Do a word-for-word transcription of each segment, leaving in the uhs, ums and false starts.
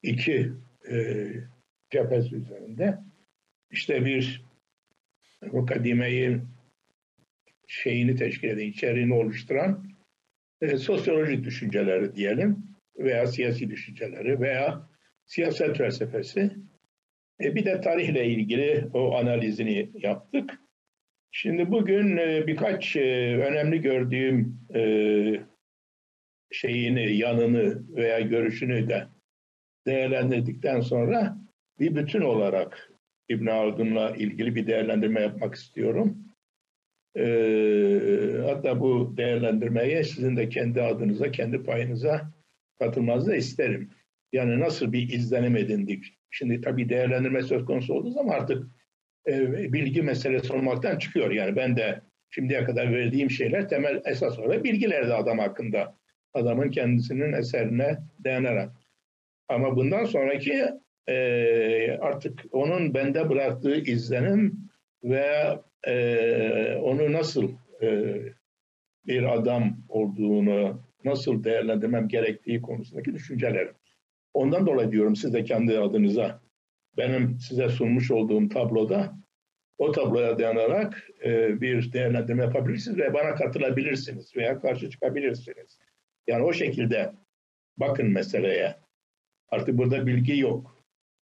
iki e, cephesi üzerinde. İşte bir mukaddimeyi şeyini teşkil eden, içeriğini oluşturan e, sosyolojik düşünceleri diyelim veya siyasi düşünceleri veya siyaset felsefesi. E, bir de tarihle ilgili o analizini yaptık. Şimdi bugün e, birkaç e, önemli gördüğüm e, şeyini, yanını veya görüşünü de değerlendirdikten sonra bir bütün olarak İbn Haldun'la ilgili bir değerlendirme yapmak istiyorum. Ee, hatta bu değerlendirmeye sizin de kendi adınıza, kendi payınıza katılmanızı da isterim. Yani nasıl bir izlenim edindik? Şimdi tabii değerlendirme söz konusu olduğu zaman artık e, bilgi meselesi olmaktan çıkıyor. Yani ben de şimdiye kadar verdiğim şeyler temel esas olarak bilgilerdi adam hakkında. Adamın kendisinin eserine dayanarak. Ama bundan sonraki e, artık onun bende bıraktığı izlenim ve e, onu nasıl e, bir adam olduğunu nasıl değerlendirmem gerektiği konusundaki düşüncelerim. Ondan dolayı diyorum siz de kendi adınıza benim size sunmuş olduğum tabloda o tabloya dayanarak e, bir değerlendirme yapabilirsiniz ve bana katılabilirsiniz veya karşı çıkabilirsiniz. Yani o şekilde bakın meseleye. Artık burada bilgi yok.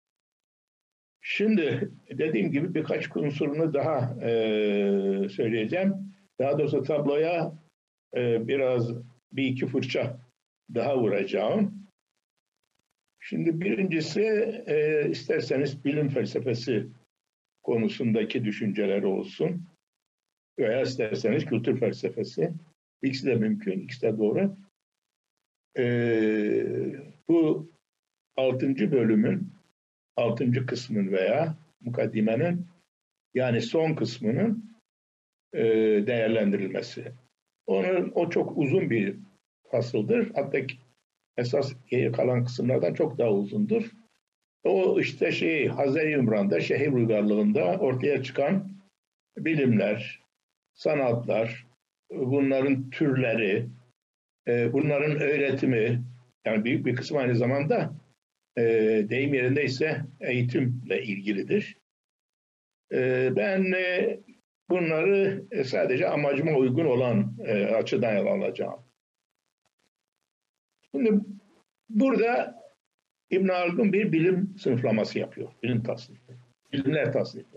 Şimdi dediğim gibi birkaç unsurunu daha e, söyleyeceğim. Daha doğrusu tabloya e, biraz bir iki fırça daha vuracağım. Şimdi birincisi e, isterseniz bilim felsefesi konusundaki düşünceler olsun veya isterseniz kültür felsefesi. İkisi de mümkün, ikisi de doğru. E, bu altıncı bölümün altıncı kısmın veya mukaddimenin yani son kısmının e, değerlendirilmesi. Onun o çok uzun bir fasıldır. Hatta esas kalan kısımlardan çok daha uzundur. O işte şey Hazar-ı Ümran'da şehir uygarlığında ortaya çıkan bilimler, sanatlar, bunların türleri, e, bunların öğretimi, yani büyük bir kısmı aynı zamanda e, deyim yerindeyse eğitimle ilgilidir. E, ben e, bunları sadece amacıma uygun olan e, açıdan ele alacağım. Şimdi burada İbn Haldun bir bilim sınıflaması yapıyor. Bilim tasnifi. Bilimler tasnifi.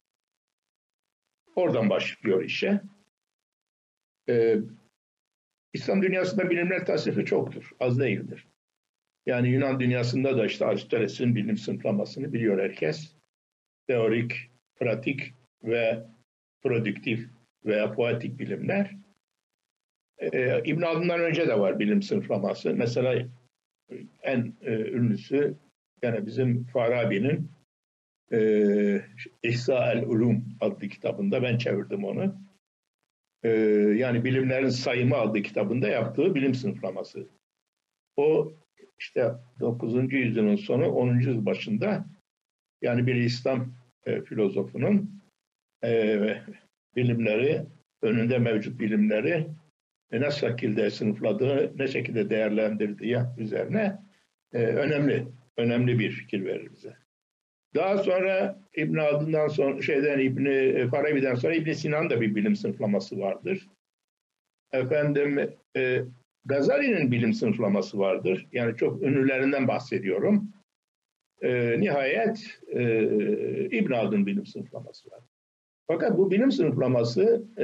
Oradan başlıyor işe. Ee, İslam dünyasında bilimler tasnifi çoktur. Az değildir. Yani Yunan dünyasında da işte Aristoteles'in bilim sınıflamasını biliyor herkes. Teorik, pratik ve prodüktif veya poetik bilimler. Ee, İbn Haldun'dan önce de var bilim sınıflaması. Mesela en e, ünlüsü yani bizim Farabi'nin e, İhsa el-Ulum adlı kitabında, ben çevirdim onu. E, yani bilimlerin sayımı adlı kitabında yaptığı bilim sınıflaması. O işte dokuzuncu yüzyılın sonu onuncu yüzyıl başında yani bir İslam e, filozofunun e, bilimleri, önünde mevcut bilimleri ne şekilde sınıfladığı, ne şekilde değerlendirdiği üzerine e, önemli, önemli bir fikir verir bize. Daha sonra İbn Haldun'dan sonra şeyden İbn Farabi'den sonra İbn Sina'nın da bir bilim sınıflaması vardır. Efendim e, Gazali'nin bilim sınıflaması vardır. Yani çok ünlülerinden bahsediyorum. E, nihayet e, İbn Haldun bilim sınıflaması var. Fakat bu bilim sınıflaması e,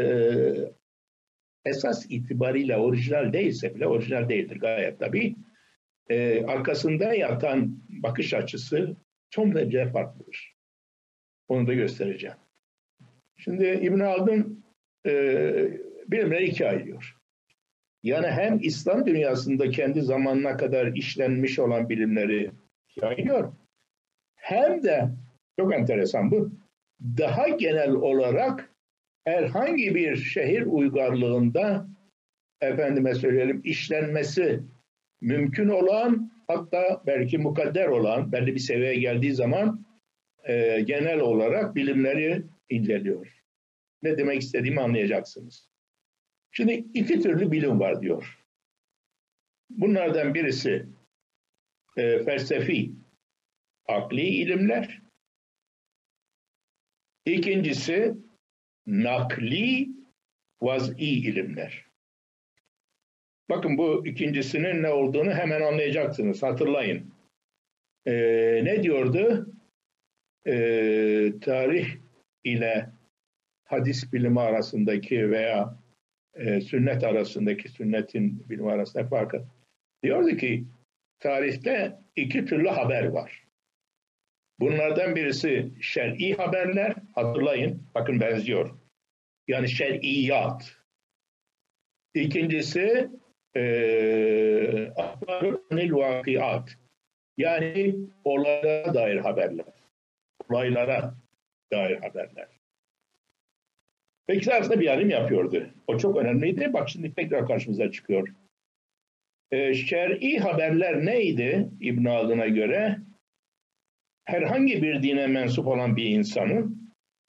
esas itibariyle orijinal değilse bile, orijinal değildir gayet tabii. Ee, arkasında yatan bakış açısı son derece farklıdır. Onu da göstereceğim. Şimdi İbn Haldun e, bilimleri ikiye ayırıyor. Yani hem İslam dünyasında kendi zamanına kadar işlenmiş olan bilimleri ikiye ayırıyor. Hem de çok enteresan bu, daha genel olarak herhangi bir şehir uygarlığında efendime söyleyelim işlenmesi mümkün olan, hatta belki mukadder olan, belli bir seviyeye geldiği zaman e, genel olarak bilimleri inceliyor. Ne demek istediğimi anlayacaksınız. Şimdi iki türlü bilim var diyor. Bunlardan birisi e, felsefi akli ilimler. İkincisi nakli vaz'i ilimler. Bakın bu ikincisinin ne olduğunu hemen anlayacaksınız. Hatırlayın. Ee, ne diyordu? Ee, tarih ile hadis bilimi arasındaki veya e, sünnet arasındaki, sünnetin bilimi arasındaki farkı. Diyordu ki tarihte iki türlü haber var. Bunlardan birisi şer'i haberler. Hatırlayın. Bakın benziyor. Yani şer'iyat. İkincisi ahbarul vakiat. Yani olaylara dair haberler. Olaylara dair haberler. Peki arasında bir ayrım yapıyordu. O çok önemliydi. Bak şimdi tekrar karşımıza çıkıyor. Ee, şer'i haberler neydi İbn Haldun'a göre? Herhangi bir dine mensup olan bir insanın,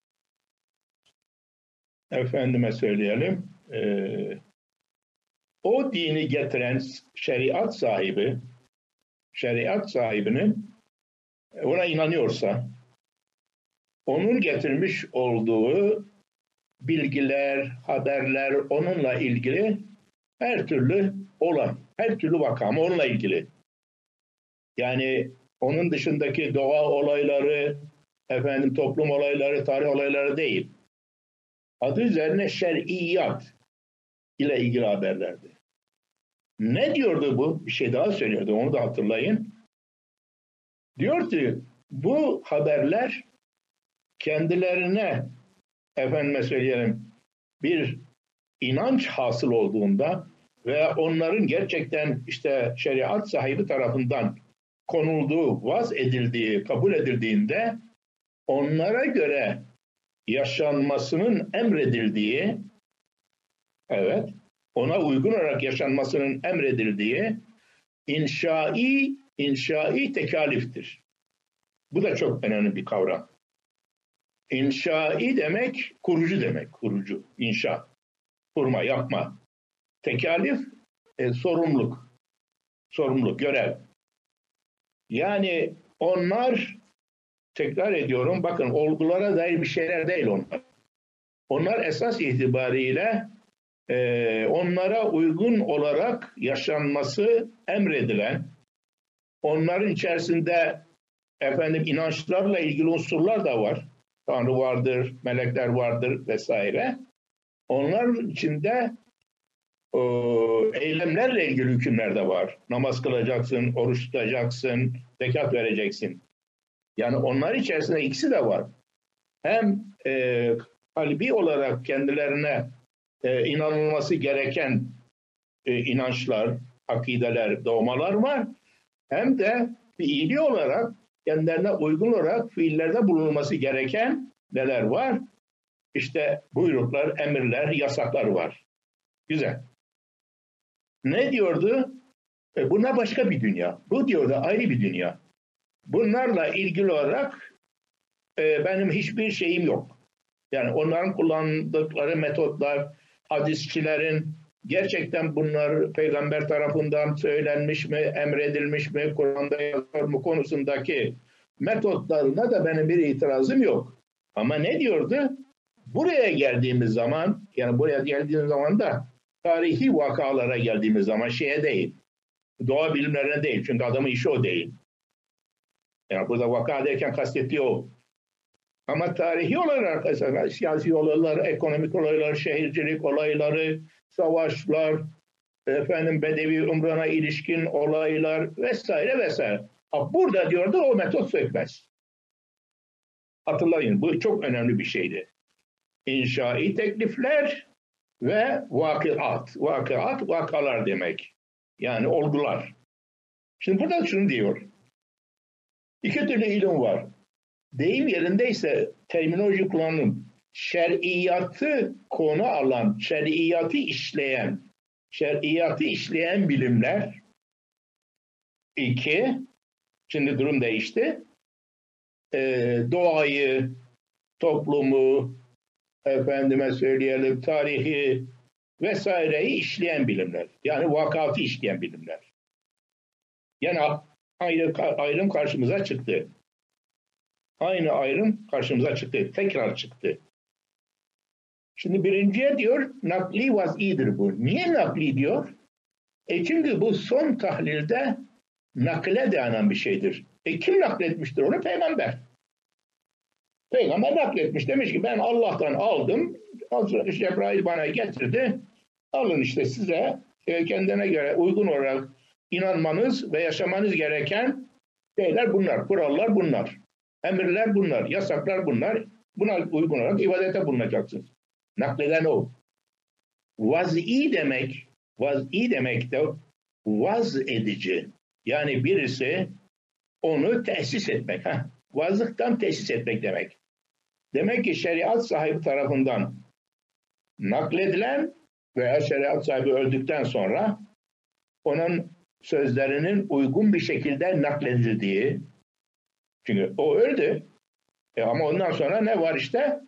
efendime söyleyelim, e, o dini getiren şeriat sahibi, şeriat sahibinin ona inanıyorsa, onun getirmiş olduğu bilgiler, haberler, onunla ilgili her türlü olan, her türlü vaka ama onunla ilgili. Yani onun dışındaki doğa olayları, efendim toplum olayları, tarih olayları değil. Adı üzerine şer'iyat ile ilgili haberlerdi. Ne diyordu bu? Bir şey daha söylüyordu, onu da hatırlayın. Diyor ki bu haberler kendilerine, efendime söyleyelim, bir inanç hasıl olduğunda ve onların gerçekten işte şeriat sahibi tarafından konulduğu, vaz edildiği, kabul edildiğinde onlara göre yaşanmasının emredildiği, evet, ona uygun olarak yaşanmasının emredildiği inşai, inşai tekaliftir. Bu da çok önemli bir kavram. İnşai demek, kurucu demek, kurucu, inşa, kurma, yapma. Tekalif, e, sorumluluk, sorumluluk, görev. Yani onlar, tekrar ediyorum, bakın olgulara dair bir şeyler değil onlar. Onlar esas itibariyle e, onlara uygun olarak yaşanması emredilen, onların içerisinde efendim inançlarla ilgili unsurlar da var. Tanrı vardır, melekler vardır vesaire. Onların içinde e, eylemlerle ilgili hükümler de var. Namaz kılacaksın, oruç tutacaksın, zekat vereceksin. Yani onlar içerisinde ikisi de var. Hem e, kalbi olarak kendilerine e, inanılması gereken e, inançlar, akideler, doğmalar var. Hem de fiili olarak kendilerine uygun olarak fiillerde bulunması gereken neler var? İşte buyruklar, emirler, yasaklar var. Güzel. Ne diyordu? E, bunlar başka bir dünya. Bu diyordu ayrı bir dünya. Bunlarla ilgili olarak e, benim hiçbir şeyim yok. Yani onların kullandıkları metotlar, hadisçilerin gerçekten bunlar peygamber tarafından söylenmiş mi, emredilmiş mi, Kur'an'da yazar mı konusundaki metotlarına da benim bir itirazım yok. Ama ne diyordu? Buraya geldiğimiz zaman, yani buraya geldiğimiz zaman da tarihi vakalara geldiğimiz zaman şeye değil, doğa bilimlerine değil. Çünkü adamın işi o değil. Yani burada vaka derken kastettiği o. Ama tarihi olarak mesela siyasi olaylar, ekonomik olaylar, şehircilik olayları, savaşlar, efendim Bedevi Umran'a ilişkin olaylar vesaire vesaire. Burada diyordu o metot sökmez. Hatırlayın bu çok önemli bir şeydi. İnşai teklifler ve vakıat. Vakıat vakalar demek. Yani olgular. Şimdi burada şunu diyor. İki türlü ilim var. Deyim yerindeyse terminoloji kullanım. Şer'iyatı konu alan, şer'iyatı işleyen, şer'iyatı işleyen bilimler. İki, şimdi durum değişti. Ee, doğayı, toplumu, efendime söyleyelim, tarihi vesaireyi işleyen bilimler. Yani vakatı işleyen bilimler. Yani ayrı, ayrım karşımıza çıktı. Aynı ayrım karşımıza çıktı. Tekrar çıktı. Şimdi birinciye diyor nakli vaz'idir bu. Niye nakli diyor? E çünkü bu son tahlilde nakle dayanan bir şeydir. E kim nakletmiştir onu? Peygamber. Peygamber nakletmiş. Demiş ki ben Allah'tan aldım. Cebrail bana getirdi. Alın işte size kendine göre uygun olarak inanmanız ve yaşamanız gereken şeyler bunlar. Kurallar bunlar. Emirler bunlar. Yasaklar bunlar. Buna uygun olarak ibadete bulunacaksınız. Nakleden o. Vaz'i demek, vaz'i demek de vaz edici. Yani birisi onu tesis etmek. Heh, vazlıktan tesis etmek demek. Demek ki şeriat sahibi tarafından nakledilen veya şeriat sahibi öldükten sonra onun sözlerinin uygun bir şekilde nakledildiği, çünkü o öldü e ama ondan sonra ne var işte?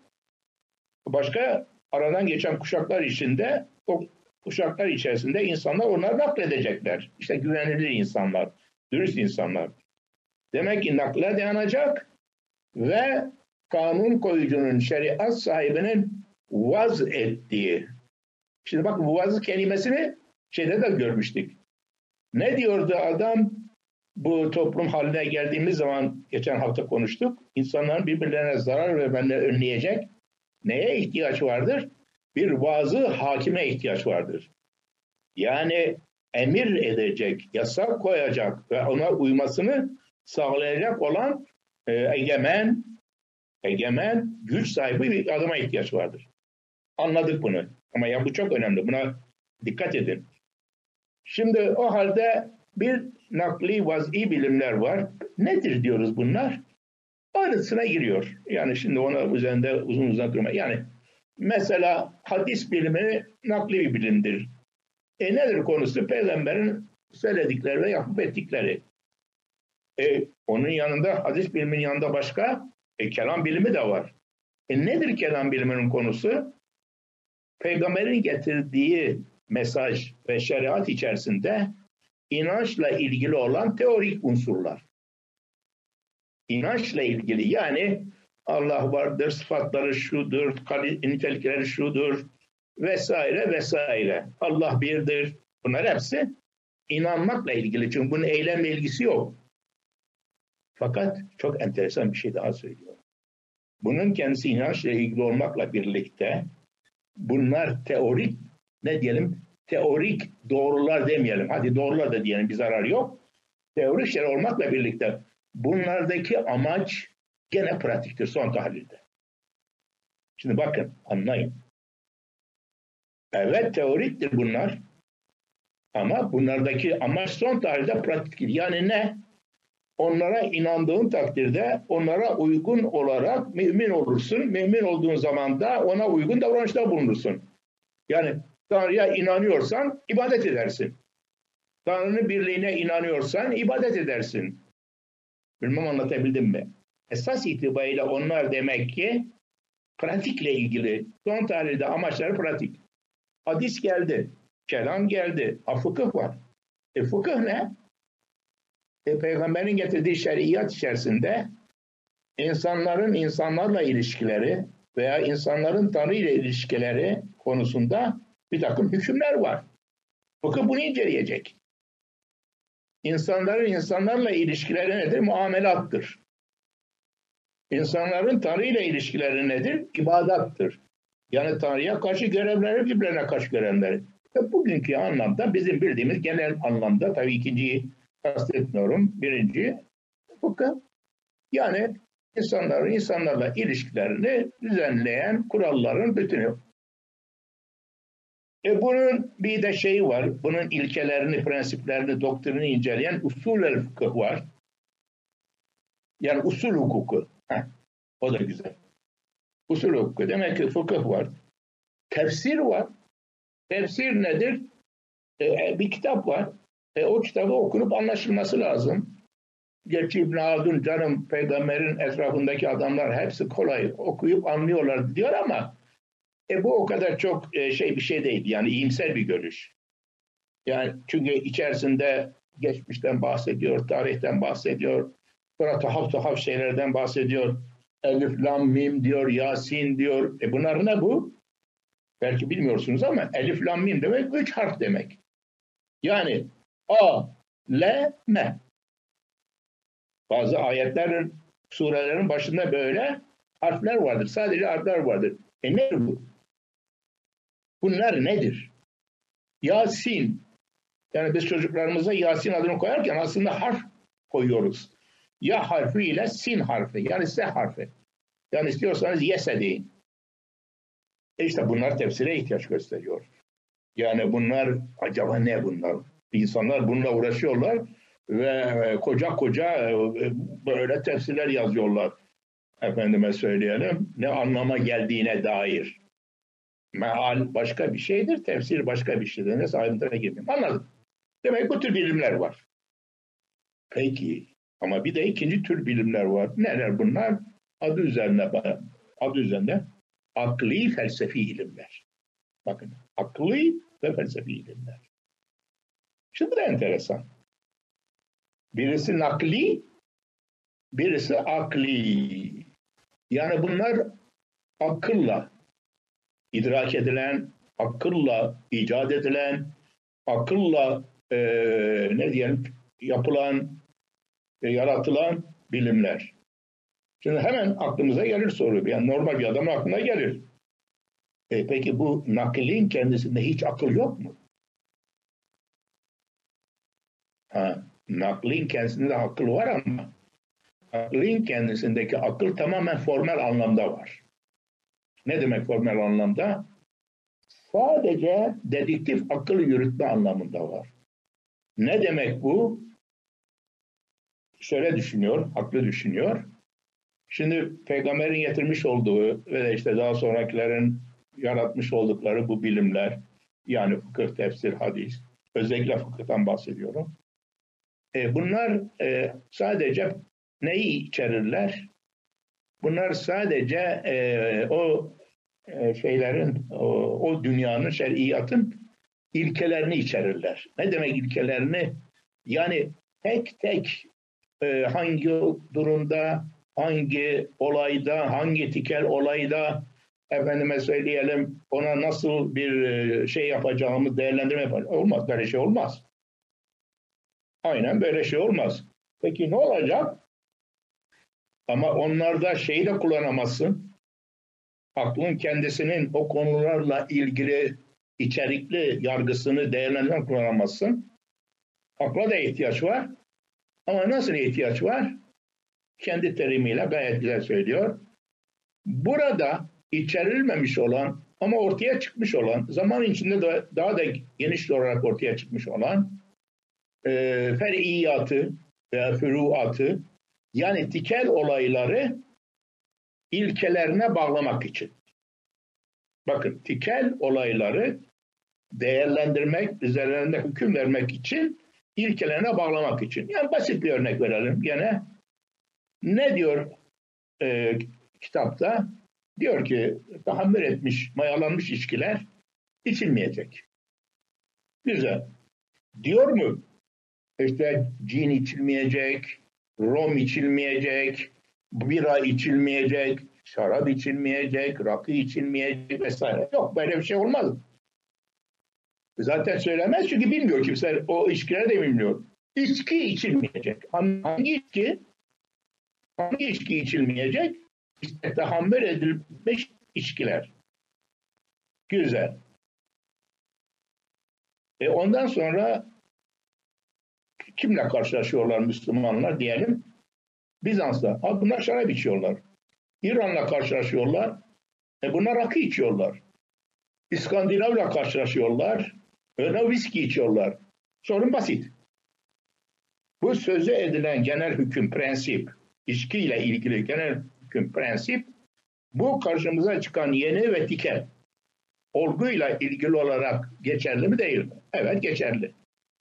Başka aradan geçen kuşaklar içinde, o kuşaklar içerisinde insanlar onları nakledecekler. İşte güvenilir insanlar, dürüst insanlar. Demek ki nakle dayanacak ve kanun koyucunun, şeriat sahibinin vaz ettiği. Şimdi bak bu vaz kelimesini şeyde de görmüştük. Ne diyordu adam? Bu toplum haline geldiğimiz zaman geçen hafta konuştuk. İnsanların birbirlerine zarar vermelerini önleyecek neye ihtiyaç vardır? Bir vaazı hakime ihtiyaç vardır. Yani emir edecek, yasak koyacak ve ona uymasını sağlayacak olan e, egemen, egemen, güç sahibi bir adama ihtiyaç vardır. Anladık bunu. Ama ya bu çok önemli. Buna dikkat edin. Şimdi o halde bir nakli vaz'i bilimler var. Nedir diyoruz bunlar? Arasına giriyor. Yani şimdi ona üzerinde uzun uzun durma. Yani mesela hadis bilimi nakli bir bilimdir. E nedir konusu? Peygamberin söyledikleri ve yapıp ettikleri. E, onun yanında, hadis biliminin yanında başka e, kelam bilimi de var. E nedir kelam biliminin konusu? Peygamberin getirdiği mesaj ve şeriat içerisinde inançla ilgili olan teorik unsurlar. İnançla ilgili yani Allah vardır, sıfatları şudur, nitelikleri şudur vesaire vesaire. Allah birdir. Bunlar hepsi inanmakla ilgili. Çünkü bunun eylemle ilgisi yok. Fakat çok enteresan bir şey daha söylüyor. Bunun kendisi inançla ilgili olmakla birlikte bunlar teorik, ne diyelim, teorik doğrular demeyelim. Hadi doğrular da diyelim, bir zarar yok. Teorik şeyler olmakla birlikte bunlardaki amaç gene pratiktir son tahlilde. Şimdi bakın, anlayın. Evet teoriktir bunlar. Ama bunlardaki amaç son tahlilde pratiktir. Yani ne? Onlara inandığın takdirde onlara uygun olarak mümin olursun. Mümin olduğun zaman da ona uygun davranışta bulunursun. Yani Tanrı'ya inanıyorsan ibadet edersin. Tanrı'nın birliğine inanıyorsan ibadet edersin. Bilmem anlatabildim mi? Esas itibariyle onlar demek ki pratikle ilgili. Son tahlilde amaçları pratik. Hadis geldi, kelam geldi, ha, fıkıh var. E fıkıh ne? E, Peygamberin getirdiği şeriat içerisinde insanların insanlarla ilişkileri veya insanların Tanrı ile ilişkileri konusunda bir takım hükümler var. Fıkıh bunu inceleyecek. İnsanların insanlarla ilişkileri nedir? Muamelattır. İnsanların Tanrı ile ilişkileri nedir? İbadattır. Yani Tanrı'ya karşı görevleri, birbirine karşı görevleri. Ve bugünkü anlamda bizim bildiğimiz genel anlamda, tabii ikinciyi kastetmiyorum, birinci fıkıh. Yani insanların insanlarla ilişkilerini düzenleyen kuralların bütünü. E bunun bir de şeyi var, bunun ilkelerini, prensiplerini, doktrini inceleyen usul-el fıkıh var. Yani usul hukuku. Heh, o da güzel. Usul hukuku. Demek ki fıkıh var. Tefsir var. Tefsir nedir? E, bir kitap var. E, o kitabı okunup anlaşılması lazım. Gerçi İbn Haldun canım peygamberin etrafındaki adamlar hepsi kolay okuyup anlıyorlar diyor ama e, bu o kadar çok e, şey bir şey değil. Yani iyimser bir görüş. Yani çünkü içerisinde geçmişten bahsediyor, tarihten bahsediyor. Sonra tuhaf tuhaf şeylerden bahsediyor. Elif, lam, mim diyor, Yasin diyor. E bunlar ne bu? Belki bilmiyorsunuz ama elif, lam, mim demek üç harf demek. Yani A, L, M. Bazı ayetlerin, surelerin başında böyle harfler vardır. Sadece harfler vardır. E nedir bu? Bunlar nedir? Yasin. Yani biz çocuklarımıza Yasin adını koyarken aslında harf koyuyoruz. Ya harfi ile sin harfi. Yani S harfi. Yani istiyorsanız yese deyin. E işte bunlar tefsire ihtiyaç gösteriyor. Yani bunlar acaba ne bunlar? İnsanlar bununla uğraşıyorlar ve koca koca böyle tefsirler yazıyorlar. Efendime söyleyelim, ne anlama geldiğine dair. Meal başka bir şeydir, tefsir başka bir şeydir. Neyse ayrıntıya girmeyeyim. Anladım. Demek bu tür bilimler var. Peki, ama bir de ikinci tür bilimler var. Neler bunlar? Adı üzerine, adı üzerinde akli felsefi ilimler. Bakın, akli ve felsefi ilimler. Şimdi bu da enteresan. Birisi nakli, birisi akli. Yani bunlar akılla idrak edilen, akılla icat edilen, akılla e, ne diyelim yapılan, e, yaratılan bilimler. Şimdi hemen aklımıza gelir soru. Yani normal bir adamın aklına gelir. E, peki bu naklin kendisinde hiç akıl yok mu? Ha, naklin kendisinde akıl var ama aklin kendisindeki akıl tamamen formel anlamda var. Ne demek formel anlamda? Sadece dedektif akıl yürütme anlamında var. Ne demek bu? Şöyle düşünüyor, aklı düşünüyor. Şimdi peygamberin getirmiş olduğu ve işte daha sonrakilerin yaratmış oldukları bu bilimler, yani fıkıh, tefsir, hadis, özellikle fıkıhtan bahsediyorum. E, bunlar e, sadece neyi içerirler? Bunlar sadece e, o e, şeylerin, o, o dünyanın, şer'iyatın ilkelerini içerirler. Ne demek ilkelerini? Yani tek tek e, hangi durumda, hangi olayda, hangi tikel olayda, efendime söyleyelim, ona nasıl bir şey yapacağımız, değerlendirme yapacağımız. Olmaz, böyle şey olmaz. Aynen böyle şey olmaz. Peki ne olacak? Ama onlarda şeyi de kullanamazsın. Aklın kendisinin o konularla ilgili içerikli yargısını değerlendirme kullanamazsın. Akla da ihtiyaç var. Ama nasıl ihtiyaç var? Kendi terimiyle gayet güzel söylüyor. Burada içerilmemiş olan ama ortaya çıkmış olan, zaman içinde de daha da geniş olarak ortaya çıkmış olan e, fer'iyatı veya füruatı, yani tikel olayları ilkelerine bağlamak için. Bakın, tikel olayları değerlendirmek, üzerlerinde hüküm vermek için, ilkelerine bağlamak için. Yani basit bir örnek verelim gene. Ne diyor e, kitapta? Diyor ki tahammül etmiş, mayalanmış içkiler içilmeyecek. Güzel. Diyor mu? İşte cin içilmeyecek, rom içilmeyecek, bira içilmeyecek, şarap içilmeyecek, rakı içilmeyecek vesaire. Yok, böyle bir şey olmaz. Zaten söylemez çünkü bilmiyor kimse. O içkileri de bilmiyor. İçki içilmeyecek. Hangi içki? Hangi içki içilmeyecek? İşte tahammül edilmiş içkiler. Güzel. E ondan sonra kimle karşılaşıyorlar Müslümanlar diyelim? Bizans'ta. Ha, bunlar şarap içiyorlar. İran'la karşılaşıyorlar. E bunlar rakı içiyorlar. İskandinav'la karşılaşıyorlar. Öyle viski içiyorlar. Sorun basit. Bu söze edilen genel hüküm, prensip, içkiyle ilgili genel hüküm, prensip, bu karşımıza çıkan yeni ve tikel olguyla ilgili olarak geçerli mi değil mi? Evet, geçerli.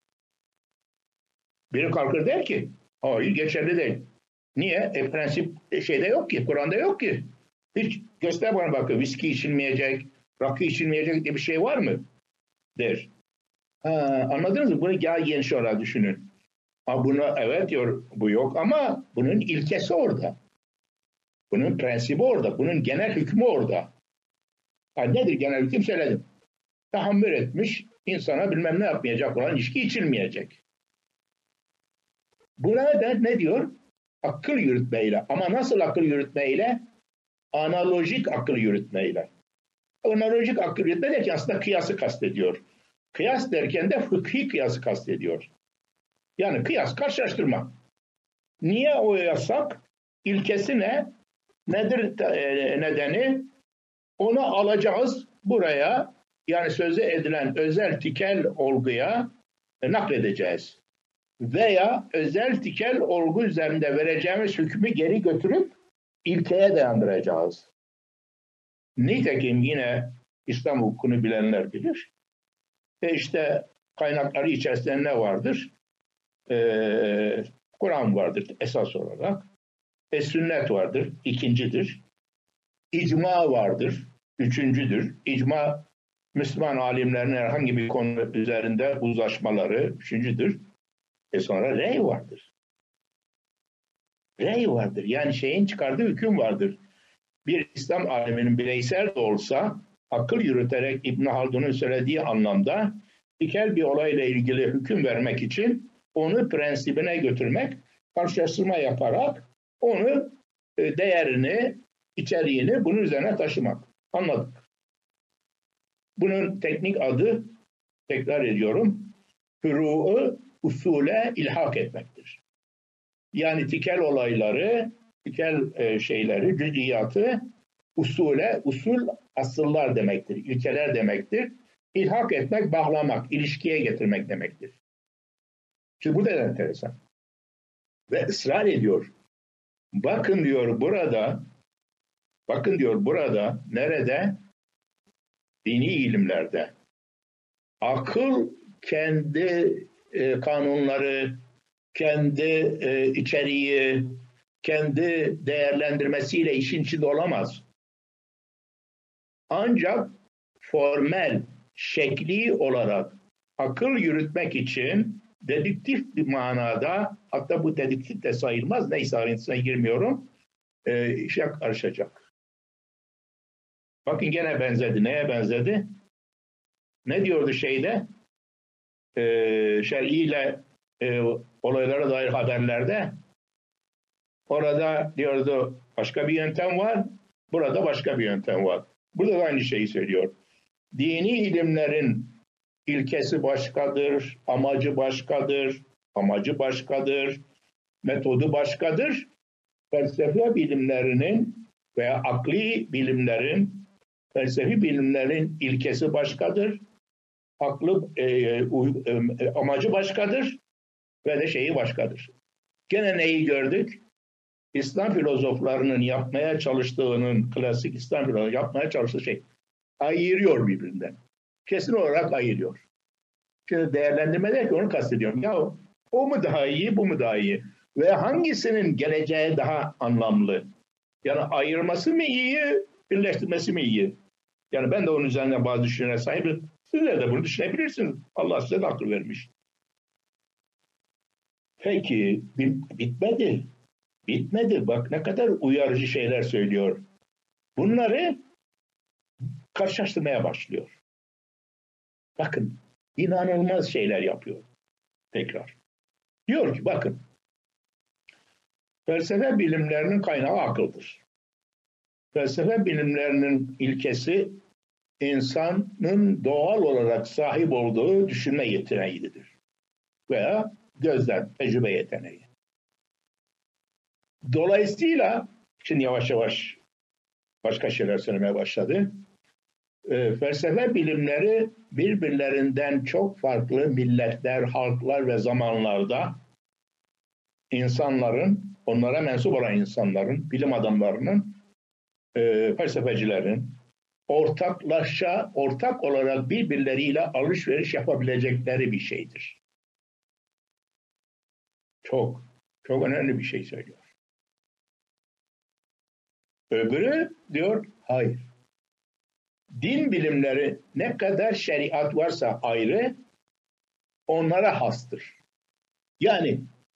Biri kalkır der ki, hayır geçerli değil. Niye? E prensip şeyde yok ki, Kur'an'da yok ki. Hiç göster bana bakın, viski içilmeyecek, rakı içilmeyecek diye bir şey var mı? Der. Ha, anladınız mı? Bunu daha geniş olarak düşünün. Ha buna evet diyor, bu yok ama bunun ilkesi orada. Bunun prensibi orada. Bunun genel hükmü orada. Ha nedir genel hüküm söyledim. Tahammül etmiş insana bilmem ne yapmayacak olan içki içilmeyecek. Buna da ne diyor? Akıl yürütmeyle. Ama nasıl akıl yürütmeyle? Analojik akıl yürütmeyle. Analojik akıl yürütme derken aslında kıyası kastediyor. Kıyas derken de fıkhi kıyası kastediyor. Yani kıyas, karşılaştırma. Niye o yasak? İlkesi ne? Nedir e, nedeni? Onu alacağız buraya, yani sözü edilen özel tikel olguya e, nakledeceğiz. Veya özel tikel olgu üzerinde vereceğimiz hükmü geri götürüp ilkeye dayandıracağız. Nitekim yine İslam hukukunu bilenler bilir. E işte kaynakları içerisinde ne vardır? Ee, Kur'an vardır esas olarak. E sünnet vardır, ikincidir. İcma vardır, üçüncüdür. İcma, Müslüman alimlerin herhangi bir konu üzerinde uzlaşmaları, üçüncüdür. E sonra rey vardır. Rey vardır. Yani şeyin çıkardığı hüküm vardır. Bir İslam aliminin bireysel de olsa akıl yürüterek İbn Haldun'un söylediği anlamda tikel bir olayla ilgili hüküm vermek için onu prensibine götürmek, karşılaştırma yaparak onu değerini, içeriğini bunun üzerine taşımak. Anladık. Bunun teknik adı, tekrar ediyorum, furu'u usule ilhak etmektir. Yani tikel olayları, tikel şeyleri, cüz'iyatı usule, usul asıllar demektir, ilkeler demektir. İlhak etmek, bağlamak, ilişkiye getirmek demektir. Şimdi bu da enteresan. Ve ısrar ediyor. Bakın diyor burada, bakın diyor burada, nerede? Dini ilimlerde. Akıl kendi e, kanunları, kendi e, içeriği, kendi değerlendirmesiyle işin içinde olamaz. Ancak formel, şekli olarak akıl yürütmek için dedüktif bir manada, hatta bu dedüktif de sayılmaz, neyse ayrıntısına girmiyorum, e, işe karışacak. Bakın gene benzedi. Neye benzedi? Ne diyordu şeyde? E, şer'iyle e, olaylara dair haberlerde. Orada diyordu başka bir yöntem var, burada başka bir yöntem var. Burada da aynı şeyi söylüyor. Dini ilimlerin ilkesi başkadır, amacı başkadır, amacı başkadır, metodu başkadır. Felsefe bilimlerinin veya akli bilimlerin, felsefi bilimlerin ilkesi başkadır, aklı e, e, amacı başkadır ve de şeyi başkadır. Gene neyi gördük? İslam filozoflarının yapmaya çalıştığının, klasik İslam filozofları yapmaya çalıştığı şey, ayırıyor birbirinden. Kesin olarak ayırıyor. Şimdi değerlendirme der ki onu kastediyorum. Ya o mu daha iyi, bu mu daha iyi? Ve hangisinin geleceği daha anlamlı? Yani ayırması mı iyi, birleştirmesi mi iyi? Yani ben de onun üzerine bazı düşüncelere sahibim. Sizler de bunu düşünebilirsiniz. Allah size de akıl vermiş. Peki bitmedi. Bitmedi. Bak ne kadar uyarıcı şeyler söylüyor. Bunları karşılaştırmaya başlıyor. Bakın inanılmaz şeyler yapıyor. Tekrar. Diyor ki bakın, felsefe bilimlerinin kaynağı akıldır. Felsefe bilimlerinin ilkesi insanın doğal olarak sahip olduğu düşünme yeteneğidir. Veya gözlem, tecrübe yeteneği. Dolayısıyla, şimdi yavaş yavaş başka şeyler söylemeye başladı. E, felsefe bilimleri birbirlerinden çok farklı milletler, halklar ve zamanlarda insanların, onlara mensup olan insanların, bilim adamlarının, e, felsefecilerin ortaklaşa, ortak olarak birbirleriyle alışveriş yapabilecekleri bir şeydir. Çok, çok önemli bir şey söylüyor. Öbürü diyor, hayır. Din bilimleri ne kadar şeriat varsa ayrı, onlara hastır. Yani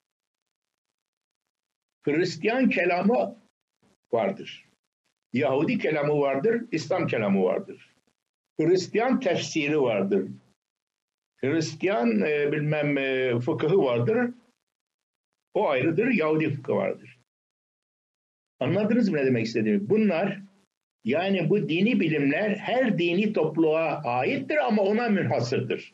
Hristiyan kelamı vardır. Yahudi kelamı vardır, İslam kelamı vardır. Hristiyan tefsiri vardır. Hristiyan e, bilmem e, fıkıhı vardır. O ayrıdır, Yahudi fıkıhı vardır. Anladınız mı ne demek istediğimi? Bunlar, yani bu dini bilimler her dini topluluğa aittir ama ona münhasırdır.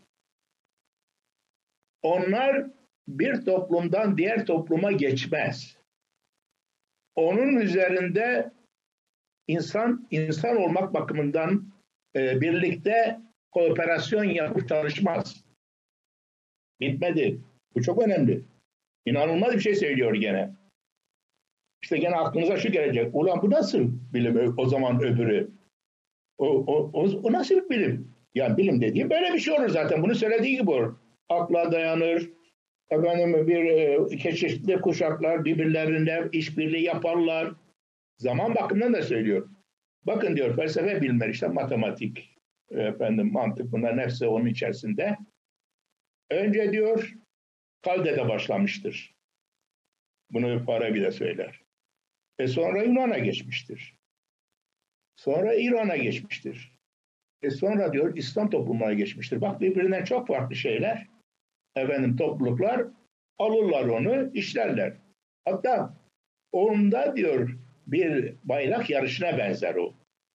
Onlar bir toplumdan diğer topluma geçmez. Onun üzerinde insan insan olmak bakımından e, birlikte kooperasyon yapıp çalışmaz. Bitmedi. Bu çok önemli. İnanılmaz bir şey söylüyor gene. İşte gene aklınıza şu gelecek. Ulan bu nasıl bilim o zaman öbürü? O, o, o, o nasıl bir bilim? Yani bilim dediğim böyle bir şey olur zaten. Bunu söylediği gibi olur. Akla dayanır. Efendim bir e, çeşitli kuşaklar birbirlerine işbirliği yaparlar. Zaman bakımından da söylüyor. Bakın diyor felsefe bilimler işte matematik, efendim mantık bunların hepsi onun içerisinde. Önce diyor Kalde'de başlamıştır. Bunu Farabi de söyler. E sonra Yunan'a geçmiştir. Sonra İran'a geçmiştir. E sonra diyor İslam toplumuna geçmiştir. Bak birbirinden çok farklı şeyler. Efendim topluluklar alırlar onu, işlerler. Hatta onda diyor bir bayrak yarışına benzer o.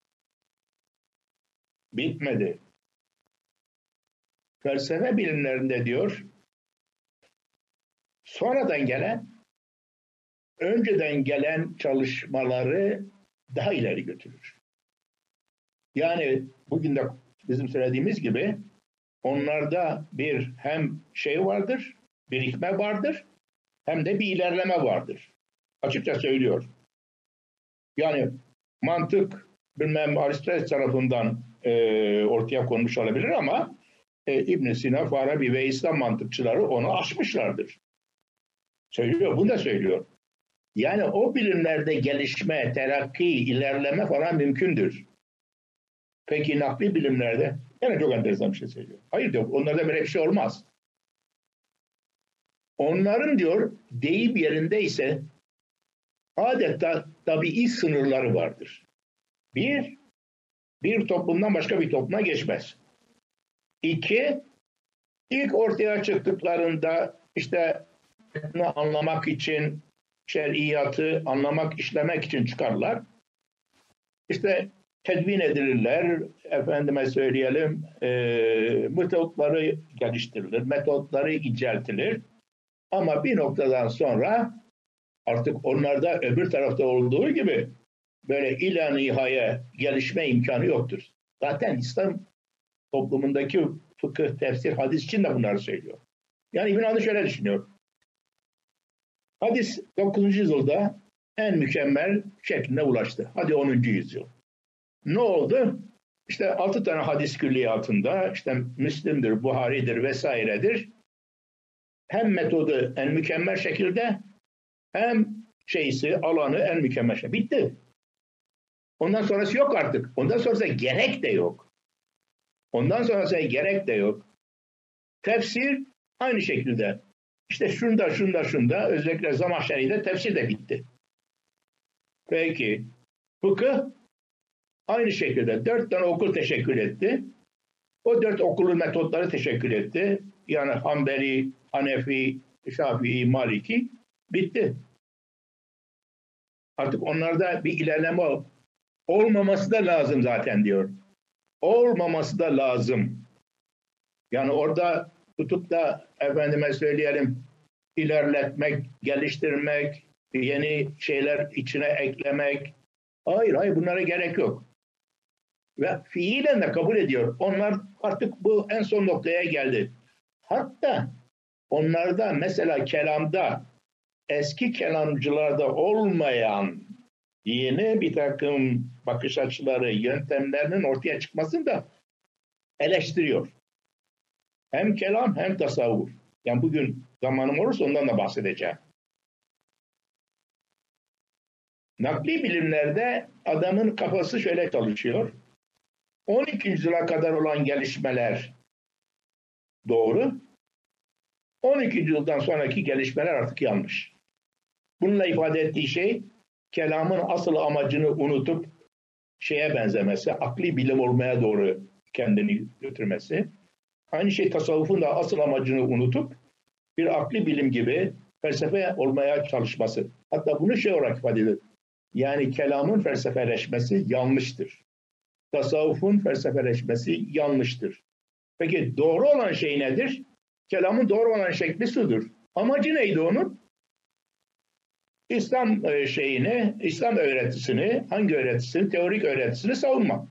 Bitmedi. Felsefe bilimlerinde diyor sonradan gelen önceden gelen çalışmaları daha ileri götürür. Yani bugün de bizim söylediğimiz gibi onlarda bir hem şey vardır, birikme vardır, hem de bir ilerleme vardır. Açıkça söylüyor. Yani mantık bilmem Aristoteles tarafından e, ortaya konmuş olabilir ama e, İbn Sina, Farabi ve İslam mantıkçıları onu aşmışlardır. Söylüyor, bunu da söylüyor. Yani o bilimlerde gelişme, terakki, ilerleme falan mümkündür. Peki nakli bilimlerde? Yani çok enteresan bir şey söylüyor. Hayır diyor, onlarda böyle bir şey olmaz. Onların diyor, deyim yerinde ise adeta tabii sınırları vardır. Bir, bir toplumdan başka bir topluma geçmez. İki, ilk ortaya çıktıklarında işte bunu anlamak için, şer'iyatı anlamak, işlemek için çıkarlar. İşte tedvin edilirler, efendime söyleyelim, e, metotları geliştirilir, metotları inceltilir. Ama bir noktadan sonra artık onlarda öbür tarafta olduğu gibi böyle ila nihaya gelişme imkanı yoktur. Zaten İslam toplumundaki fıkıh, tefsir, hadis için de bunları söylüyor. Yani İbn Haldun şöyle düşünüyor. Hadis dokuzuncu yüzyılda en mükemmel şekline ulaştı. Hadi onuncu yüzyıl. Ne oldu? İşte altı tane hadis külliyatında işte Müslim'dir, Buhari'dir vesairedir. Hem metodu en mükemmel şekilde hem şeysi, alanı en mükemmel şekilde. Bitti. Ondan sonrası yok artık. Ondan sonrası gerek de yok. Ondan sonrası gerek de yok. Tefsir aynı şekilde. İşte şunda, şunda, şunda özellikle Zamahşeri'de tefsir de bitti. Peki fıkıh aynı şekilde dört tane okul teşekkül etti. O dört okulun metotları teşekkül etti. Yani Hanbeli, Hanefi, Şafii, Maliki bitti. Artık onlarda bir ilerleme olmaması da lazım zaten diyor. Olmaması da lazım. Yani orada tutup da efendime söyleyelim ilerletmek, geliştirmek, yeni şeyler içine eklemek. Hayır, hayır bunlara gerek yok. Ve fiilen de kabul ediyor. Onlar artık bu en son noktaya geldi. Hatta onlarda mesela kelamda eski kelamcılarda olmayan yeni bir takım bakış açıları, yöntemlerinin ortaya çıkmasını da eleştiriyor. Hem kelam hem tasavvuf. Yani bugün zamanım olursa ondan da bahsedeceğim. Nakli bilimlerde adamın kafası şöyle çalışıyor. on ikinci yüzyıla kadar olan gelişmeler doğru. on ikinci yüzyıldan sonraki gelişmeler artık yanlış. Bununla ifade ettiği şey kelamın asıl amacını unutup şeye benzemesi, akli bilim olmaya doğru kendini götürmesi. Aynı şey tasavvufun da asıl amacını unutup bir akli bilim gibi felsefe olmaya çalışması. Hatta bunu şey olarak ifade edilir. Yani kelamın felsefeleşmesi yanlıştır. Tasavvufun felsefeleşmesi yanlıştır. Peki doğru olan şey nedir? Kelamın doğru olan şekli sudur. Amacı neydi onun? İslam şeyini, İslam öğretisini, hangi öğretisini? Teorik öğretisini savunmak.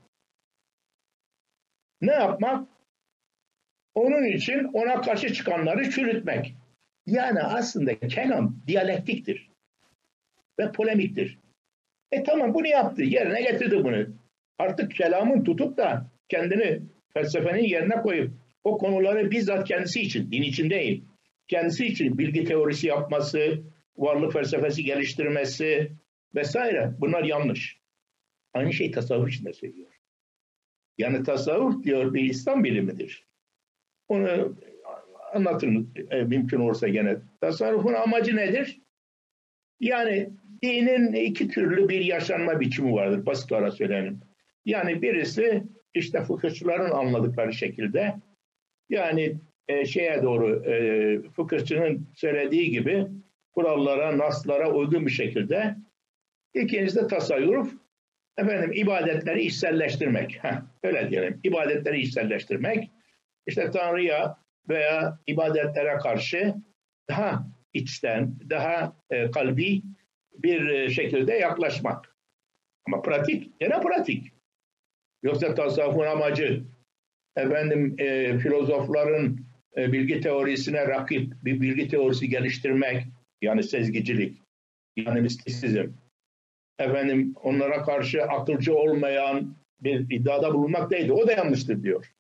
Ne yapmak? Onun için ona karşı çıkanları çürütmek. Yani aslında kelam diyalektiktir ve polemiktir. E tamam bunu yaptı, yerine getirdi bunu. Artık kelamın tutup da kendini felsefenin yerine koyup o konuları bizzat kendisi için, din için değil, kendisi için bilgi teorisi yapması, varlık felsefesi geliştirmesi vesaire bunlar yanlış. Aynı şey tasavvuf için de söylüyor. Yani tasavvuf diyor bir İslam bilimidir. Onu anlatın e, mümkün olursa gene. Tasavvufun amacı nedir? Yani dinin iki türlü bir yaşanma biçimi vardır. Basit olarak söyleyelim. Yani birisi işte fıkıhçıların anladıkları şekilde yani e, şeye doğru e, fıkıhçının söylediği gibi kurallara, naslara uygun bir şekilde. İkincisi de tasavvuf. Efendim ibadetleri içselleştirmek. Heh, öyle diyelim. İbadetleri içselleştirmek. İşte Tanrı'ya veya ibadetlere karşı daha içten, daha e, kalbi bir e, şekilde yaklaşmak. Ama pratik, yine pratik. Yoksa tasavvufun amacı efendim e, filozofların e, bilgi teorisine rakip bir bilgi teorisi geliştirmek, yani sezgicilik, yani mistisizm. Efendim onlara karşı akılcı olmayan bir iddiada bulunmak değildi. O da yanlıştır diyor.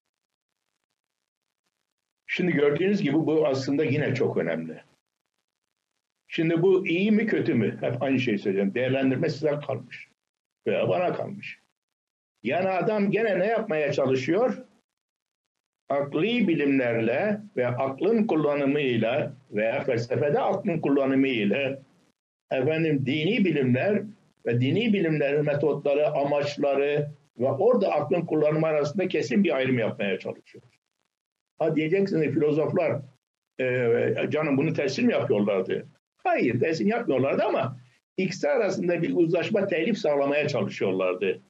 Şimdi gördüğünüz gibi bu aslında yine çok önemli. Şimdi bu iyi mi kötü mü? Hep aynı şeyi söyleyeceğim. Değerlendirme size kalmış. Veya bana kalmış. Yani adam gene ne yapmaya çalışıyor? Akli bilimlerle ve aklın kullanımıyla veya felsefede aklın kullanımıyla efendim dini bilimler ve dini bilimlerin metotları, amaçları ve orada aklın kullanımı arasında kesin bir ayrım yapmaya çalışıyor. Ha diyeceksiniz filozoflar e, canım bunu tersil mi yapıyorlardı? Hayır tersil yapmıyorlardı ama ikisi arasında bir uzlaşma, telif sağlamaya çalışıyorlardı.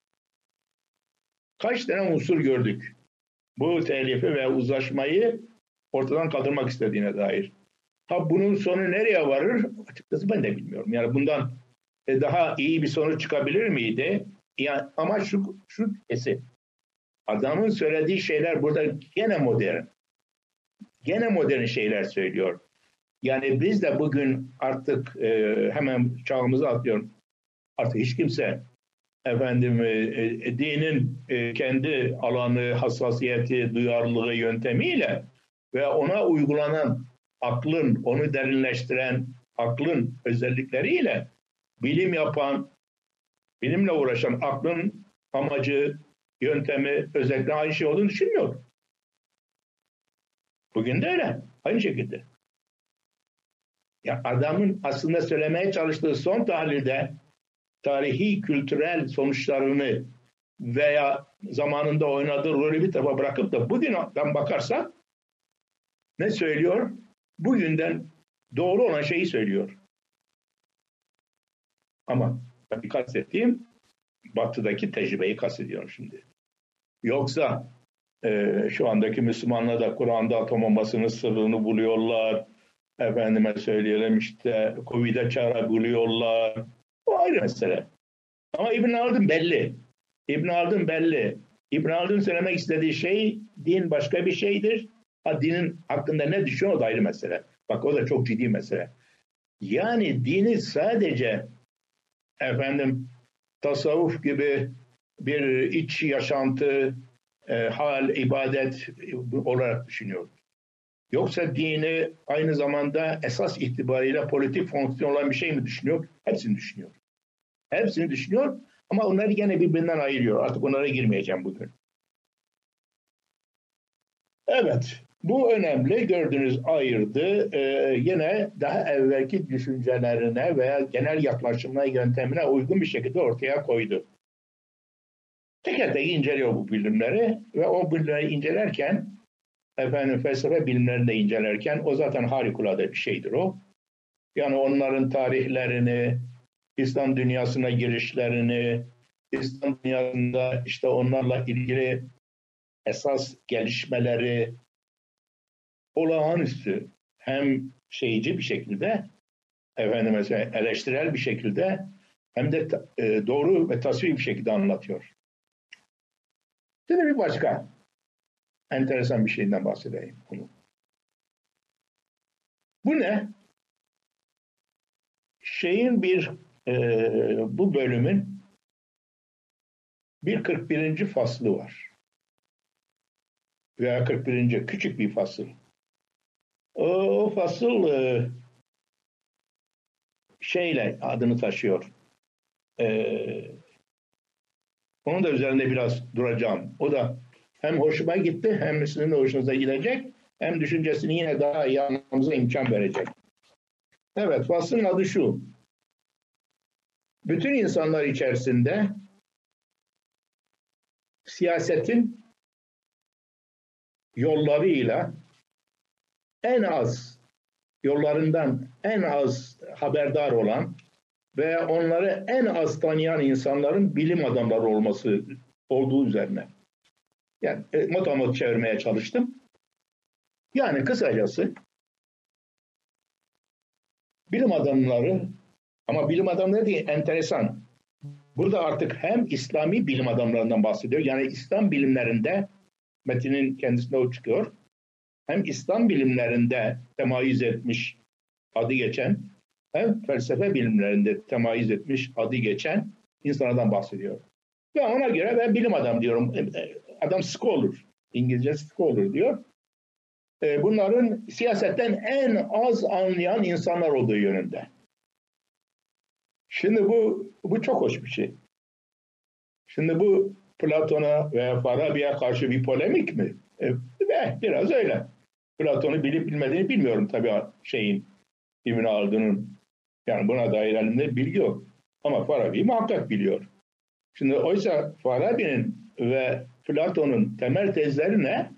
Kaç tane unsur gördük bu telifi ve uzlaşmayı ortadan kaldırmak istediğine dair. Ha bunun sonu nereye varır? Açıkçası ben de bilmiyorum. Yani bundan daha iyi bir sonuç çıkabilir miydi? Yani ama şu, şu kesin. Adamın söylediği şeyler burada gene modern. Gene modern şeyler söylüyor. Yani biz de bugün artık e, hemen çağımızı atlıyorum. Artık hiç kimse efendim e, e, dinin e, kendi alanı, hassasiyeti, duyarlılığı yöntemiyle ve ona uygulanan aklın, onu derinleştiren aklın özellikleriyle bilim yapan, bilimle uğraşan aklın amacı, yöntemi, özellikle aynı şey olduğunu düşünmüyor. Bugün de öyle. Aynı şekilde. Ya adamın aslında söylemeye çalıştığı son tahlilde tarihi, kültürel sonuçlarını veya zamanında oynadığı rolü bir tarafa bırakıp da bugünden bakarsak ne söylüyor? Bugünden doğru olan şeyi söylüyor. Ama tabii kastettiğim batıdaki tecrübeyi kastediyorum şimdi. Yoksa e, şu andaki Müslümanlar da Kur'an'da atom bombasının sırrını buluyorlar. Efendime söyleyelim işte Covid'e çare buluyorlar. O ayrı mesele. Ama İbn Haldun belli. İbn Haldun belli. İbn Haldun söylemek istediği şey din başka bir şeydir. Ha, dinin hakkında ne düşünüyor o da ayrı mesele. Bak o da çok ciddi mesele. Yani dini sadece efendim tasavvuf gibi bir iç yaşantı, e, hal, ibadet olarak düşünüyor. Yoksa dini aynı zamanda esas itibariyle politik fonksiyon olan bir şey mi düşünüyor? Hepsini düşünüyor. Hepsini düşünüyor ama onları yine birbirinden ayırıyor. Artık onlara girmeyeceğim bugün. Evet. Bu önemli. Gördüğünüz ayırdı. Ee, yine daha evvelki düşüncelerine veya genel yaklaşımına, yöntemine uygun bir şekilde ortaya koydu. Teker tek inceliyor bu bilimleri ve o bilimleri incelerken, efendim felsefe bilimlerini de incelerken o zaten harikulade bir şeydir o. Yani onların tarihlerini, İslam dünyasına girişlerini, İslam dünyasında işte onlarla ilgili esas gelişmeleri olağanüstü hem şeyci bir şekilde, efendim mesela eleştirel bir şekilde hem de e, doğru ve tasvir bir şekilde anlatıyor. Şimdi bir başka enteresan bir şeyden bahsedeyim. Bunu. Bu ne? Şeyin bir e, bu bölümün bir kırk birinci faslı var. Veya kırk birinci küçük bir fasıl. O, o fasıl e, şeyle adını taşıyor. E, onun da üzerinde biraz duracağım. O da hem hoşuma gitti hem sizin de hoşunuza gidecek hem düşüncesini yine daha iyi anlamamıza imkan verecek. Evet, faslın adı şu. Bütün insanlar içerisinde siyasetin yollarıyla en az yollarından en az haberdar olan ve onları en az tanıyan insanların bilim adamları olması olduğu üzerine. Yani e, motamot çevirmeye çalıştım. Yani kısacası bilim adamları, ama bilim adamları değil, enteresan. Burada artık hem İslami bilim adamlarından bahsediyor. Yani İslam bilimlerinde, metinin kendisinde o çıkıyor. Hem İslam bilimlerinde temayüz etmiş, adı geçen, hem felsefe bilimlerinde temayüz etmiş, adı geçen insanlardan bahsediyor. Ve ona göre ben bilim adam diyorum. Adam scholar, İngilizce scholar diyor. Bunların siyasetten en az anlayan insanlar olduğu yönünde. Şimdi bu bu çok hoş bir şey. Şimdi bu Platon'a veya Farabi'ye karşı bir polemik mi? E, biraz öyle. Platon'u bilip bilmediğini bilmiyorum tabii şeyin, İbn Haldun'un. Yani buna dair elimde bilgi yok. Ama Farabi'yi muhakkak biliyor. Şimdi oysa Farabi'nin ve Platon'un temel tezleri ne?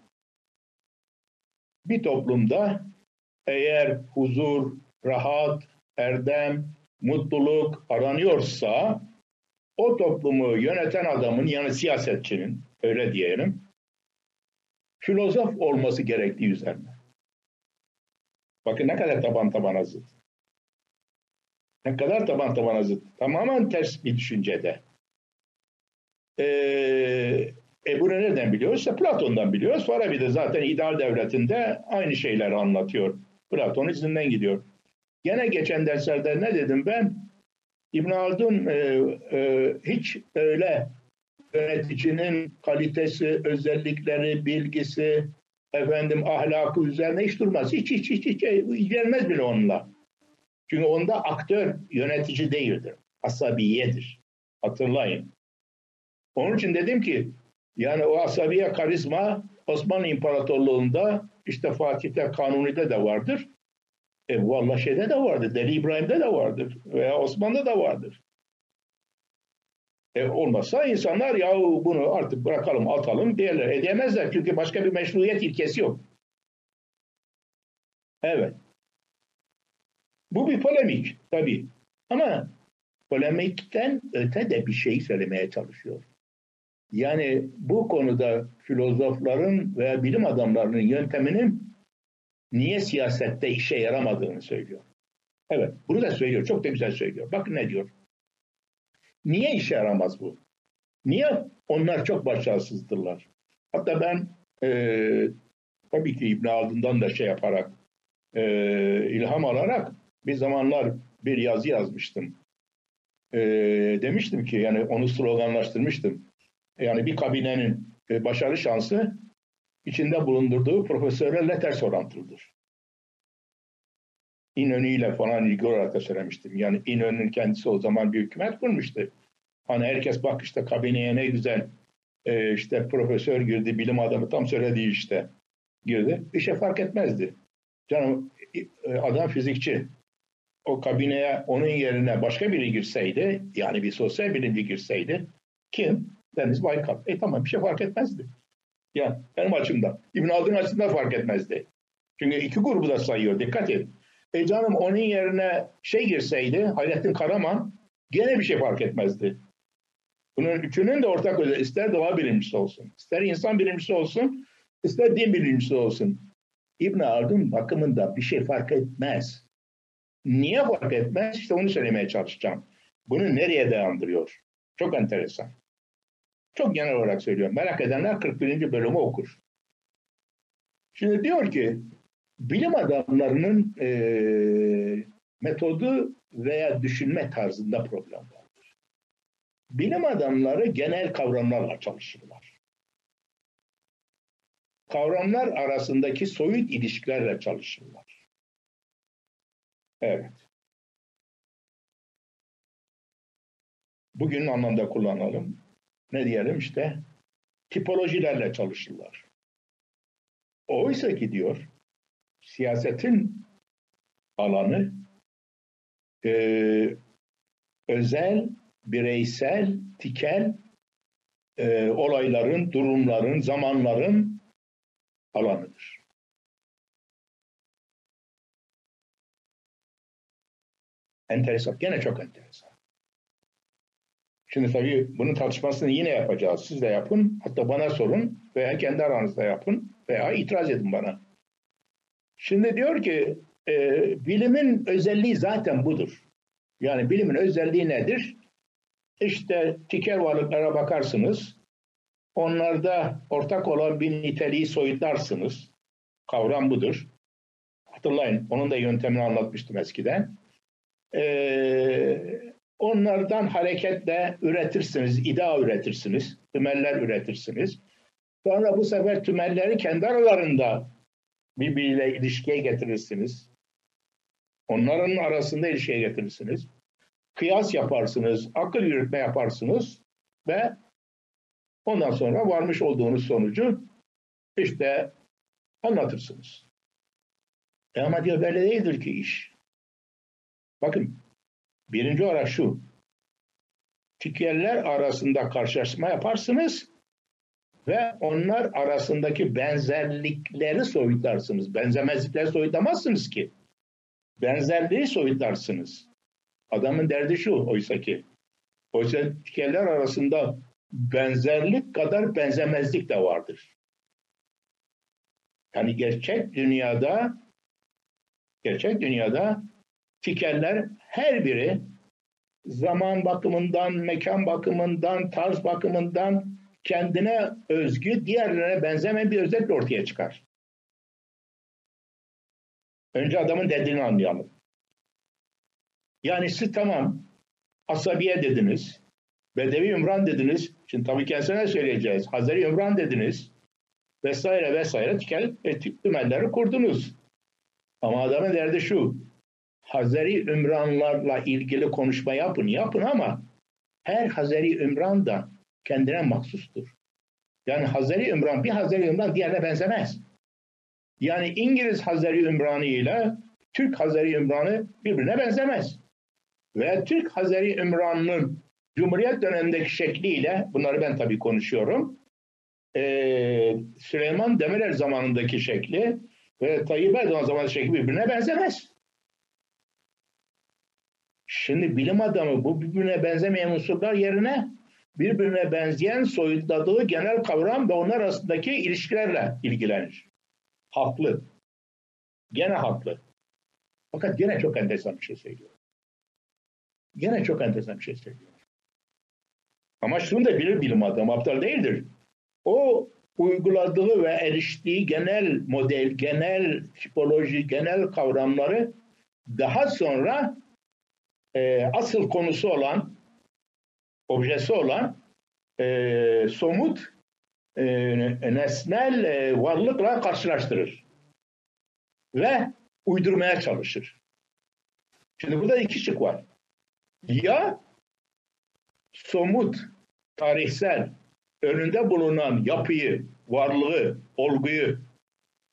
Bir toplumda eğer huzur, rahat, erdem, mutluluk aranıyorsa o toplumu yöneten adamın, yani siyasetçinin, öyle diyelim, filozof olması gerektiği üzerine. Bakın ne kadar taban tabana zıt. Ne kadar taban tabana zıt. Tamamen ters bir düşüncede. Ee, e bunu nereden biliyoruz? İşte Platon'dan biliyoruz. Farabi de zaten ideal devletinde aynı şeyleri anlatıyor. Platon izinden gidiyor. Gene geçen derslerde ne dedim ben? İbn Haldun e, e, hiç öyle yöneticinin kalitesi, özellikleri, bilgisi, efendim ahlakı üzerine hiç durmaz. Hiç hiç hiç hiç ilgilenmez bile onunla. Çünkü onda aktör, yönetici değildir. Asabiyedir. Hatırlayın. Onun için dedim ki yani o asabiye karizma Osmanlı İmparatorluğu'nda işte Fatih'te, Kanuni'de de vardır. E vallahi şeyde de vardır. Deli İbrahim'de de vardır. Veya Osmanlı'da da vardır. E olmazsa insanlar ya bunu artık bırakalım, atalım diyorlar. Edemezler çünkü başka bir meşruiyet ilkesi yok. Evet. Bu bir polemik tabii. Ama polemikten öte de bir şey söylemeye çalışıyor. Yani bu konuda filozofların veya bilim adamlarının yönteminin niye siyasette işe yaramadığını söylüyor. Evet, bunu da söylüyor. Çok da güzel söylüyor. Bakın ne diyor. Niye işe yaramaz bu? Niye onlar çok başarısızdırlar? Hatta ben e, tabii ki İbn Haldun'dan da şey yaparak e, ilham alarak bir zamanlar bir yazı yazmıştım. E, demiştim ki yani onu sloganlaştırmıştım. Yani bir kabinenin e, başarı şansı içinde bulundurduğu profesörlerle ters orantılıdır. İnönü'yle falan ilgili olarak da söylemiştim. Yani İnönü'nün kendisi o zaman bir hükümet kurmuştu. Hani herkes bak işte kabineye ne güzel e, işte profesör girdi, bilim adamı tam söylediği işte. girdi. Bir şey fark etmezdi. Canım adam fizikçi. O kabineye onun yerine başka biri girseydi, yani bir sosyal bilimci girseydi, kim? Deniz Baykal. E tamam, bir şey fark etmezdi. Yani benim açımdan. İbn Haldun açısından fark etmezdi. Çünkü iki grubu da sayıyor. Dikkat edin. E canım onun yerine şey girseydi, Hayrettin Karaman, gene bir şey fark etmezdi. Bunun üçünün de ortak özelliği, ister doğa bilimcisi olsun, ister insan bilimcisi olsun, ister din bilimcisi olsun. İbn Haldun bakımında bir şey fark etmez. Niye fark etmez? İşte onu söylemeye çalışacağım. Bunu nereye dayandırıyor? Çok enteresan. Çok genel olarak söylüyorum. Merak edenler kırk birinci bölümü okur. Şimdi diyor ki, bilim adamlarının e, metodu veya düşünme tarzında problem vardır. Bilim adamları genel kavramlarla çalışırlar. Kavramlar arasındaki soyut ilişkilerle çalışırlar. Evet. Bugünün anlamda kullanalım. Ne diyelim işte? Tipolojilerle çalışırlar. Oysa ki diyor, siyasetin alanı e, özel, bireysel, tikel e, olayların, durumların, zamanların alanıdır. Enteresan, gene çok enteresan. Şimdi tabii bunun tartışmasını yine yapacağız. Siz de yapın, hatta bana sorun veya kendi aranızda yapın veya itiraz edin bana. Şimdi diyor ki, e, bilimin özelliği zaten budur. Yani bilimin özelliği nedir? İşte tikel varlıklara bakarsınız, onlarda ortak olan bir niteliği soyutlarsınız. Kavram budur. Hatırlayın, onun da yöntemini anlatmıştım eskiden. Eee Onlardan hareketle üretirsiniz, iddia üretirsiniz, tümeller üretirsiniz. Sonra bu sefer tümelleri kendi aralarında birbiriyle ilişkiye getirirsiniz. Onların arasında ilişkiye getirirsiniz. Kıyas yaparsınız, akıl yürütme yaparsınız ve ondan sonra varmış olduğunuz sonucu işte anlatırsınız. E ama diyor böyle değildir ki iş. Bakın. Birinci olarak şu, tikerler arasında karşılaşma yaparsınız ve onlar arasındaki benzerlikleri soyutlarsınız. Benzemezlikleri soyutlamazsınız ki. Benzerliği soyutlarsınız. Adamın derdi şu oysa ki. Oysa tikerler arasında benzerlik kadar benzemezlik de vardır. Yani gerçek dünyada gerçek dünyada tikerler her biri zaman bakımından, mekan bakımından, tarz bakımından kendine özgü, diğerlerine benzemeyen bir özellikle ortaya çıkar. Önce adamın dediğini anlayalım. Yani siz tamam Asabiye dediniz, Bedevi Ümran dediniz, şimdi tabii kendisine söyleyeceğiz, Hazreti Ümran dediniz, vesaire vesaire tikel e, tümelleri kurdunuz. Ama adamın derdi şu, Hazreti Ümranlarla ilgili konuşma yapın, yapın ama her Hazreti Ümran da kendine mahsustur. Yani Hazreti Ümran, bir Hazreti Ümran diğerine benzemez. Yani İngiliz Hazreti Ümranı ile Türk Hazreti Ümranı birbirine benzemez. Ve Türk Hazreti Ümranı'nın Cumhuriyet dönemindeki şekliyle, bunları ben tabii konuşuyorum, Ee, Süleyman Demirel zamanındaki şekli ve Tayyip Erdoğan zamanındaki şekli birbirine benzemez. Şimdi bilim adamı bu birbirine benzemeyen unsurlar yerine birbirine benzeyen soyutladığı genel kavram ve onlar arasındaki ilişkilerle ilgilenir. Haklı. Gene haklı. Fakat gene çok enteresan bir şey söylüyor. Gene çok enteresan bir şey söylüyor. Ama şunu da bilir bilim adamı, aptal değildir. O uyguladığı ve eriştiği genel model, genel tipoloji, genel kavramları daha sonra e, asıl konusu olan, objesi olan e, somut e, nesnel e, varlıkla karşılaştırır. Ve uydurmaya çalışır. Şimdi burada iki şık var. Ya somut, tarihsel, önünde bulunan yapıyı, varlığı, olguyu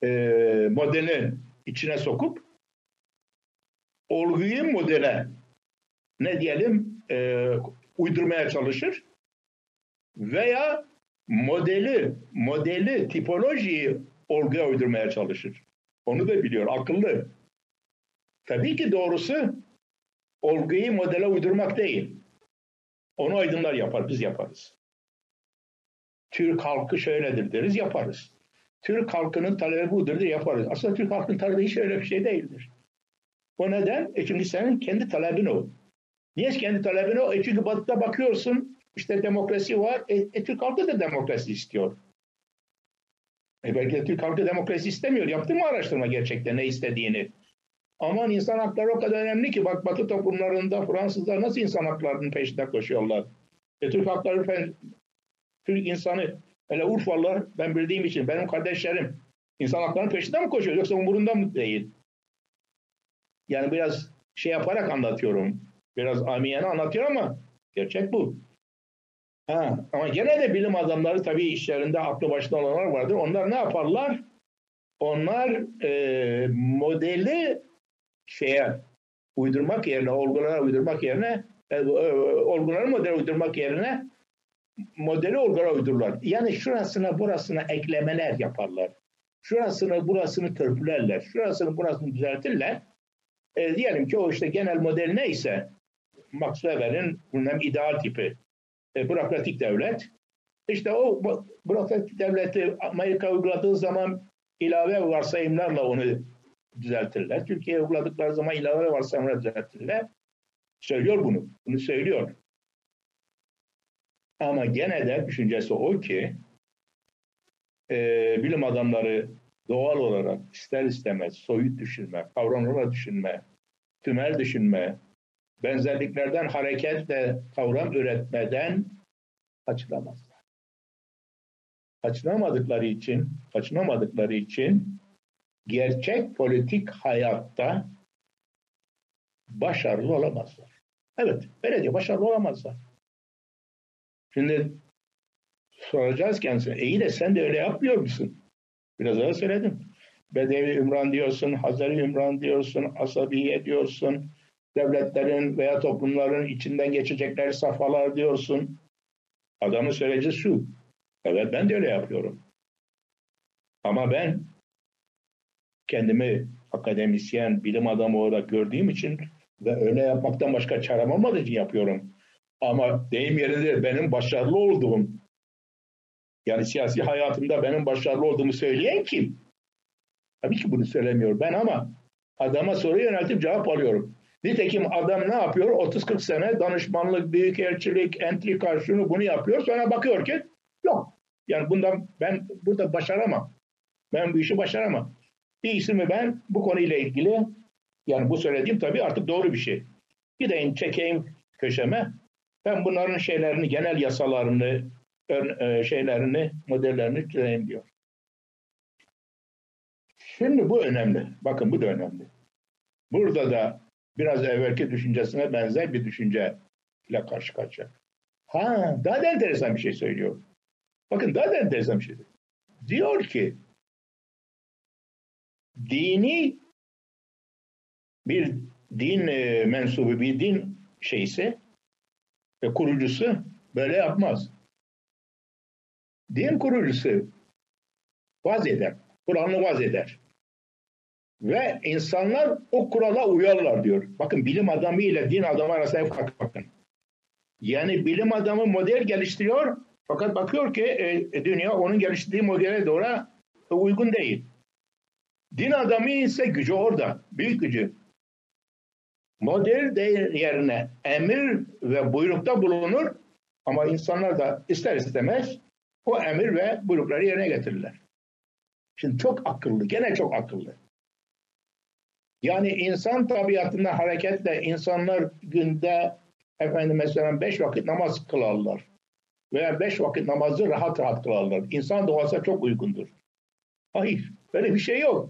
e, modelin içine sokup olguyu modele ne diyelim e, uydurmaya çalışır veya modeli modeli tipolojiyi olguya uydurmaya çalışır. Onu da biliyor, akıllı. Tabii ki doğrusu olguyu modele uydurmak değil. Onu aydınlar yapar, biz yaparız. Türk halkı şöyledir deriz, yaparız. Türk halkının talebi budur der, yaparız. Aslında Türk halkının talebi hiç öyle bir şey değildir. O neden? E çünkü senin kendi talebin o. Niye kendi talebin o? E çünkü Batı'da bakıyorsun, işte demokrasi var. E, e Türk halkı da demokrasi istiyor. E belki de Türk halkı demokrasi istemiyor. Yaptın mı araştırma gerçekten ne istediğini? Aman insan hakları o kadar önemli ki bak Batı toplumlarında Fransızlar nasıl insan haklarının peşinde koşuyorlar. E, Türk hakları, Türk insanı, hele Urfalılar ben bildiğim için benim kardeşlerim insan haklarının peşinde mi koşuyor yoksa umurunda mı değil? Yani biraz şey yaparak anlatıyorum. Biraz amiyane anlatıyorum ama gerçek bu. Ha, ama gene de bilim adamları tabii işlerinde aklı başında olanlar vardır. Onlar ne yaparlar? Onlar e, modeli şeye uydurmak yerine, olgulara uydurmak yerine, e, e, olguları modele uydurmak yerine modeli olgulara uydururlar. Yani şurasına burasına eklemeler yaparlar. Şurasını burasını törpülerler. Şurasını burasını düzeltirler. E, diyelim ki o işte genel model neyse Max Weber'in bunun ideal tipi e, bürokratik devlet. İşte o bürokratik devleti Amerika uyguladığı zaman ilave varsayımlarla onu düzeltirler. Türkiye'ye uyguladıkları zaman ilave varsayımlarla düzeltirler. Söylüyor bunu. Bunu söylüyor. Ama gene de düşüncesi o ki e, bilim adamları doğal olarak ister istemez soyut düşünme, kavramlarla düşünme, tümel düşünme, benzerliklerden hareketle kavram üretmeden kaçınamazlar. Kaçınamadıkları için, kaçınamadıkları için gerçek politik hayatta başarılı olamazlar. Evet, belediye başarılı olamazlar. Şimdi soracağız kendisine, iyi de sen de öyle yapmıyor musun? Biraz öyle söyledim. Bedevi Ümran diyorsun, Hazari Ümran diyorsun, Asabiye diyorsun, devletlerin veya toplumların içinden geçecekleri safhalar diyorsun. Adamın söyleyeceği şu, evet ben de öyle yapıyorum. Ama ben kendimi akademisyen, bilim adamı olarak gördüğüm için ve öyle yapmaktan başka çarem olmadığı için yapıyorum. Ama deyim yerinde benim başarılı olduğum, yani siyasi hayatımda benim başarılı olduğumu söyleyen kim? Tabii ki bunu söylemiyor ben ama adama soru yöneltip cevap alıyorum. Nitekim adam ne yapıyor? otuz kırk sene danışmanlık, büyükelçilik, entrika şunu bunu yapıyor. Sonra bakıyor ki yok. Yani bundan ben burada başaramam. Ben bu işi başaramam. Bir ismi ben bu konuyla ilgili, yani bu söylediğim tabii artık doğru bir şey. Gideyim çekeyim köşeme. Ben bunların şeylerini, genel yasalarını, şeylerini, modellerini çözeyim diyor. Şimdi bu önemli. Bakın bu da önemli. Burada da biraz evvelki düşüncesine benzer bir düşünceyle karşı karşıya. Ha, daha da enteresan bir şey söylüyor. Bakın daha da enteresan bir şey söylüyor. Diyor ki dini bir din e, mensubu, bir din şeysi ve kurucusu böyle yapmaz. Din kurucusu vaz eder. Kur'an'ı vaz eder. Ve insanlar o kurala uyarlar diyor. Bakın bilim adamı ile din adamı arasında fark bakın. Yani bilim adamı model geliştiriyor fakat bakıyor ki e, dünya onun geliştirdiği modele doğru e, uygun değil. Din adamı ise gücü orada. Büyük gücü. Model yerine emir ve buyrukta bulunur ama insanlar da ister istemez o emir ve buyrukları yerine getirirler. Şimdi çok akıllı, gene çok akıllı. Yani insan tabiatında hareketle insanlar günde efendim mesela beş vakit namaz kılarlar. Veya beş vakit namazı rahat rahat kılarlar. İnsan doğasına çok uygundur. Hayır, böyle bir şey yok.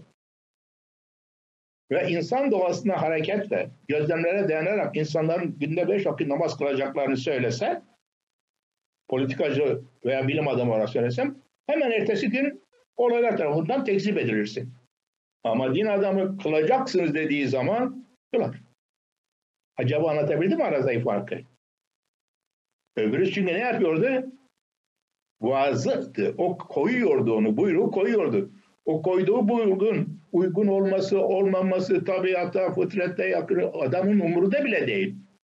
Ve insan doğasına hareketle, gözlemlere dayanarak insanların günde beş vakit namaz kılacaklarını söylese, politikacı veya bilim adamı olarak söylesem, hemen ertesi gün olaylar tarafından tekzip edilirsin. Ama din adamı kılacaksınız dediği zaman kılar. Acaba anlatabildim mi aradaki farkı? Öbürü çünkü ne yapıyordu? Vazıktı. O koyuyordu onu, buyruğu koyuyordu. O koyduğu buyruğun uygun olması, olmaması, tabiata, fıtrette yakın adamın umurunda bile değil.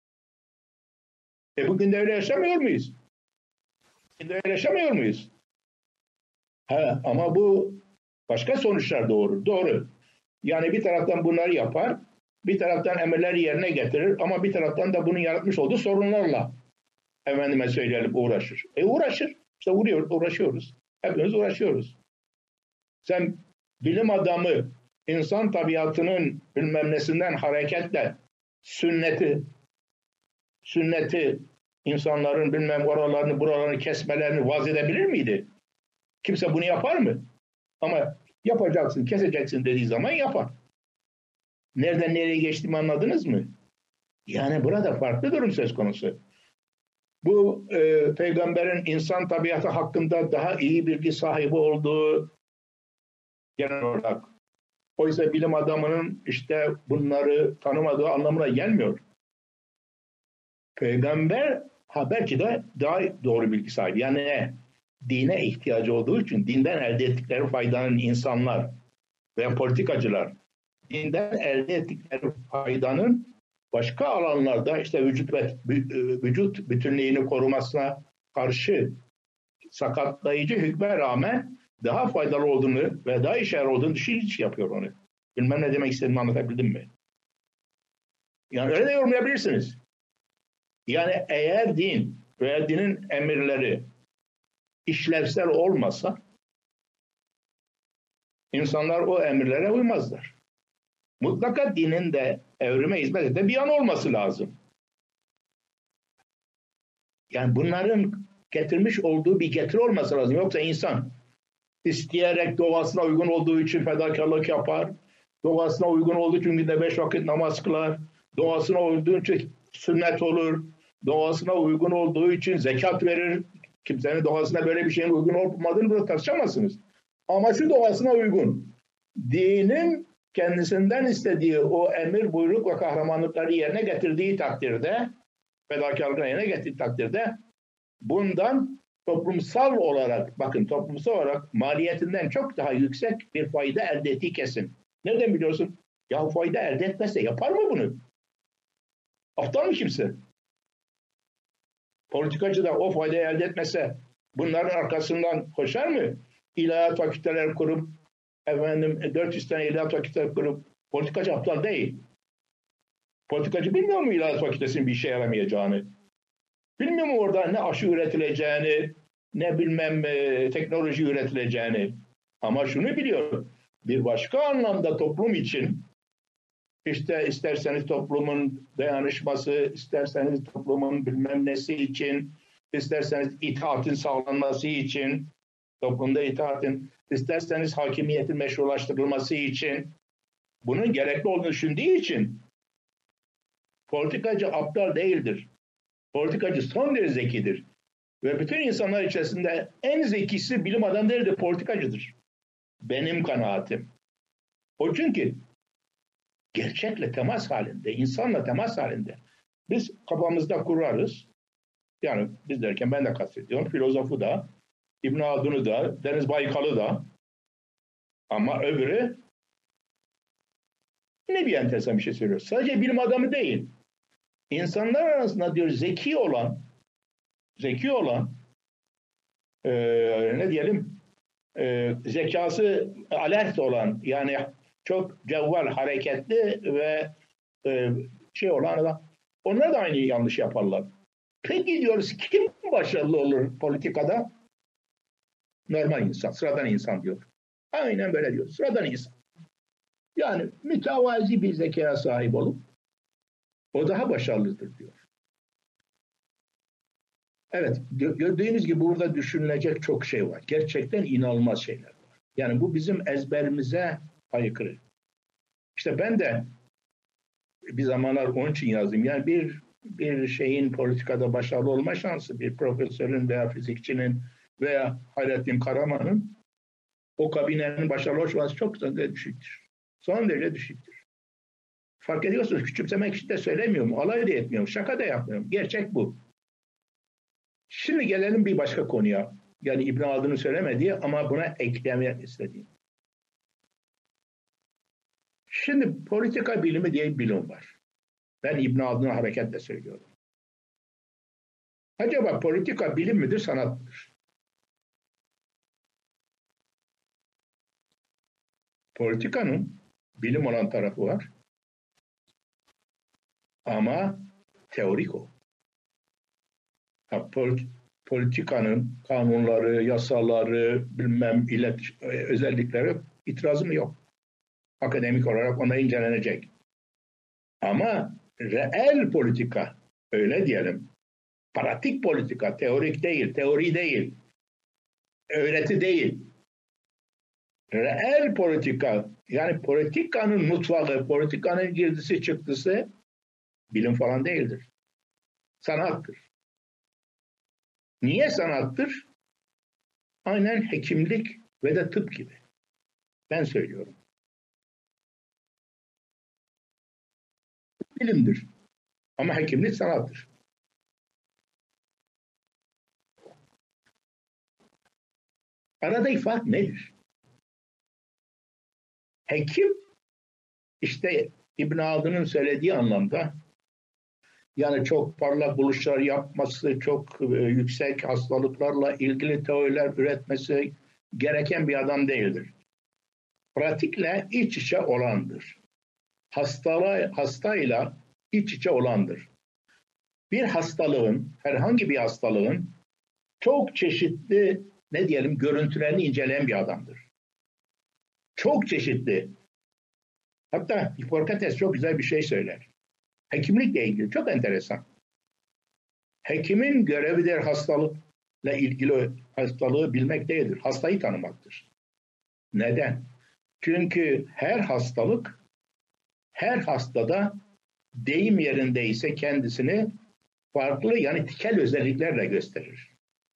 E bugün de öyle yaşamıyor muyuz? Bugün de öyle yaşamıyor muyuz? Ha, ama bu başka sonuçlar doğurur. Doğru. Yani bir taraftan bunları yapar, bir taraftan emirleri yerine getirir ama bir taraftan da bunun yaratmış olduğu sorunlarla efendime söyleyelim uğraşır. E uğraşır. İşte uğruyor, uğraşıyoruz. Hepimiz uğraşıyoruz. Sen bilim adamı insan tabiatının bilmem nesinden hareketle sünneti sünneti insanların bilmem oralarını buralarını kesmelerini vaz edebilir miydi? Kimse bunu yapar mı? Ama yapacaksın, keseceksin dediği zaman yapar. Nereden nereye geçtiğimi anladınız mı? Yani burada farklı durum söz konusu. Bu e, peygamberin insan tabiatı hakkında daha iyi bilgi sahibi olduğu genel olarak. Oysa bilim adamının işte bunları tanımadığı anlamına gelmiyor. Peygamber ha belki de daha doğru bilgi sahibi. Yani ne? Dine ihtiyacı olduğu için dinden elde ettikleri faydanın insanlar ve politikacılar dinden elde ettikleri faydanın başka alanlarda işte vücut ve vücut bütünlüğünü korumasına karşı sakatlayıcı hükme rağmen daha faydalı olduğunu ve daha işe yarar olduğunu düşünüş yapıyor onu. Bilmem ne demek istediğimi anlatabildim mi? Yani öyle de yorumlayabilirsiniz. Yani eğer din veya dinin emirleri işlevsel olmasa insanlar o emirlere uymazlar. Mutlaka dinin de evrime hizmet eden bir yan olması lazım. Yani bunların getirmiş olduğu bir getiri olması lazım. Yoksa insan isteyerek doğasına uygun olduğu için fedakarlık yapar. Doğasına uygun olduğu için günde beş vakit namaz kılar. Doğasına uyduğu için sünnet olur. Doğasına uygun olduğu için zekat verir. Kimsenin doğasına böyle bir şeyin uygun olmadığını burada tartışamazsınız. Ama şu doğasına uygun. Dinin kendisinden istediği o emir, buyruk ve kahramanlıkları yerine getirdiği takdirde, fedakarlıkları yerine getirdiği takdirde bundan toplumsal olarak, bakın toplumsal olarak maliyetinden çok daha yüksek bir fayda elde ettiği kesin. Nereden biliyorsun? Ya fayda elde etmezse yapar mı bunu? Aptal mı kimse? Politikacı da o faydayı elde etmese bunların arkasından koşar mı? İlahiyat fakülteler kurup efendim dört yüz tane ilahiyat fakülteler kurup politikacı aptal değil. Politikacı bilmiyor mu ilahiyat fakültesinin bir işe yaramayacağını? Bilmiyor mu orada ne aşı üretileceğini, ne bilmem e, teknoloji üretileceğini? Ama şunu biliyor. Bir başka anlamda toplum için işte isterseniz toplumun dayanışması, isterseniz toplumun bilmem nesi için, isterseniz itaatin sağlanması için, toplumda itaatin, isterseniz hakimiyetin meşrulaştırılması için, bunun gerekli olduğunu düşündüğü için politikacı aptal değildir. Politikacı son derece zekidir. Ve bütün insanlar içerisinde en zekisi bilim adamı değil de politikacıdır. Benim kanaatim. O çünkü gerçekle temas halinde, insanla temas halinde. Biz kafamızda kurarız. Yani biz derken ben de kastediyorum. Filozofu da, İbn Haldun'u da, Deniz Baykal'ı da. Ama öbürü ne bir enteresan bir şey söylüyor. Sadece bilim adamı değil. İnsanlar arasında diyor zeki olan, zeki olan, e, ne diyelim, e, zekası alert olan, yani çok cevval, hareketli ve e, şey olan adam, onlar da aynı yanlış yaparlar. Peki diyoruz kim başarılı olur politikada? Normal insan, sıradan insan diyor. Aynen böyle diyor, sıradan insan. Yani mütevazi bir zekaya sahip olup o daha başarılıdır diyor. Evet, gördüğünüz gibi burada düşünülecek çok şey var. Gerçekten inanılmaz şeyler var. Yani bu bizim ezberimize aykırı. İşte ben de bir zamanlar onun için yazdım. Yani bir bir şeyin politikada başarılı olma şansı, bir profesörün veya fizikçinin veya Hayrettin Karaman'ın o kabinenin başarılı olması çok düşüktür. Son derece düşüktür. Fark ediyorsunuz, küçümsemek için de söylemiyorum, alay da etmiyorum, şaka da yapmıyorum. Gerçek bu. Şimdi gelelim bir başka konuya. Yani İbn Haldun'un söylemediği ama buna eklemek istediğim. Şimdi politika bilimi diye bir bilim var. Ben İbn Haldun'a hareketle söylüyorum. Acaba politika bilim midir, sanat mıdır? Politikanın bilim olan tarafı var. Ama teorik o. Ha, politikanın kanunları, yasaları, bilmem ilet özellikleri itirazım yok. Akademik olarak ona incelenecek. Ama reel politika, öyle diyelim, pratik politika, teorik değil, teori değil, öğreti değil. Reel politika, yani politikanın mutfağı, politikanın girdisi çıktısı bilim falan değildir. Sanattır. Niye sanattır? Aynen hekimlik ve de tıp gibi. Ben söylüyorum. Bilimdir. Ama hekimlik sanattır. Aradaki fark nedir? Hekim, işte İbn Haldun'un söylediği anlamda, yani çok parlak buluşlar yapması, çok e, yüksek hastalıklarla ilgili teoriler üretmesi gereken bir adam değildir. Pratikle iç içe olandır. Hastalığa, hastayla iç içe olandır. Bir hastalığın, herhangi bir hastalığın çok çeşitli, ne diyelim, görüntülerini inceleyen bir adamdır. Çok çeşitli. Hatta Hipokrates çok güzel bir şey söyler. Hekimlikle ilgili çok enteresan. Hekimin görevidir hastalıkla ilgili hastalığı bilmek değildir. Hastayı tanımaktır. Neden? Çünkü her hastalık, her hastada deyim yerindeyse kendisini farklı, yani tikel özelliklerle gösterir.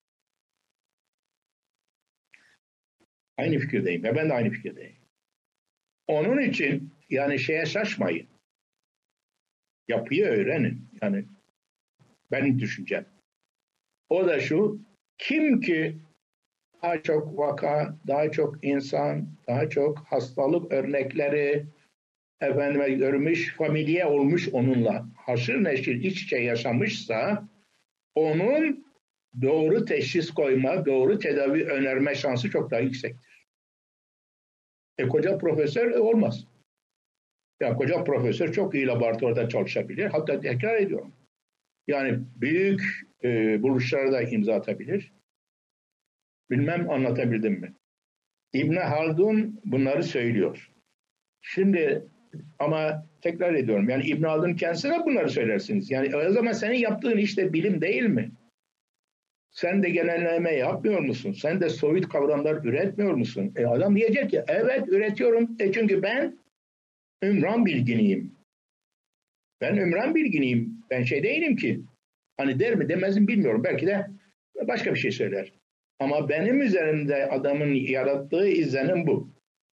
Aynı fikirdeyim ve ben de aynı fikirdeyim. Onun için yani şeye şaşmayın. Yapıyı öğrenin. Yani benim düşüncem. O da şu, kim ki daha çok vaka, daha çok insan, daha çok hastalık örnekleri efendime görmüş, familye olmuş onunla, haşır neşir iç içe yaşamışsa, onun doğru teşhis koyma, doğru tedavi önerme şansı çok daha yüksektir. E koca profesör olmaz. Ya koca profesör çok iyi laboratuvarda çalışabilir. Hatta tekrar ediyorum. Yani büyük e, buluşlara da imza atabilir. Bilmem anlatabildim mi? İbn Haldun bunları söylüyor. Şimdi ama tekrar ediyorum. Yani İbn Haldun kendisine bunları söylersiniz. Yani o zaman senin yaptığın işte bilim değil mi? Sen de genelleme yapmıyor musun? Sen de soyut kavramlar üretmiyor musun? E adam diyecek ki evet üretiyorum. E çünkü ben Ümran bilginiyim. Ben Ümran bilginiyim. Ben şey değilim ki. Hani der mi demez mi bilmiyorum. Belki de başka bir şey söyler. Ama benim üzerimde adamın yarattığı izlenim bu.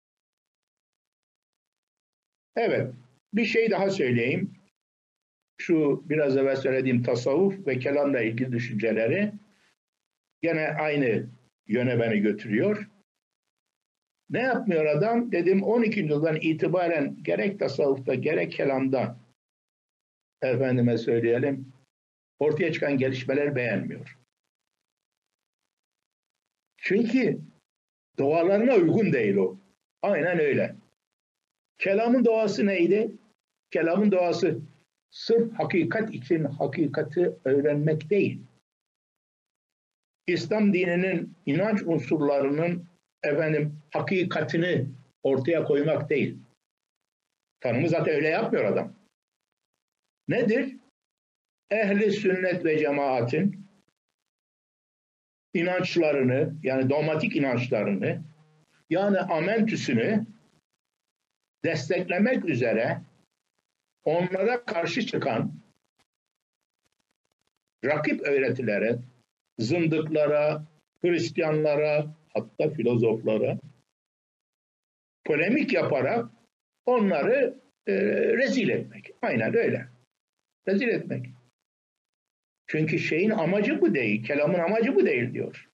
Evet. Bir şey daha söyleyeyim. Şu biraz evvel söylediğim tasavvuf ve kelamla ilgili düşünceleri gene aynı yöne beni götürüyor. Ne yapmıyor adam? Dedim on ikinci yıldan itibaren gerek tasavvufta gerek kelamda efendime söyleyelim ortaya çıkan gelişmeler beğenmiyor. Çünkü doğalarına uygun değil o. Aynen öyle. Kelamın doğası neydi? Kelamın doğası sırf hakikat için hakikati öğrenmek değil. İslam dininin inanç unsurlarının efendim hakikatini ortaya koymak değil. Tanrı zaten öyle yapmıyor adam. Nedir? Ehli sünnet ve cemaatin inançlarını, yani dogmatik inançlarını, yani amentüsünü desteklemek üzere onlara karşı çıkan rakip öğretilere, zındıklara, Hristiyanlara, hatta filozoflara polemik yaparak onları e, rezil etmek. Aynen öyle. Rezil etmek. Çünkü şeyin amacı bu değil. Kelamın amacı bu değil diyor.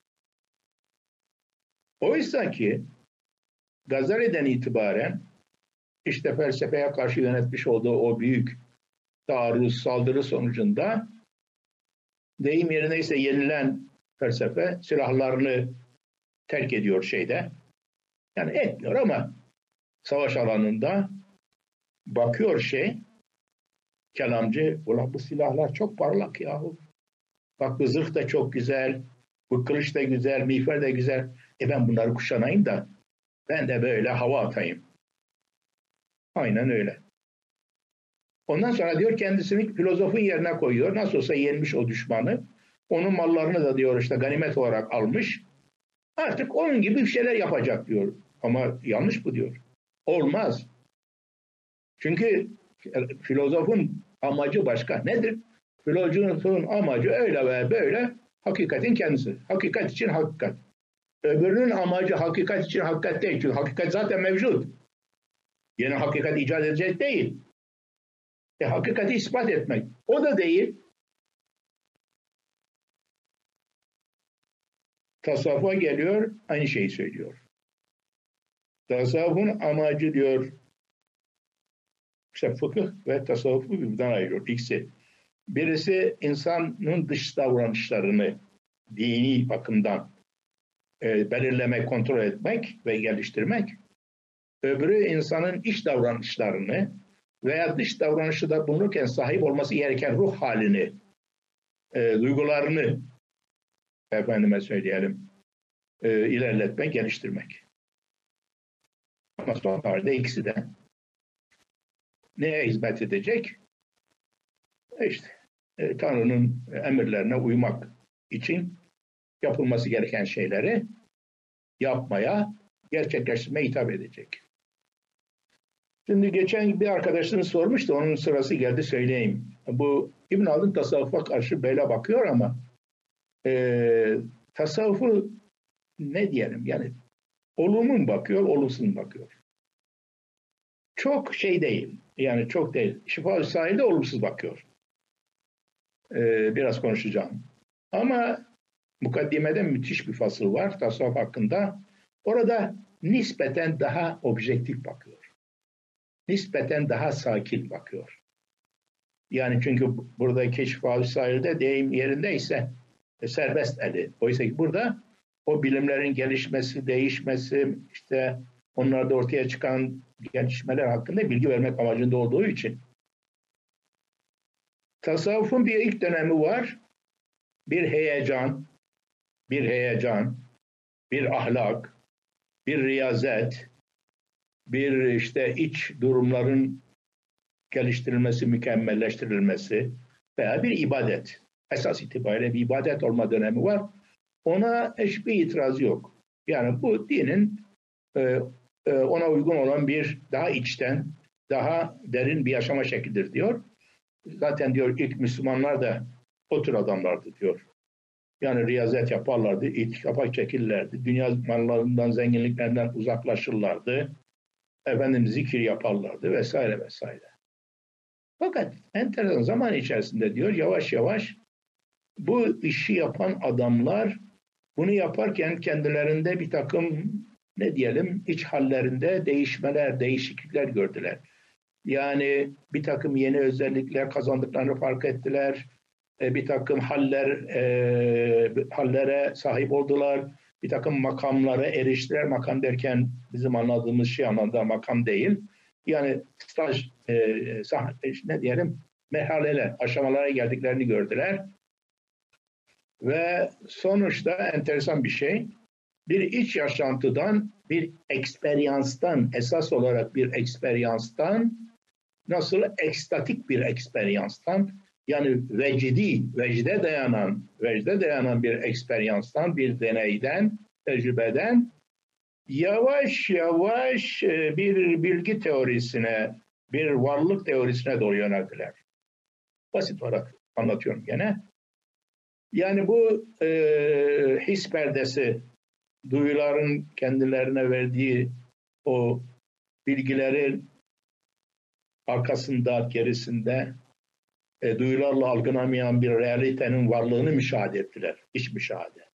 Oysa ki Gazali'den itibaren işte felsefeye karşı yönetmiş olduğu o büyük taarruz, saldırı sonucunda deyim yerine ise yenilen felsefe silahlarını terk ediyor şeyde. Yani etmiyor ama savaş alanında bakıyor şey, kelamcı, ulan bu silahlar çok parlak yahu. Bak bu zırh da çok güzel, bu kılıç da güzel, miğfer de güzel. E ben bunları kuşanayım da ben de böyle hava atayım. Aynen öyle. Ondan sonra diyor kendisini filozofun yerine koyuyor. Nasıl olsa yenmiş o düşmanı. Onun mallarını da diyor işte ganimet olarak almış. Artık onun gibi bir şeyler yapacak diyor. Ama yanlış bu diyor. Olmaz. Çünkü filozofun amacı başka. Nedir? Filozofun amacı öyle ve böyle hakikatin kendisi. Hakikat için hakikat. Öbürünün amacı hakikat için hakikat değil. Çünkü hakikat zaten mevcut. Yeni hakikat icat edecek değil. E, hakikati ispat etmek. O da değil. Tasavvufa geliyor, aynı şeyi söylüyor. Tasavvufun amacı diyor, işte fıkıh ve tasavvufu birbirinden ayırıyor. İkisi. Birisi insanın dış davranışlarını dini bakımdan e, belirlemek, kontrol etmek ve geliştirmek. Öbürü insanın iç davranışlarını veya dış davranışı da bulunurken sahip olması gereken ruh halini, e, duygularını efendime söyleyelim e, ilerletmek, geliştirmek. Ama sonlarda ikisi de neye hizmet edecek? İşte e, Tanrı'nın emirlerine uymak için yapılması gereken şeyleri yapmaya, gerçekleştirmeye hitap edecek. Şimdi geçen bir arkadaşınız sormuştu, onun sırası geldi söyleyeyim. Bu İbn Haldun tasavvufa karşı böyle bakıyor ama e, tasavvufu ne diyelim yani olumlu mu bakıyor, olumsuz mu bakıyor? Çok şey değil, yani çok değil. Şifa-ı Sahil'de olumsuz bakıyor. E, biraz konuşacağım. Ama mukaddimede müthiş bir fasıl var tasavvuf hakkında. Orada nispeten daha objektif bakıyor. Nispeten daha sakin bakıyor. Yani çünkü burada Keşf-i Sahil'de deyim yerindeyse e, serbest eli. Oysa ki burada o bilimlerin gelişmesi, değişmesi, işte onlarda ortaya çıkan gelişmeler hakkında bilgi vermek amacında olduğu için. Tasavvufun bir ilk dönemi var. Bir heyecan, bir heyecan, bir ahlak, bir riyazet, bir işte iç durumların geliştirilmesi, mükemmelleştirilmesi veya bir ibadet. Esas itibariyle bir ibadet olma dönemi var. Ona hiçbir itiraz yok. Yani bu dinin e, e, ona uygun olan bir daha içten, daha derin bir yaşama şeklidir diyor. Zaten diyor ilk Müslümanlar da o tür adamlardı diyor. Yani riyazet yaparlardı, itikafa çekilirlerdi, dünya mallarından, zenginliklerinden uzaklaşırlardı, efendim zikir yaparlardı vesaire vesaire. Fakat enteresan zaman içerisinde diyor yavaş yavaş bu işi yapan adamlar bunu yaparken kendilerinde bir takım ne diyelim iç hallerinde değişmeler, değişiklikler gördüler. Yani bir takım yeni özellikler kazandıklarını fark ettiler. E, bir takım haller e, hallere sahip oldular. Bir takım makamlara eriştiler. Makam derken bizim anladığımız şey anlamda makam değil. Yani staj e, sah- ne diyelim merhaleler, aşamalara geldiklerini gördüler. Ve sonuçta enteresan bir şey. Bir iç yaşantıdan, bir eksperyanstan, esas olarak bir eksperyanstan, nasıl ekstatik bir eksperyanstan, yani vecdi, vecde dayanan, vecde dayanan bir eksperyanstan, bir deneyden, tecrübeden yavaş yavaş bir bilgi teorisine, bir varlık teorisine doğru yöneldiler. Basit olarak anlatıyorum gene. Yani bu e, his perdesi, duyuların kendilerine verdiği o bilgilerin arkasında, gerisinde e, duyularla algılanamayan bir realitenin varlığını müşahede ettiler. İç müşahede.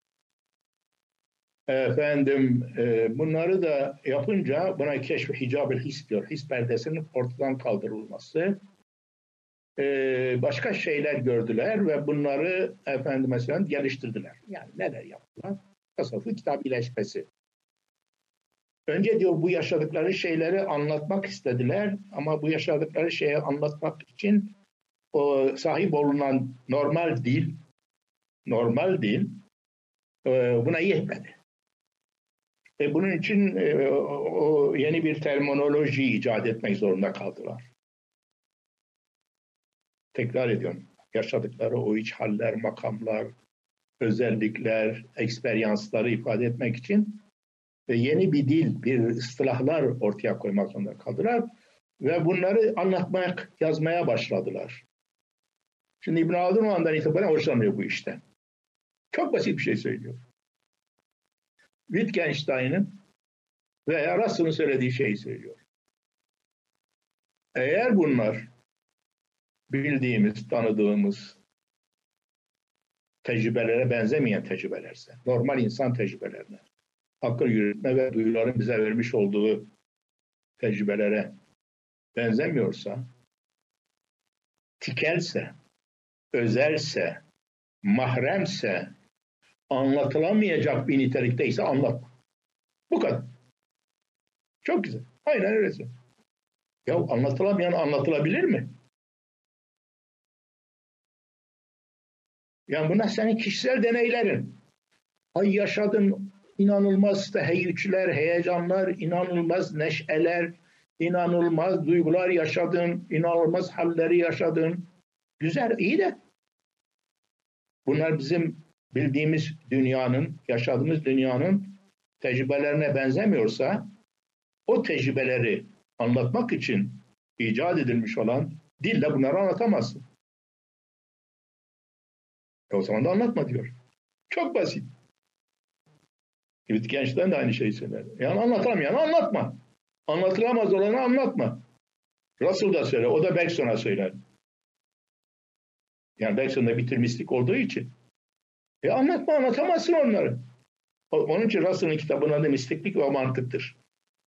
Efendim e, bunları da yapınca buna keşf-i hicab-ı his diyor. His perdesinin ortadan kaldırılması. E, başka şeyler gördüler ve bunları efendim mesela geliştirdiler. Yani neler yaptılar? Tasavvuf kitap iyileşmesi. Önce diyor bu yaşadıkları şeyleri anlatmak istediler ama bu yaşadıkları şeyi anlatmak için o sahip olunan normal dil, normal dil e, buna yetmedi. E, bunun için e, o, o yeni bir terminoloji icat etmek zorunda kaldılar. Tekrar ediyorum. Yaşadıkları o iç haller, makamlar, özellikler, eksperyansları ifade etmek için ve yeni bir dil, bir ıstılahlar ortaya koymak zorunda kaldılar ve bunları anlatmak, yazmaya başladılar. Şimdi İbn Haldun o andan itibaren hoşlanıyor bu işten. Çok basit bir şey söylüyor. Wittgenstein'in veya Russell'ın söylediği şeyi söylüyor. Eğer bunlar bildiğimiz, tanıdığımız tecrübelere benzemeyen tecrübelerse, normal insan tecrübelerine, akıl yürütme ve duyuların bize vermiş olduğu tecrübelere benzemiyorsa, tikelse, özelse, mahremse, anlatılamayacak bir nitelikteyse anlatma. Bu kadar. Çok güzel. Aynen öylesi. Ya anlatılamayan anlatılabilir mi? Yani bunlar senin kişisel deneylerin. Ay yaşadın inanılmaz teheyyüçler, heyecanlar, inanılmaz neşeler, inanılmaz duygular yaşadın, inanılmaz halleri yaşadın. Güzel, iyi de bunlar bizim bildiğimiz dünyanın, yaşadığımız dünyanın tecrübelerine benzemiyorsa o tecrübeleri anlatmak için icat edilmiş olan dille bunları anlatamazsın. E o zaman da anlatma diyor. Çok basit. Wittgenstein de aynı şeyi söyler. Yani anlatamayan anlatma. Anlatılamaz olanı anlatma. Russell da söyler. O da Bergson'a söyler. Yani Bergson'da bitirmişlik olduğu için. E anlatma, anlatamazsın onları. Onun için Russell'ın kitabının adı mistiklik ve mantıktır.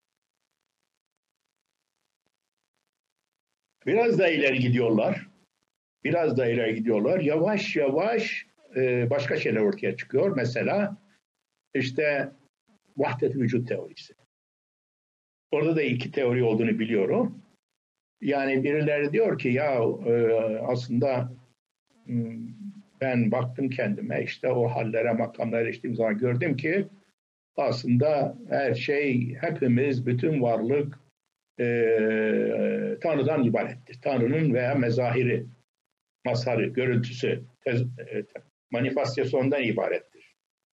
Biraz da ileri gidiyorlar. Biraz da ileri gidiyorlar. Yavaş yavaş e, başka şeyler ortaya çıkıyor. Mesela işte vahdet-i vücut teorisi. Orada da iki teori olduğunu biliyorum. Yani birileri diyor ki ya e, aslında ben baktım kendime işte o hallere, makamlara eriştiğim zaman gördüm ki aslında her şey, hepimiz, bütün varlık e, Tanrı'dan ibarettir. Tanrı'nın veya mezahiri, mazharı, görüntüsü, tez, e, manifestasyondan ibarettir.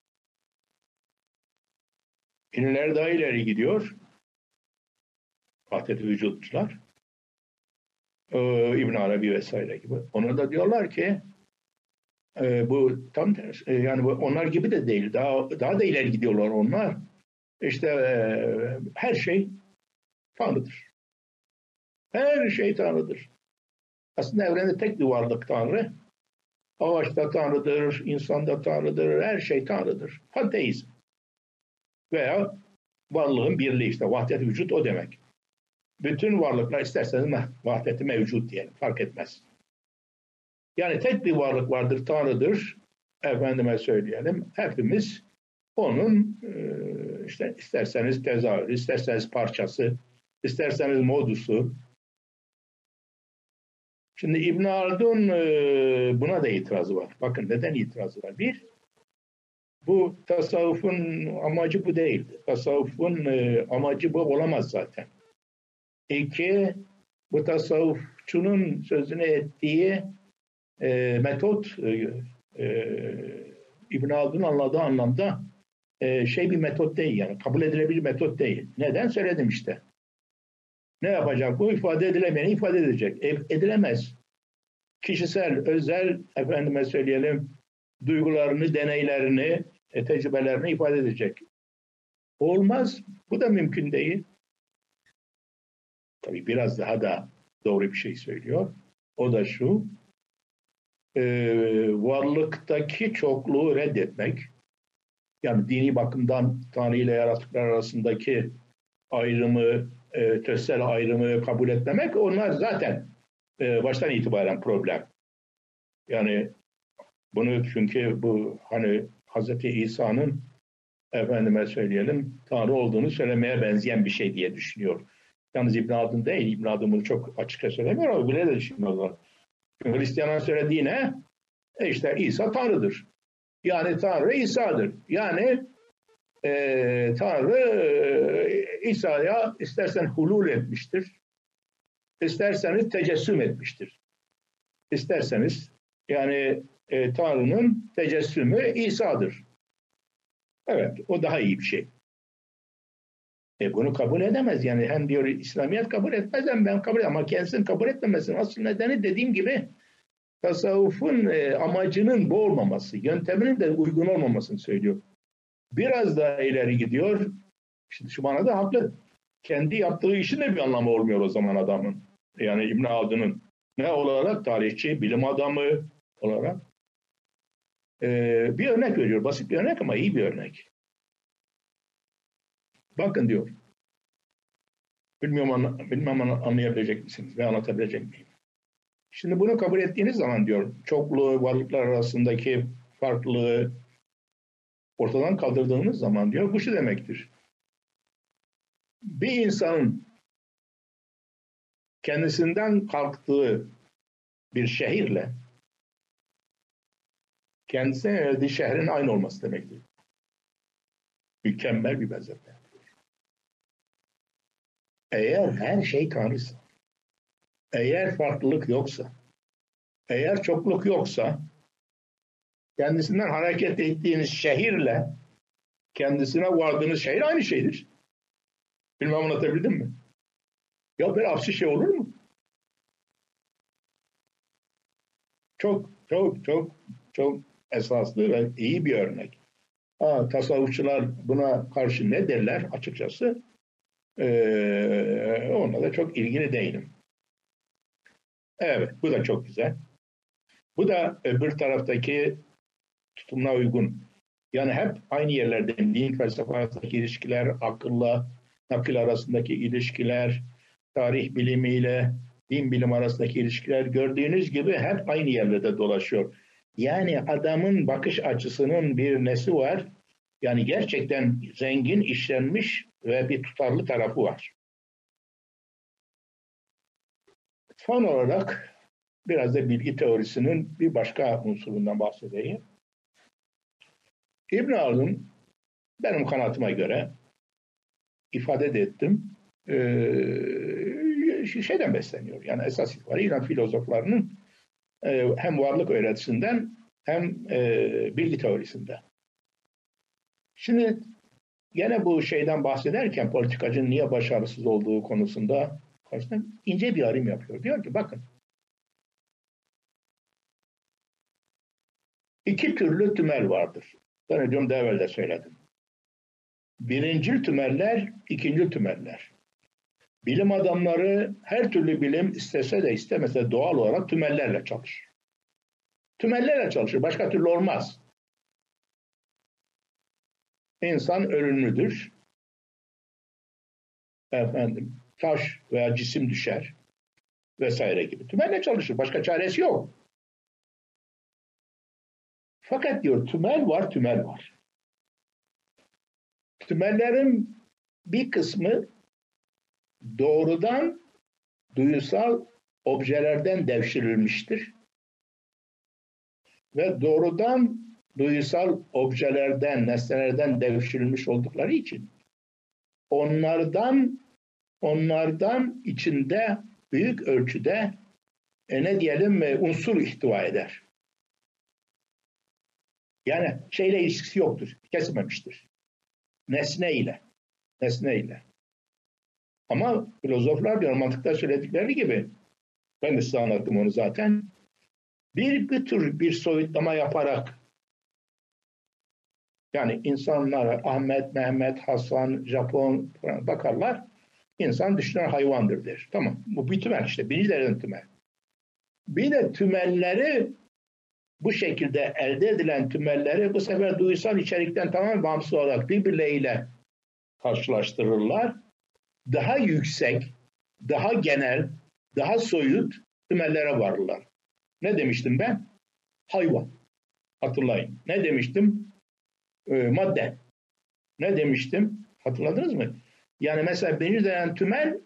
Birileri daha ileri gidiyor. Vahdet-i vücutçular. Ee, İbn Arabi vesaire gibi. Ona da diyorlar ki e, bu tam tersi. E, yani bu, onlar gibi de değil. Daha daha da ileri gidiyorlar onlar. İşte e, her şey Tanrı'dır. Her şey Tanrı'dır. Aslında evrende tek bir varlık Tanrı. Ağaç da Tanrı'dır, insan da Tanrı'dır, her şey Tanrı'dır. Panteizm. Veya varlığın birliği işte vahdet-i vücut o demek. Bütün varlıklar isterseniz vahdet-i mevcut diyelim, fark etmez. Yani tek bir varlık vardır, Tanrı'dır. Efendime söyleyelim, hepimiz onun işte isterseniz tezahürü, isterseniz parçası, isterseniz modusu. Şimdi İbn Haldun buna da itirazı var. Bakın neden itirazı var? Bir, bu tasavvufun amacı bu değildi. Tasavvufun amacı bu olamaz zaten. İki, bu tasavvufçunun sözünü ettiği e, metot e, e, İbn Haldun anladığı anlamda e, şey bir metot değil yani kabul edilebilir metot değil. Neden? Söyledim işte. Ne yapacak? Bu ifade edilemeyeni ifade edecek. E, edilemez. Kişisel, özel, efendime söyleyelim, duygularını, deneylerini, e, tecrübelerini ifade edecek. Olmaz. Bu da mümkün değil. tabii biraz daha da doğru bir şey söylüyor. O da şu, e, varlıktaki çokluğu reddetmek, yani dini bakımdan Tanrı ile yaratıklar arasındaki ayrımı, e, tözsel ayrımı kabul etmemek, onlar zaten e, baştan itibaren problem. Yani bunu çünkü bu hani Hazreti İsa'nın efendime söyleyelim Tanrı olduğunu söylemeye benzeyen bir şey diye düşünüyor. Yalnız İbn Haldun değil, İbn Haldun bunu çok açıkça söylemiyor ama bile de düşünüyorlar. Çünkü Hristiyanlar söylediği ne? E işte İsa Tanrı'dır. Yani Tanrı İsa'dır. Yani e, Tanrı e, İsa'ya istersen hulul etmiştir, isterseniz tecessüm etmiştir. İsterseniz yani e, Tanrı'nın tecessümü İsa'dır. Evet, o daha iyi bir şey. E bunu kabul edemez. Yani hem diyor İslamiyet kabul etmez hem ben kabul edemem. Ama kendisini kabul etmemesinin asıl nedeni dediğim gibi tasavvufun e, amacının bu olmaması, yönteminin de uygun olmamasını söylüyor. Biraz daha ileri gidiyor. Şimdi şu manada haklı. Kendi yaptığı işin de bir anlamı olmuyor o zaman adamın. Yani İbn Haldun'un ne olarak? Tarihçi, bilim adamı olarak. Ee, bir örnek veriyor. Basit bir örnek ama iyi bir örnek. Bakın diyor. Bilmiyorum, bilmem anlayabilecek misiniz ve anlatabilecek miyim? Şimdi bunu kabul ettiğiniz zaman diyor, çokluğu, varlıklar arasındaki farklılığı ortadan kaldırdığınız zaman diyor, bu şu demektir. Bir insanın kendisinden kalktığı bir şehirle kendisine yöneldiği şehrin aynı olması demektir. Mükemmel bir benzetme. Eğer her şey Tanrı'ysa, eğer farklılık yoksa, eğer çokluk yoksa, kendisinden hareket ettiğiniz şehirle kendisine vardığınız şehir aynı şeydir. Bilmem anlatabildim mi? Ya böyle absürt şey olur mu? Çok çok çok çok esaslı ve iyi bir örnek. Ha, tasavvufçular buna karşı ne derler açıkçası? Ee, onunla da çok ilgili değilim. Evet, bu da çok güzel. Bu da öbür taraftaki tutumuna uygun. Yani hep aynı yerlerde din felsefe arasındaki ilişkiler, akılla nakil arasındaki ilişkiler, tarih bilimiyle din bilim arasındaki ilişkiler gördüğünüz gibi hep aynı yerlerde dolaşıyor. Yani adamın bakış açısının bir nesi var? Yani gerçekten zengin, işlenmiş ve bir tutarlı tarafı var. Son olarak biraz da bilgi teorisinin bir başka unsurundan bahsedeyim. İbn Haldun benim kanaatıma göre ifade de ettim. Ee, şeyden besleniyor. Yani esas itibariyle filozoflarının e, hem varlık öğretisinden hem e, bilgi teorisinden. Şimdi gene bu şeyden bahsederken politikacının niye başarısız olduğu konusunda karşısında ince bir ayrım yapıyor. Diyor ki bakın iki türlü tümel vardır. Ben diyorum daha evvel de söyledim. Birincil tümeller, ikincil tümeller. Bilim adamları her türlü bilim istese de istemese de doğal olarak tümellerle çalışır. Tümellerle çalışır. Başka türlü olmaz. İnsan ölümlüdür. Efendim, taş veya cisim düşer vesaire gibi. Tümelle çalışır. Başka çaresi yok. Fakat diyor tümel var, tümel var. Tümellerin bir kısmı doğrudan duyusal objelerden devşirilmiştir. Ve doğrudan duyusal objelerden, nesnelerden devşirilmiş oldukları için onlardan onlardan içinde büyük ölçüde e, ne diyelim e, unsur ihtiva eder. Yani şeyle ilişkisi yoktur, kesmemiştir. Nesne ile, nesne ile. Ama filozoflar diyor, mantıkta söyledikleri gibi, ben de size anlattım onu zaten, bir, bir tür bir soyutlama yaparak, yani insanlara Ahmet, Mehmet, Hasan, Japon falan bakarlar, İnsan düşünen hayvandır der. Tamam. Bu bir tümel işte. Birinci dereceden tümel. Bir de tümelleri bu şekilde elde edilen tümelleri bu sefer duysal içerikten tamamen bağımsız olarak birbirleriyle karşılaştırırlar. Daha yüksek, daha genel, daha soyut tümellere varırlar. Ne demiştim ben? Hayvan. Hatırlayın. Ne demiştim? Ee, madde. Ne demiştim? Hatırladınız mı? Yani mesela birinci denen tümel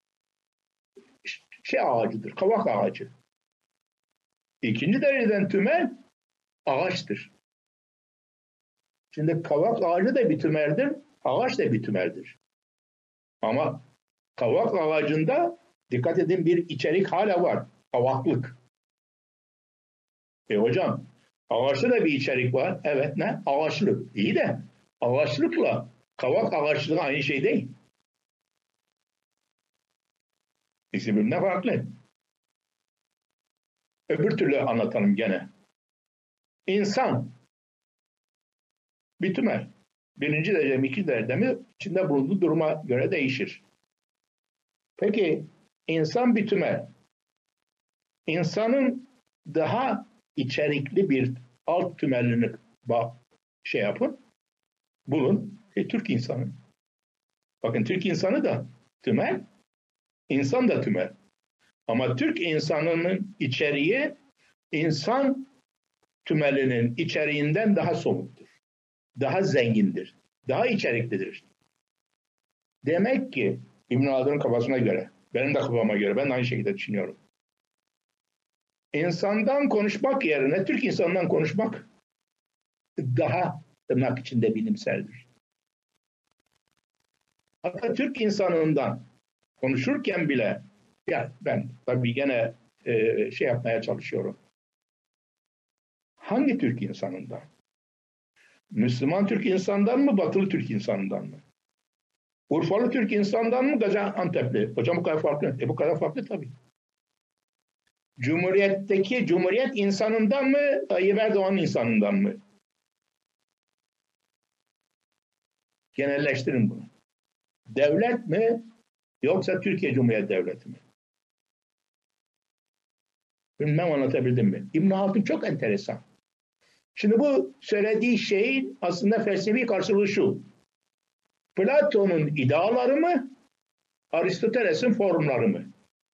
şey ağacıdır, kavak ağacı. İkinci dereceden tümel ağaçtır. Şimdi kavak ağacı da bir tümeldir, ağaç da bir tümeldir. Ama kavak ağacında dikkat edin bir içerik hala var. Kavaklık. E hocam ağaçta da bir içerik var. Evet ne? Ağaçlık. İyi de ağaçlıkla kavak ağaçlığı aynı şey değil. İkisi birbirine farklı. Öbür türlü anlatalım gene. İnsan bir tümel. Birinci derece mi, ikinci derece mi içinde bulunduğu duruma göre değişir. Peki insan bir tümel. İnsanın daha içerikli bir alt tümelini şey yapın, bulun. E, Türk insanı. Bakın Türk insanı da tümel, insan da tümel. Ama Türk insanının içeriği insan tümelinin içeriğinden daha somuttur. Daha zengindir. Daha içeriklidir. Demek ki İbn Haldun'un kafasına göre, benim de kafama göre, ben aynı şekilde düşünüyorum. İnsandan konuşmak yerine Türk insanından konuşmak daha tırnak içinde bilimseldir. Hatta Türk insanından konuşurken bile ya ben tabii gene e, şey yapmaya çalışıyorum. Hangi Türk insanından? Müslüman Türk insandan mı, Batılı Türk insanından mı? Urfalı Türk insandan mı, Gaziantep'li? Hocam bu kadar farklı. E bu kadar farklı tabii. Cumhuriyetteki Cumhuriyet insanından mı, Tayyip Erdoğan insanından mı? Genelleştirin bunu. Devlet mi, yoksa Türkiye Cumhuriyet Devleti mi? Bilmem anlatabildim mi? İbn Haldun çok enteresan. Şimdi bu söylediği şeyin aslında felsefi karşılığı şu. Platon'un ideaları mı, Aristoteles'in formları mı?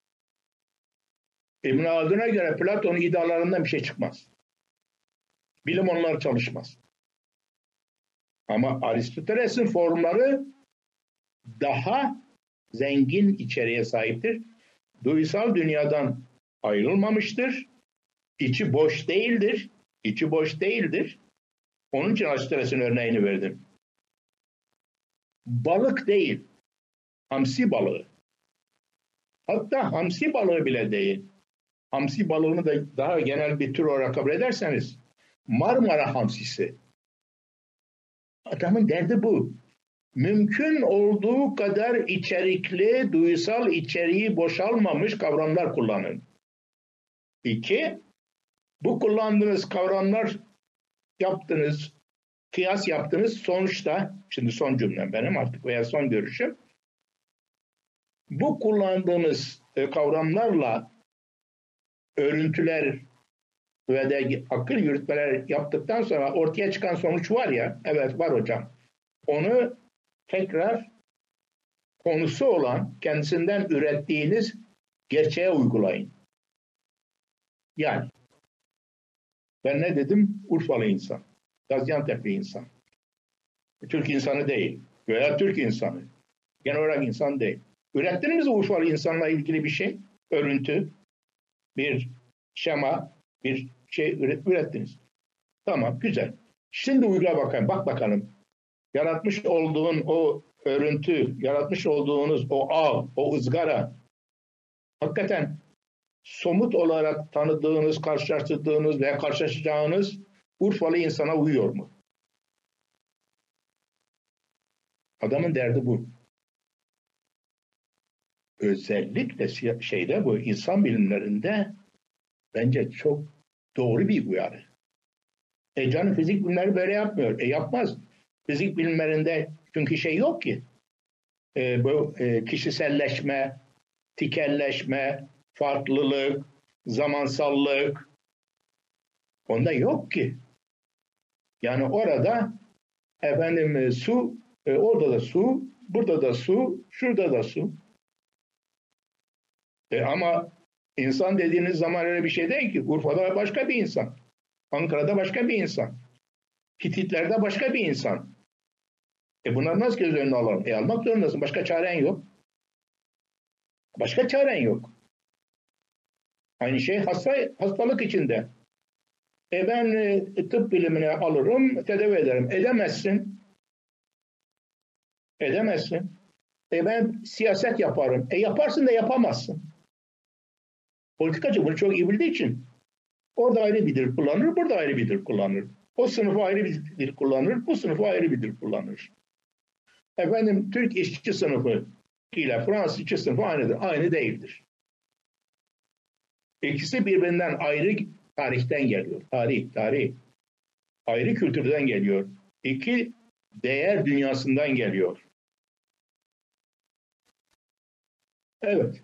İbn Haldun'a göre Platon'un idealarından bir şey çıkmaz. Bilim onlar çalışmaz. Ama Aristoteles'in formları daha zengin içeriğe sahiptir. Duysal dünyadan ayrılmamıştır. İçi boş değildir. İçi boş değildir. Onun için Aristoteles'in örneğini verdim. Balık değil, hamsi balığı. Hatta hamsi balığı bile değil. Hamsi balığını da daha genel bir tür olarak kabul ederseniz Marmara hamsisi. Adamın derdi bu. Mümkün olduğu kadar içerikli, duysal içeriği boşalmamış kavramlar kullanın. İki, bu kullandığınız kavramlar yaptınız, kıyas yaptınız sonuçta, şimdi son cümlem benim artık veya son görüşüm, bu kullandığınız kavramlarla örüntüler ve de akıl yürütmeler yaptıktan sonra ortaya çıkan sonuç var ya, evet var hocam, onu tekrar konusu olan kendisinden ürettiğiniz gerçeğe uygulayın. Yani ben ne dedim? Urfalı insan, Gaziantep'li insan. Türk insanı değil veya Türk insanı. Genel olarak insan değil. Ürettiniz mi Urfalı insanla ilgili bir şey? Örüntü, bir şema, bir şey ürettiniz. Tamam, güzel. Şimdi uygula bakalım, bak bakalım. Yaratmış olduğun o örüntü, yaratmış olduğunuz o ağ, o ızgara hakikaten somut olarak tanıdığınız, karşılaştırdığınız veya karşılaşacağınız Urfalı insana uyuyor mu? Adamın derdi bu. Özellikle şeyde bu insan bilimlerinde bence çok doğru bir uyarı. E canım fizik bilimleri böyle yapmıyor. E yapmaz. Fizik bilimlerinde çünkü şey yok ki. e, bu e, kişiselleşme, tikelleşme, farklılık, zamansallık onda yok ki. Yani orada efendim e, su, e, orada da su, burada da su, şurada da su. E, ama insan dediğiniz zaman öyle bir şey değil ki. Urfa'da başka bir insan. Ankara'da başka bir insan. Hititler'de başka bir insan. E bunları nasıl göz önüne alalım? E almak zorundasın. Başka çaren yok. Başka çaren yok. Aynı şey hasta, hastalık içinde. E ben e, tıp bilimine alırım, tedavi ederim. Edemezsin. Edemezsin. E ben siyaset yaparım. E yaparsın da yapamazsın. Politikacı bunu çok iyi bildiği için orada ayrı bir dil kullanır, burada ayrı bir dil kullanır. O sınıfı ayrı bir dil kullanır, bu sınıfı ayrı bir dil kullanır. Efendim Türk işçi sınıfı ile Fransız işçi sınıfı aynıdır. Aynı değildir. İkisi birbirinden ayrı tarihten geliyor. Tarih, tarih. Ayrı kültürden geliyor. İki değer dünyasından geliyor. Evet.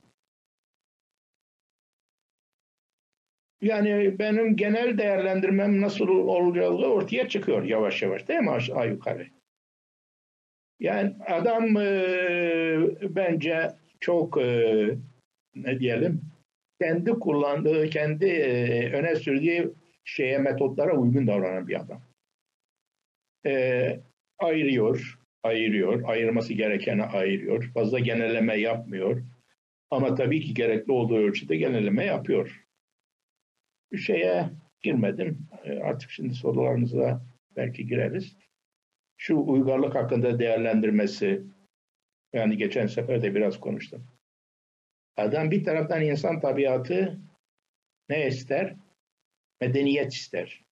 Yani benim genel değerlendirmem nasıl olacağı ortaya çıkıyor yavaş yavaş değil mi aşağı yukarı? Yani adam e, bence çok e, ne diyelim kendi kullandığı, kendi e, öne sürdüğü şeye metotlara uygun davranan bir adam. E, ayırıyor, ayırıyor, ayırması gerekeni ayırıyor. Fazla genelleme yapmıyor. Ama tabii ki gerekli olduğu ölçüde genelleme yapıyor. Bir şeye girmedim. Artık şimdi sorularınıza belki gireriz. Şu uygarlık hakkında değerlendirmesi, yani geçen sefer de biraz konuştum. Adam bir taraftan insan tabiatı ne ister? Medeniyet ister.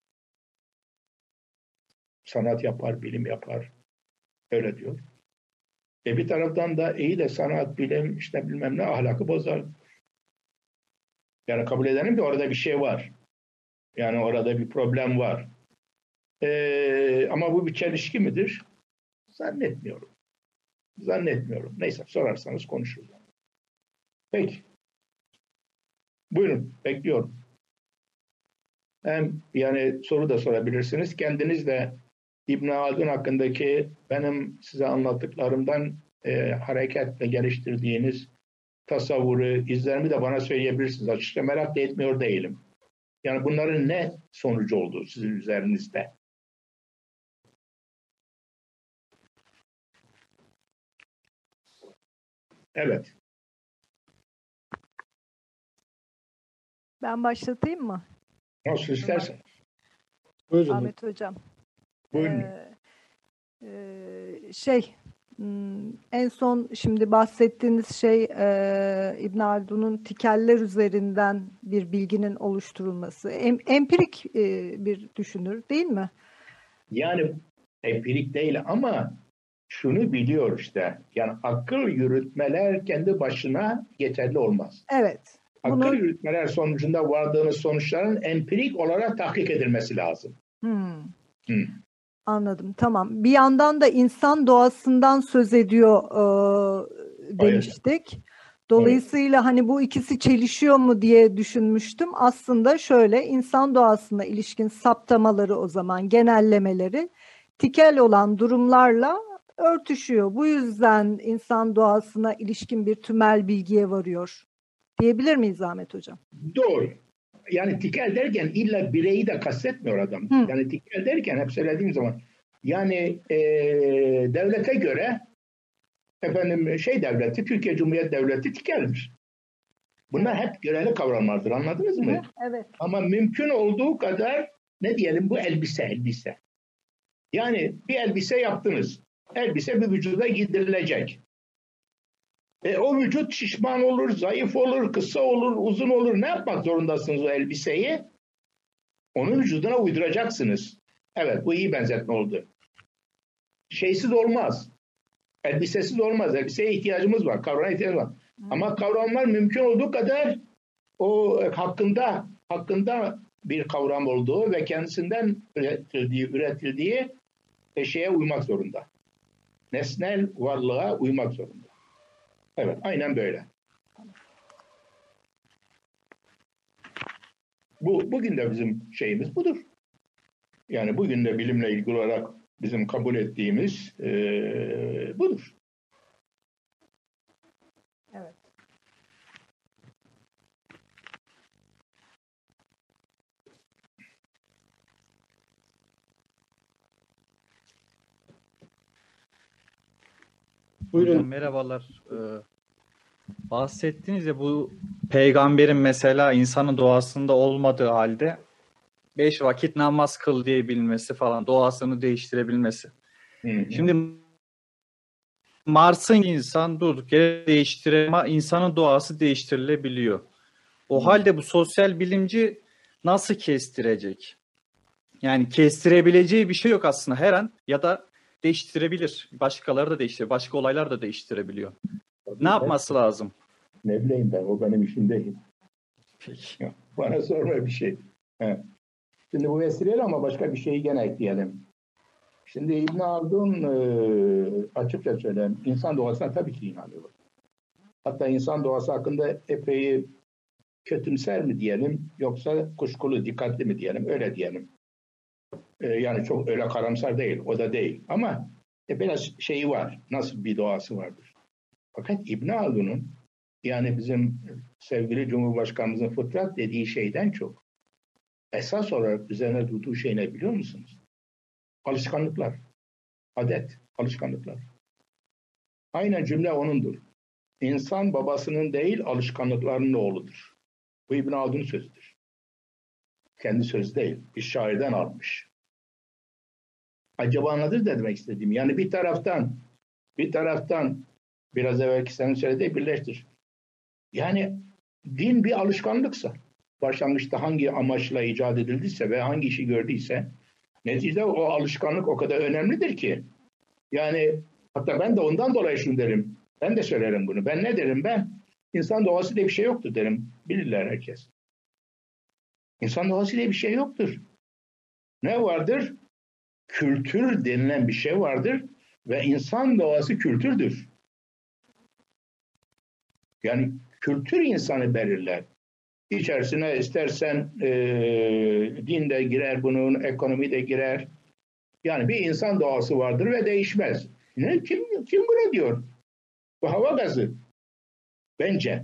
Sanat yapar, bilim yapar. Öyle diyor. E bir taraftan da iyi de sanat, bilim, işte bilmem ne ahlakı bozar. Yani kabul edelim ki orada bir şey var. Yani orada bir problem var. Ee, ama bu bir çelişki midir? Zannetmiyorum. Zannetmiyorum. Neyse sorarsanız konuşuruz. Peki. Buyurun. Bekliyorum. Hem yani soru da sorabilirsiniz. Kendiniz de İbn Haldun hakkındaki benim size anlattıklarımdan e, hareketle geliştirdiğiniz tasavvuru, izlerimi de bana söyleyebilirsiniz. Açıkça merak da etmiyor değilim. Yani bunların ne sonucu oldu sizin üzerinizde? Evet. Ben başlatayım mı? Nasıl istersen. Buyurun. Ahmet Hocam. Buyurun. Ee, e, şey, en son şimdi bahsettiğiniz şey e, İbn Haldun'un tikeller üzerinden bir bilginin oluşturulması. Em, empirik e, bir düşünür değil mi? Yani empirik değil ama şunu biliyor işte. Yani akıl yürütmeler kendi başına yeterli olmaz. Evet. Akıl Bunu... yürütmeler sonucunda vardığınız sonuçların empirik olarak tahkik edilmesi lazım. Hmm. Hmm. Anladım. Tamam. Bir yandan da insan doğasından söz ediyor e, demiştik. Evet. Dolayısıyla evet. Hani bu ikisi çelişiyor mu diye düşünmüştüm. Aslında şöyle, insan doğasına ilişkin saptamaları, o zaman genellemeleri tikel olan durumlarla örtüşüyor. Bu yüzden insan doğasına ilişkin bir tümel bilgiye varıyor. Diyebilir miyiz Ahmet Hocam? Doğru. Yani tikel derken illa bireyi de kastetmiyor adam. Hı. Yani tikel derken hep söylediğim zaman yani e, devlete göre efendim şey devleti, Türkiye Cumhuriyeti Devleti tikeldir. Bunlar hep göreli kavramlardır. Anladınız mı? Hı, evet. Ama mümkün olduğu kadar ne diyelim bu elbise elbise. Yani bir elbise yaptınız. Elbise bir vücuda giydirilecek. E, o vücut şişman olur, zayıf olur, kısa olur, uzun olur. Ne yapmak zorundasınız o elbiseyi? Onun vücuduna uyduracaksınız. Evet, bu iyi benzetme oldu. Şeysiz olmaz. Elbisesiz olmaz. Elbiseye ihtiyacımız var. Kavrama ihtiyacımız var. Hı. Ama kavramlar mümkün olduğu kadar o hakkında hakkında bir kavram olduğu ve kendisinden üretildiği, üretildiği şeye uymak zorunda. Nesnel varlığa uymak zorunda. Evet, aynen böyle. Bu, bugün de bizim şeyimiz budur. Yani bugün de bilimle ilgili olarak bizim kabul ettiğimiz e, budur. Evet. Buyurun. Hocam merhabalar. Ee, bahsettiniz ya bu peygamberin mesela insanın doğasında olmadığı halde beş vakit namaz kıl diyebilmesi falan, doğasını değiştirebilmesi. Hı hı. Şimdi Mars'ın insan durduk yere değiştire ama insanın doğası değiştirilebiliyor. O halde bu sosyal bilimci nasıl kestirecek? Yani kestirebileceği bir şey yok aslında her an ya da değiştirebilir. Başkaları da değiştirebilir. Başka olaylar da değiştirebiliyor. Tabii Ne ben, yapması lazım? ne bileyim ben, o benim işim değil. Peki. Bana sorma bir şey. He. Şimdi bu vesileyle ama başka bir şeyi gene ekleyelim. Şimdi İbn Haldun e, açıkça söyleyeyim, insan doğasına tabii ki inanıyor. Hatta insan doğası hakkında epey kötümser mi diyelim, yoksa kuşkulu, dikkatli mi diyelim, öyle diyelim. E, yani çok öyle karamsar değil, o da değil. Ama e, biraz şeyi var, nasıl bir doğası vardır. Fakat İbn Haldun'un, yani bizim sevgili Cumhurbaşkanımızın fıtrat dediği şeyden çok, esas olarak üzerine durduğu şey ne biliyor musunuz? Alışkanlıklar, adet, alışkanlıklar. Aynen cümle onundur. İnsan babasının değil, alışkanlıklarının oğludur. Bu İbn Haldun'un sözüdür. Kendi sözü değil, bir şairden almış. Acaba nedir de demek istediğim? Yani bir taraftan, bir taraftan biraz evvelki senin söylediği birleştir. Yani din bir alışkanlıksa, başlangıçta hangi amaçla icat edildiyse ve hangi işi gördüyse, neticede o alışkanlık o kadar önemlidir ki. Yani hatta ben de ondan dolayı şunu derim. Ben de söylerim bunu. Ben ne derim ben? İnsan doğası diye bir şey yoktur derim. Bilirler herkes. İnsan doğası diye bir şey yoktur. Ne vardır? Kültür denilen bir şey vardır ve insan doğası kültürdür. Yani kültür insanı belirler. İçerisine istersen e, din de girer bunun, ekonomi de girer. Yani bir insan doğası vardır ve değişmez. Ne? Kim, kim bunu diyor? Bu hava gazı. Bence.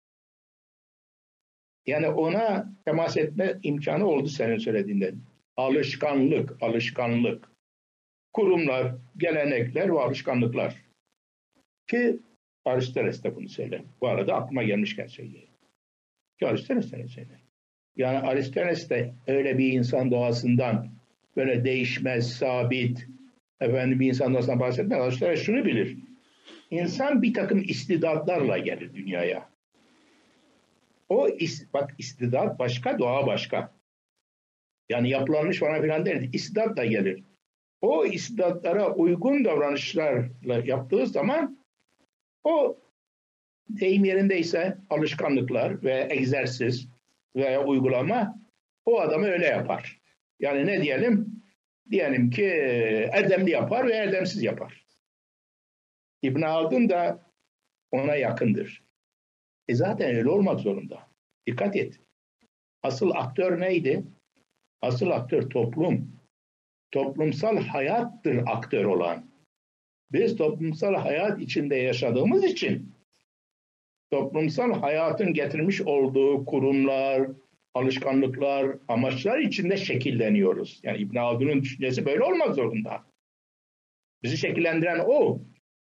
Yani ona temas etme imkanı oldu senin söylediğinden. Alışkanlık, alışkanlık. Kurumlar, gelenekler ve alışkanlıklar. Ki Aristoteles de bunu söyler. Bu arada aklıma gelmişken söyleyeyim. Ki Aristoteles de söyler. Yani Aristoteles de öyle bir insan doğasından böyle değişmez, sabit, efendim bir insan doğasından bahsetmez. Aristoteles şunu bilir. İnsan bir takım istidatlarla gelir dünyaya. O bak istidat başka, doğa başka. Yani yapılanmış falan filan değil. İstidat da gelir. O istidatlara uygun davranışlarla yaptığı zaman o deyim yerindeyse alışkanlıklar ve egzersiz veya uygulama o adamı öyle yapar. Yani ne diyelim? Diyelim ki erdemli yapar ve erdemsiz yapar. İbn Haldun da ona yakındır. E zaten öyle olmak zorunda. Dikkat et. Asıl aktör neydi? Asıl aktör toplum. Toplumsal hayattır aktör olan. Biz toplumsal hayat içinde yaşadığımız için toplumsal hayatın getirmiş olduğu kurumlar, alışkanlıklar, amaçlar içinde şekilleniyoruz. Yani İbn Haldun'un düşüncesi böyle olmak zorunda. Bizi şekillendiren o.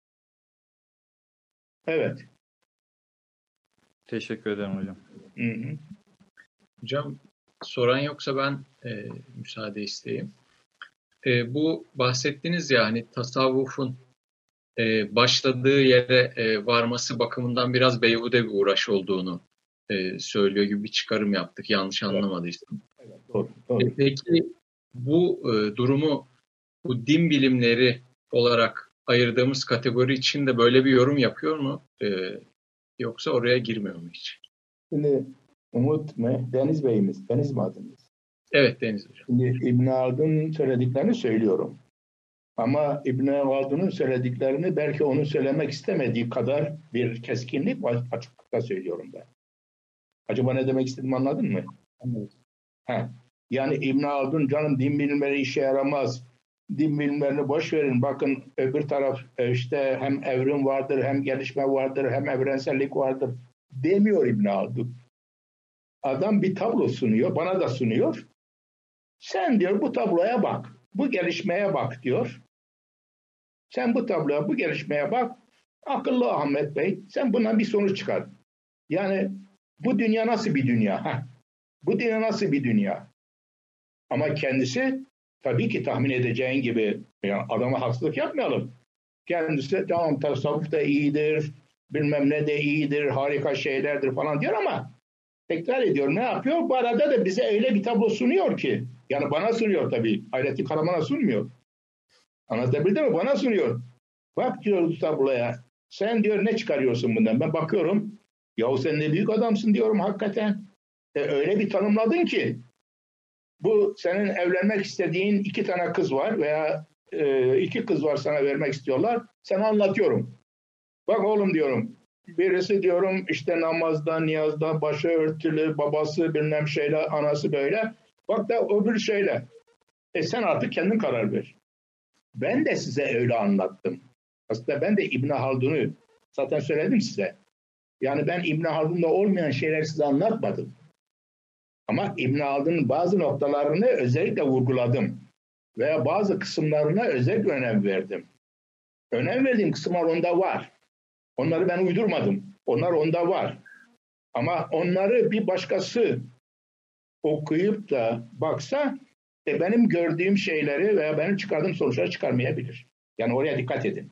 Evet. Teşekkür ederim hocam. Hı hı. Hocam soran yoksa ben e, müsaade isteyeyim. E, bu bahsettiniz ya hani tasavvufun e, başladığı yere e, varması bakımından biraz beyhude bir uğraş olduğunu e, söylüyor gibi bir çıkarım yaptık yanlış anlamadıysam. Evet, doğru, doğru. E, peki bu e, durumu bu din bilimleri olarak ayırdığımız kategori için de böyle bir yorum yapıyor mu? E, yoksa oraya girmiyor mu hiç? Şimdi Umut mu? Deniz Bey'imiz. Deniz mi adınız? Evet Deniz Hocam. Şimdi İbn Haldun söylediklerini söylüyorum. Ama İbn Haldun'un söylediklerini belki onun söylemek istemediği kadar bir keskinlik var. Açıklıkla söylüyorum ben. Acaba ne demek istediğimi anladın mı? Anladım. Ha. Yani İbn Haldun canım din bilimleri işe yaramaz. Din bilimlerini boş verin. Bakın öbür taraf işte hem evrim vardır, hem gelişme vardır, hem evrensellik vardır demiyor İbn Haldun. Adam bir tablo sunuyor, bana da sunuyor. Sen diyor bu tabloya bak, bu gelişmeye bak diyor. Sen bu tabloya, bu gelişmeye bak. Akıllı Ahmet Bey, sen bundan bir sonuç çıkar. Yani bu dünya nasıl bir dünya? Heh. Bu dünya nasıl bir dünya? Ama kendisi tabii ki tahmin edeceğin gibi, yani adama haksızlık yapmayalım. Kendisi tamam tasavvuf da iyidir, bilmem ne de iyidir, harika şeylerdir falan diyor ama tekrar ediyor, ne yapıyor? Bu arada da bize öyle bir tablo sunuyor ki, yani bana sunuyor tabii, Hayrettin Karaman'a sunmuyor. Anlatabildim mi? Bana sunuyor. Bak diyor bu tabloya, sen diyor ne çıkarıyorsun bundan? Ben bakıyorum, yahu sen ne büyük adamsın diyorum hakikaten. E, öyle bir tanımladın ki, bu senin evlenmek istediğin iki tane kız var veya e, iki kız var sana vermek istiyorlar. Sana anlatıyorum. Bak oğlum diyorum. Birisi diyorum işte namazda, niyazda, başı örtülü, babası bilmem şeyle, anası böyle. Bak da öbür şeyle. E sen artık kendin karar ver. Ben de size öyle anlattım. Aslında ben de İbn Haldun'u zaten söyledim size. Yani ben İbn Haldun'da olmayan şeyleri size anlatmadım. Ama İbn Haldun'un bazı noktalarını özellikle vurguladım. Veya bazı kısımlarına özellikle önem verdim. Önem verdiğim kısımlar onda var. Onları ben uydurmadım. Onlar onda var. Ama onları bir başkası okuyup da baksa e, benim gördüğüm şeyleri veya benim çıkardığım sonuçları çıkarmayabilir. Yani oraya dikkat edin.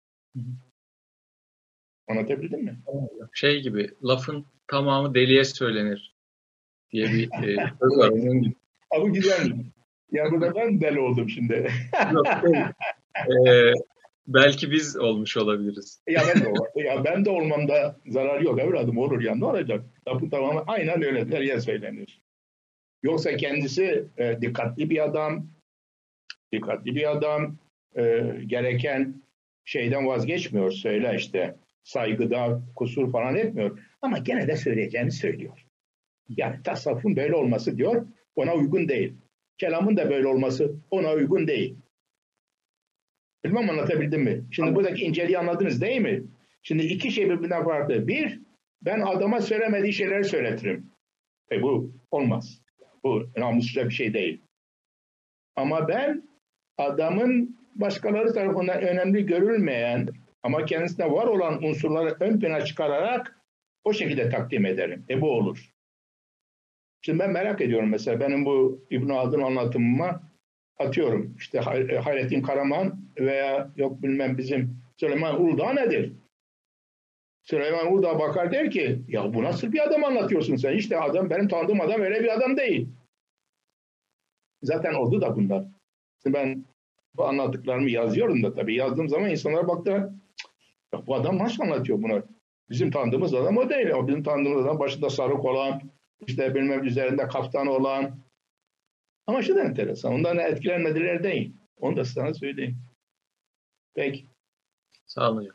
Anlatabildim mi? Şey gibi, lafın tamamı deliye söylenir diye bir e, söz var. Onun gibi. Abi güzel. Ya burada ben deli oldum şimdi. Yok, şey, e, belki biz olmuş olabiliriz. ya ben de ol- ya ben de olmamda zarar yok evladım, olur ya, ne olacak? Lafın tamamı aynen öyle deliye söylenir. Yoksa kendisi e, dikkatli bir adam, dikkatli bir adam, e, gereken şeyden vazgeçmiyor, söyle işte saygıda kusur falan etmiyor. Ama gene de söyleyeceğini söylüyor. Yani tasavvufun böyle olması diyor ona uygun değil. Kelamın da böyle olması ona uygun değil. Bilmem anlatabildim mi? Şimdi buradaki inceliği anladınız değil mi? Şimdi iki şey birbirinden farklı. Bir, ben adama söylemediği şeyleri söyletirim. E bu olmaz. Bu namusluca bir şey değil. Ama ben adamın başkaları tarafından önemli görülmeyen ama kendisinde var olan unsurları ön plana çıkararak o şekilde takdim ederim. E bu olur. Şimdi ben merak ediyorum mesela benim bu İbn Haldun anlatımıma atıyorum. İşte Hayrettin Karaman veya yok bilmem bizim Süleyman Uludağ nedir? Süleyman Uludağ bakar der ki ya bu nasıl bir adam anlatıyorsun sen? İşte adam benim tanıdığım adam öyle bir adam değil. Zaten oldu da bunlar. Şimdi ben bu anlattıklarımı yazıyorum da tabii yazdığım zaman insanlara baktılar. Ya bu adam nasıl anlatıyor bunu? Bizim tanıdığımız adam o değil. O bizim tanıdığımız adam başında sarık olan, işte bilmem üzerinde kaftan olan. Ama şu da enteresan. Ondan etkilenmediler değil. Onu da sana söyleyeyim. Peki. Sağ olun hocam.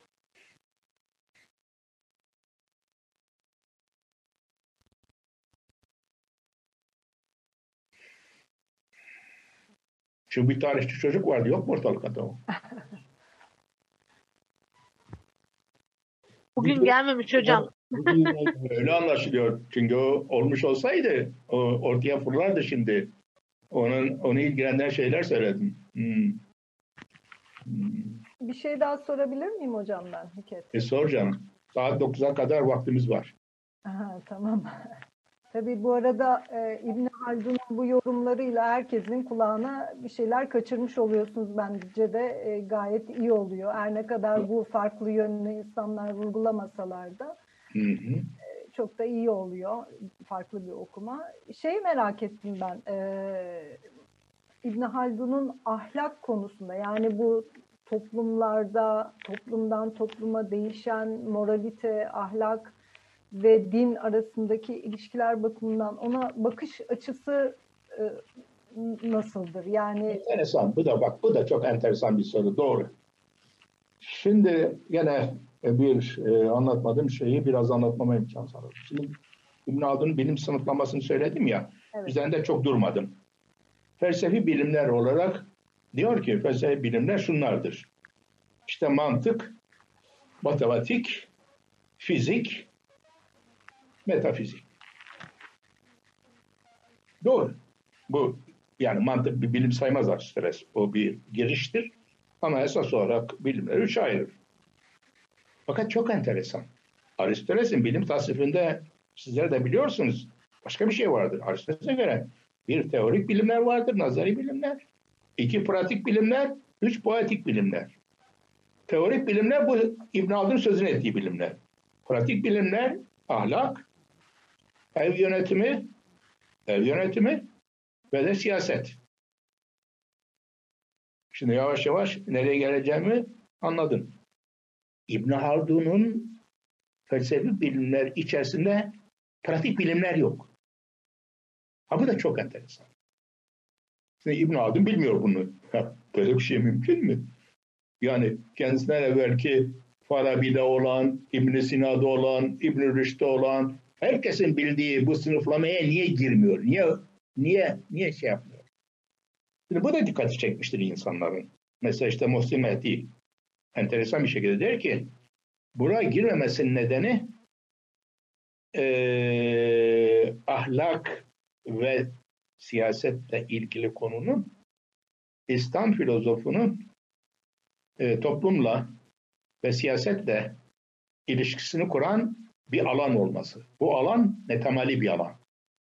Şu bir tarihçi çocuk vardı. Yok mu ortalıkta o? Bugün gelmemiş hocam. Öyle anlaşılıyor. Çünkü o olmuş olsaydı o ortaya fırlardı şimdi. Onun onu ilgilendiren şeyler söyledim. Hmm. Hmm. Bir şey daha sorabilir miyim hocam ben Hüket? E sor canım. Saat dokuza kadar vaktimiz var. Aha, tamam. Tabii bu arada e, İbn Haldun'un bu yorumlarıyla herkesin kulağına bir şeyler kaçırmış oluyorsunuz. Bence de e, gayet iyi oluyor. Her ne kadar bu farklı yönlü insanlar vurgulamasalar da Hı hı. e, çok da iyi oluyor. Farklı bir okuma. Şey merak ettim ben. E, İbn Haldun'un ahlak konusunda, yani bu toplumlarda toplumdan topluma değişen moralite, ahlak ve din arasındaki ilişkiler bakımından ona bakış açısı e, nasıldır? Yani enteresan. Bu da bak bu da çok enteresan bir soru. Doğru. Şimdi gene bir e, anlatmadığım şeyi biraz anlatmama imkan sağladım. Şimdi İbn Haldun'un bilim sınıflamasını söyledim ya. evet. Üzerinde çok durmadım. Felsefi bilimler olarak diyor ki felsefi bilimler şunlardır. İşte mantık, matematik, fizik, metafizik. Doğru. Bu yani mantık bir bilim saymaz Aristoteles. O bir giriştir. Ama esas olarak bilimleri üçe ayırır. Fakat çok enteresan. Aristoteles'in bilim tasnifinde sizler de biliyorsunuz başka bir şey vardır. Aristoteles'e göre bir teorik bilimler vardır, nazari bilimler. İki pratik bilimler, üç poetik bilimler. Teorik bilimler bu İbn Haldun sözünü ettiği bilimler. Pratik bilimler ahlak, ev yönetimi, ev yönetimi ve de siyaset. Şimdi yavaş yavaş nereye geleceğimi anladım. İbn Haldun'un felsefi bilimler içerisinde pratik bilimler yok. Ha bu da çok enteresan. Şimdi İbn Haldun bilmiyor bunu. Ha, böyle bir şey mümkün mü? Yani kendisinden evvelki Farabi'de olan, İbn Sina'da olan, İbn Rüşd'de olan herkesin bildiği bu sınıflamaya niye girmiyor? Niye niye niye şey yapmıyor? Şimdi bu da dikkati çekmiştir insanların. Mesela işte Muhsin Mehdi enteresan bir şekilde der ki buraya girmemesinin nedeni e, ahlak ve siyasetle ilgili konunun İslam filozofunun e, toplumla ve siyasetle ilişkisini kuran bir alan olması. Bu alan netemali bir alan.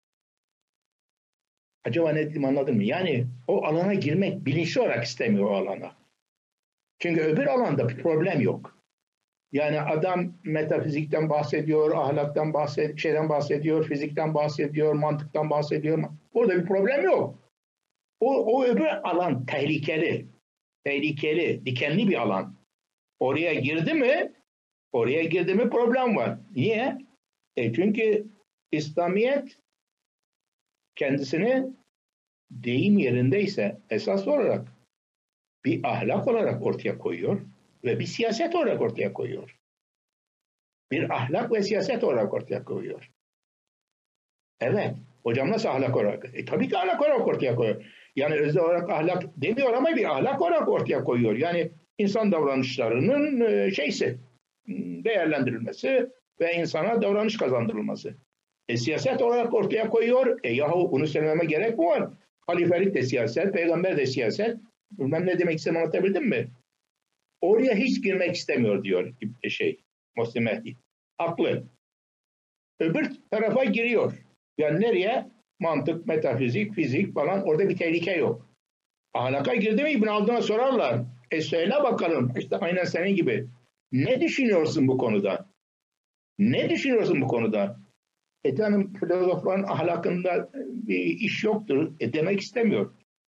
Acaba ne dedim anladın mı? Yani o alana girmek bilinçli olarak istemiyor o alana. Çünkü öbür alanda bir problem yok. Yani adam metafizikten bahsediyor, ahlaktan bahsediyor, şeyden bahsediyor, fizikten bahsediyor, mantıktan bahsediyor. Orada bir problem yok. O, o öbür alan tehlikeli, tehlikeli, dikenli bir alan. Oraya girdi mi, oraya girdi mi problem var. Niye? E çünkü İslamiyet kendisini deyim yerindeyse esas olarak bir ahlak olarak ortaya koyuyor ve bir siyaset olarak ortaya koyuyor. Bir ahlak ve siyaset olarak ortaya koyuyor. Evet. Hocam nasıl ahlak olarak? E, tabii ki ahlak olarak ortaya koyuyor. Yani özel olarak ahlak demiyor ama bir ahlak olarak ortaya koyuyor. Yani insan davranışlarının e, şeysi, değerlendirilmesi ve insana davranış kazandırılması. E, siyaset olarak ortaya koyuyor. E yahu bunu söylememe gerek mi var? Halifelik de siyaset, peygamber de siyaset. Bilmem ne demek istediğimi anlatabildim mi? Oraya hiç girmek istemiyor diyor şey, Muhsin Mehdi. Haklı. Öbür tarafa giriyor. Yani nereye? Mantık, metafizik, fizik falan orada bir tehlike yok. Ahlaka girdi mi İbn Haldun'a sorarlar. E söyle bakalım işte aynen senin gibi. Ne düşünüyorsun bu konuda? Ne düşünüyorsun bu konuda? E canım filozofların ahlakında bir iş yoktur. E demek istemiyor.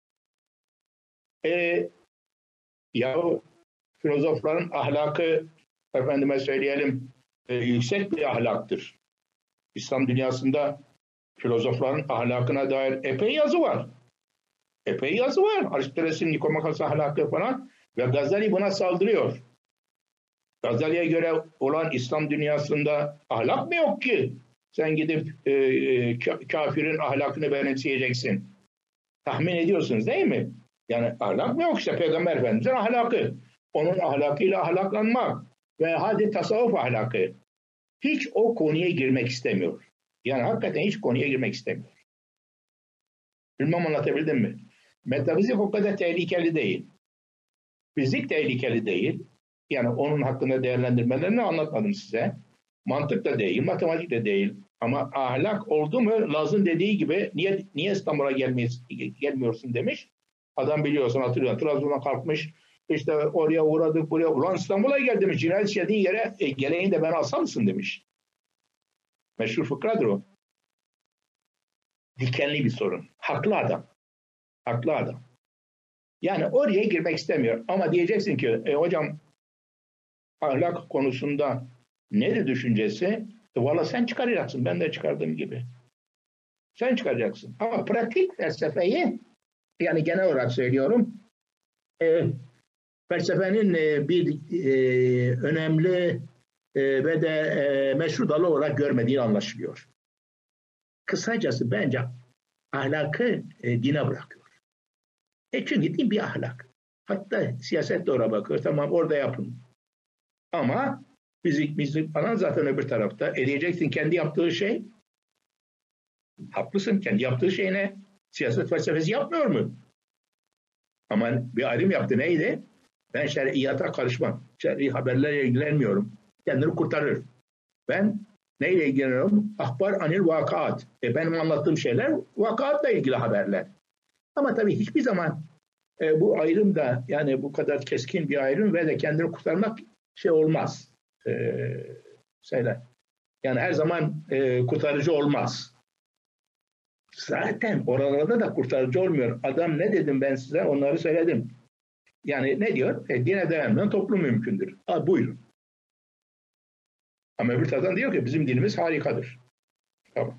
E, ya filozofların ahlakı efendime söyleyelim e, yüksek bir ahlaktır. İslam dünyasında filozofların ahlakına dair epey yazı var. Epey yazı var. Aristoteles'in Nikomakos ahlakı falan ve Gazali buna saldırıyor. Gazali'ye göre olan İslam dünyasında ahlak mı yok ki? Sen gidip e, e, kafirin ahlakını benimseyeceksin. Tahmin ediyorsunuz değil mi? Yani ahlak mı yok işte Peygamber Efendimiz'in ahlakı. Onun ahlakıyla ahlaklanmak ve hadi tasavvuf ahlakı. Hiç o konuya girmek istemiyor. Yani hakikaten hiç konuya girmek istemiyor. Bilmem anlatabildim mi? Metafizik o kadar tehlikeli değil. Fizik tehlikeli değil. Yani onun hakkında değerlendirmelerini anlatmadım size. Mantık da değil, matematik de değil. Ama ahlak oldu mu Laz'ın dediği gibi niye niye İstanbul'a gelmiyorsun demiş. Adam biliyorsun hatırlıyorsun. Trabzon'dan kalkmış. İşte oraya uğradık buraya. Ulan İstanbul'a gel demiş. Cinayet işlediğin yere e, geleğini de ben alsam mısın demiş. Meşhur fıkradır o. Dikenli bir sorun. Haklı adam. Haklı adam. Yani oraya girmek istemiyor. Ama diyeceksin ki e, hocam ahlak konusunda nedir düşüncesi? E, Valla sen çıkaracaksın. Ben de çıkardığım gibi. Sen çıkaracaksın. Ama pratik felsefeyi Yani genel olarak söylüyorum. E, felsefenin e, bir e, önemli e, ve de e, meşru dalı olarak görmediği anlaşılıyor. Kısacası bence ahlakı e, dine bırakıyor. E çünkü din bir ahlak. Hatta siyaset de oraya bakıyor. Tamam orada yapın. Ama fizik, müzik falan zaten öbür tarafta. E diyeceksin kendi yaptığı şey. Haklısın. Kendi yaptığı şey ne? Siyaset felsefesi yapmıyor mu? Ama bir ayrım yaptı. Neydi? Ben şer'iyata karışmam. Şer'i haberlerle ilgilenmiyorum. Kendini kurtarır. Ben neyle ilgileniyorum? Ahbar anil vakaat. E benim anlattığım şeyler vakaatla ilgili haberler. Ama tabii hiçbir zaman e, bu ayrım da yani bu kadar keskin bir ayrım ve de kendini kurtarmak şey olmaz. E, söyle. Yani her zaman e, kurtarıcı olmaz. Zaten oralarda da kurtarıcı olmuyor. Adam ne dedim ben size onları söyledim. Yani ne diyor? E, dine dayanmayan toplum mümkündür. Ha, buyurun. Ama öbür taraftan diyor ki bizim dinimiz harikadır. Tamam.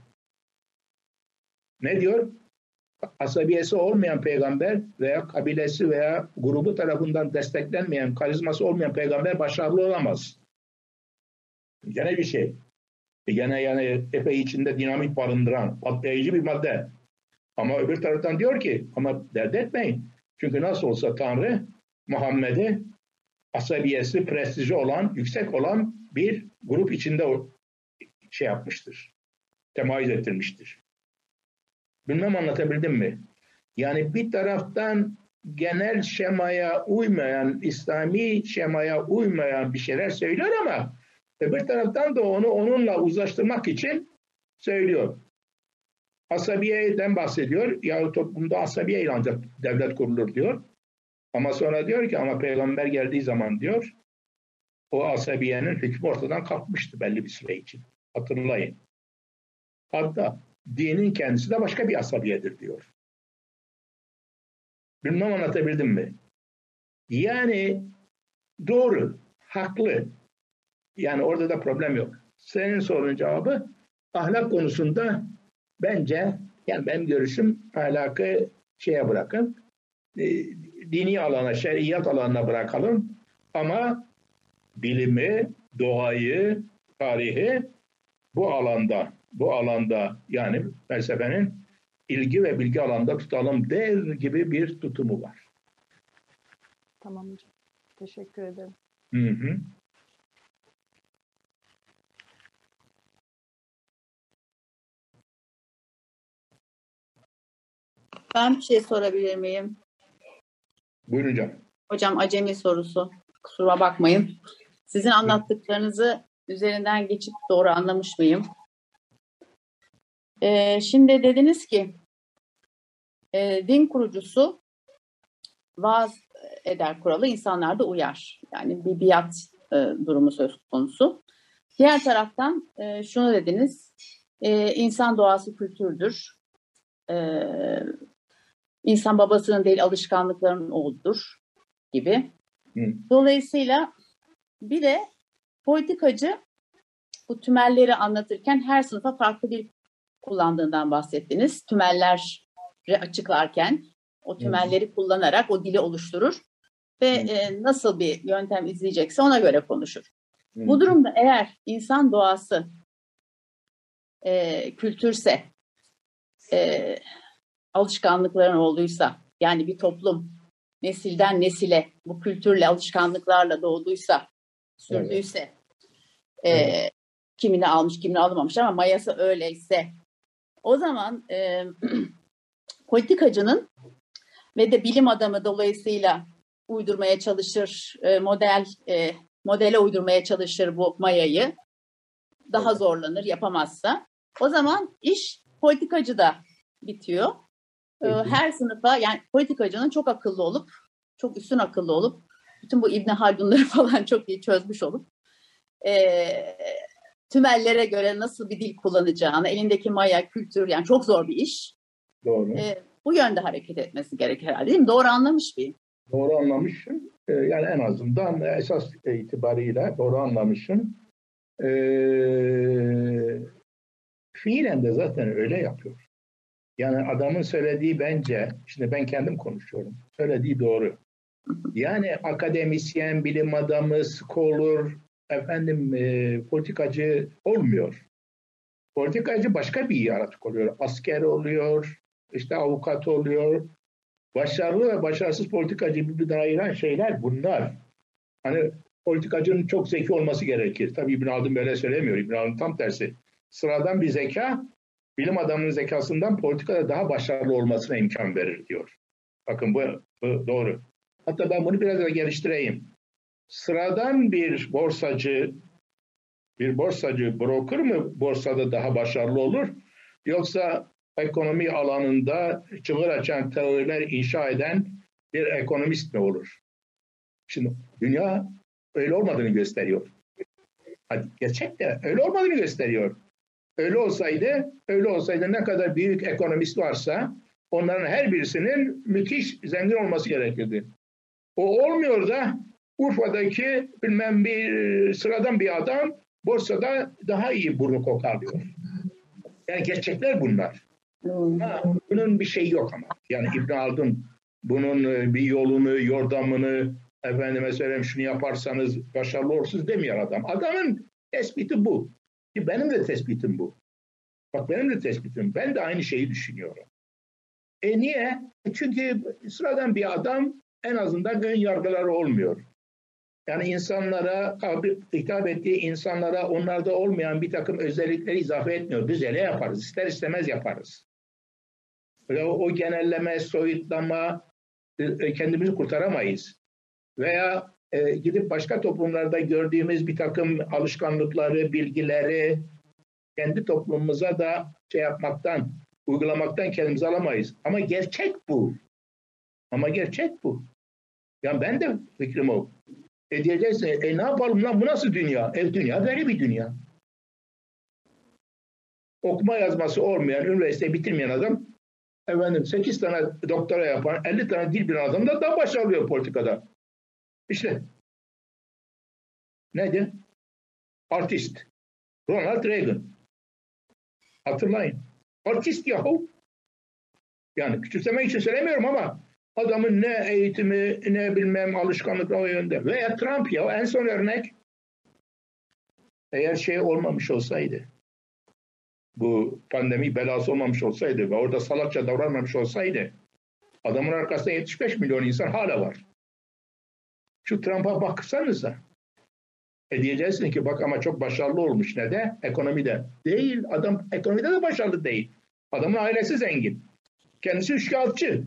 Ne diyor? Asabiyesi olmayan peygamber veya kabilesi veya grubu tarafından desteklenmeyen, karizması olmayan peygamber başarılı olamaz. Gene bir şey. E gene yani epey içinde dinamit barındıran, patlayıcı bir madde. Ama öbür taraftan diyor ki ama dert etmeyin. Çünkü nasıl olsa Tanrı Muhammed'i asabiyesi, prestiji olan, yüksek olan bir grup içinde şey yapmıştır. Temayüz ettirmiştir. Bilmem anlatabildim mi? Yani bir taraftan genel şemaya uymayan, İslami şemaya uymayan bir şeyler söylüyor ama öbür taraftan da onu onunla uzlaştırmak için söylüyor. Asabiyeden bahsediyor. Ya toplumda asabiye ile ancak devlet kurulur diyor. Ama sonra diyor ki ama peygamber geldiği zaman diyor o asabiyenin hükmü ortadan kalkmıştı belli bir süre için. Hatırlayın. Hatta dinin kendisi de başka bir asabiyedir diyor. Bilmem anlatabildim mi? Yani doğru, haklı. Yani orada da problem yok. Senin sorunun cevabı ahlak konusunda bence yani benim görüşüm ahlakı şeye bırakın. E, dini alana, şeriyat alanına bırakalım. Ama bilimi, doğayı, tarihi bu alanda, bu alanda yani felsefenin ilgi ve bilgi alanda tutalım der gibi bir tutumu var. Tamam hocam. Teşekkür ederim. Hı hı. Ben bir şey sorabilir miyim? Buyurun hocam. Hocam acemi sorusu. Kusuruma bakmayın. Sizin anlattıklarınızı üzerinden geçip doğru anlamış mıyım? Ee, şimdi dediniz ki e, din kurucusu vaaz eder kuralı insanlar da uyar. Yani bir biat e, durumu söz konusu. Diğer taraftan e, şunu dediniz. E, insan doğası kültürdür. E, insan babasının değil alışkanlıklarının oğludur gibi. Hı. Dolayısıyla bir de politikacı bu tümelleri anlatırken her sınıfa farklı bir kullandığından bahsettiniz. Tümelleri açıklarken o tümelleri Hı. kullanarak o dili oluşturur ve e, nasıl bir yöntem izleyecekse ona göre konuşur. Hı. Bu durumda eğer insan doğası e, kültürse, e, alışkanlıkların olduysa, yani bir toplum nesilden nesile bu kültürle, alışkanlıklarla doğduysa, sürdüyse, evet. e, kimini almış, kimini alamamış ama mayası öyleyse, o zaman e, politikacının ve de bilim adamı dolayısıyla uydurmaya çalışır, e, model e, modele uydurmaya çalışır bu mayayı. Daha evet. zorlanır, yapamazsa. O zaman iş politikacı da bitiyor. Evet. Her sınıfa, yani politikacının çok akıllı olup, çok üstün akıllı olup, bütün bu İbn Haldunları falan çok iyi çözmüş olup, e, tümellere göre nasıl bir dil kullanacağını, elindeki maya, kültür, yani çok zor bir iş. Doğru. E, bu yönde hareket etmesi gerekir herhalde, değil mi? Doğru anlamış mıyım? Doğru anlamışsın. E, yani en azından esas itibariyle doğru anlamışsın. E, fiilen de zaten öyle yapıyor. Yani adamın söylediği bence, şimdi ben kendim konuşuyorum, söylediği doğru. Yani akademisyen, bilim adamı, scholar, efendim e, politikacı olmuyor. Politikacı başka bir yaratık oluyor. Asker oluyor, işte avukat oluyor. Başarılı ve başarısız politikacı birbirinden ayıran şeyler bunlar. Hani politikacının çok zeki olması gerekir. Tabii İbn Haldun böyle söylemiyor. İbn Haldun tam tersi. Sıradan bir zeka, bilim adamının zekasından politikada daha başarılı olmasına imkan verir diyor. Bakın bu, bu doğru. Hatta ben bunu biraz da geliştireyim. Sıradan bir borsacı, bir borsacı broker mı borsada daha başarılı olur? Yoksa ekonomi alanında çığır açan teoriler inşa eden bir ekonomist mi olur? Şimdi dünya öyle olmadığını gösteriyor. Hadi gerçek de öyle olmadığını gösteriyor. Öyle olsaydı, öyle olsaydı ne kadar büyük ekonomist varsa onların her birisinin müthiş zengin olması gerekirdi. O olmuyor da Urfa'daki bilmem bir sıradan bir adam borsada daha iyi burnu kokarlıyor. Yani gerçekler bunlar. Ha, bunun bir şeyi yok ama. Yani İbn Haldun bunun bir yolunu, yordamını, efendime söyleyeyim şunu yaparsanız başarılı olursunuz demiyor adam. Adamın tespiti bu. Ki benim de tespitim bu. Bak benim de tespitim. Ben de aynı şeyi düşünüyorum. E niye? Çünkü sıradan bir adam en azından ön yargıları olmuyor. Yani insanlara, hitap ettiği insanlara onlarda olmayan bir takım özellikleri izafe etmiyor. Biz öyle yaparız. İster istemez yaparız. Böyle o, o genelleme, soyutlama e, kendimizi kurtaramayız. Veya e, gidip başka toplumlarda gördüğümüz bir takım alışkanlıkları, bilgileri kendi toplumumuza da şey yapmaktan, uygulamaktan kendimizi alamayız. Ama gerçek bu. Ama gerçek bu. Yani ben de fikrim o. E diyeceksin, e ne yapalım lan bu nasıl dünya? E dünya böyle bir dünya. Okuma yazması olmayan, üniversite bitirmeyen adam, efendim sekiz tane doktora yapan, elli tane dil bilen adam da daha başarılı oluyor politikada. İşte. Nedir? Artist. Ronald Reagan. Hatırlayın. Artist yahu. Yani küçümsemek için söylemiyorum ama adamın ne eğitimi, ne bilmem alışkanlıkları o yönde. Veya Trump ya en son örnek. Eğer şey olmamış olsaydı, bu pandemi belası olmamış olsaydı ve orada salakça davranmamış olsaydı, adamın arkasında yetmiş beş milyon insan hala var. Şu Trump'a baksanıza. E diyeceksin ki bak ama çok başarılı olmuş. Ne de? Ekonomide. Değil. Adam ekonomide de başarılı değil. Adamın ailesi zengin. Kendisi üçkağıtçı.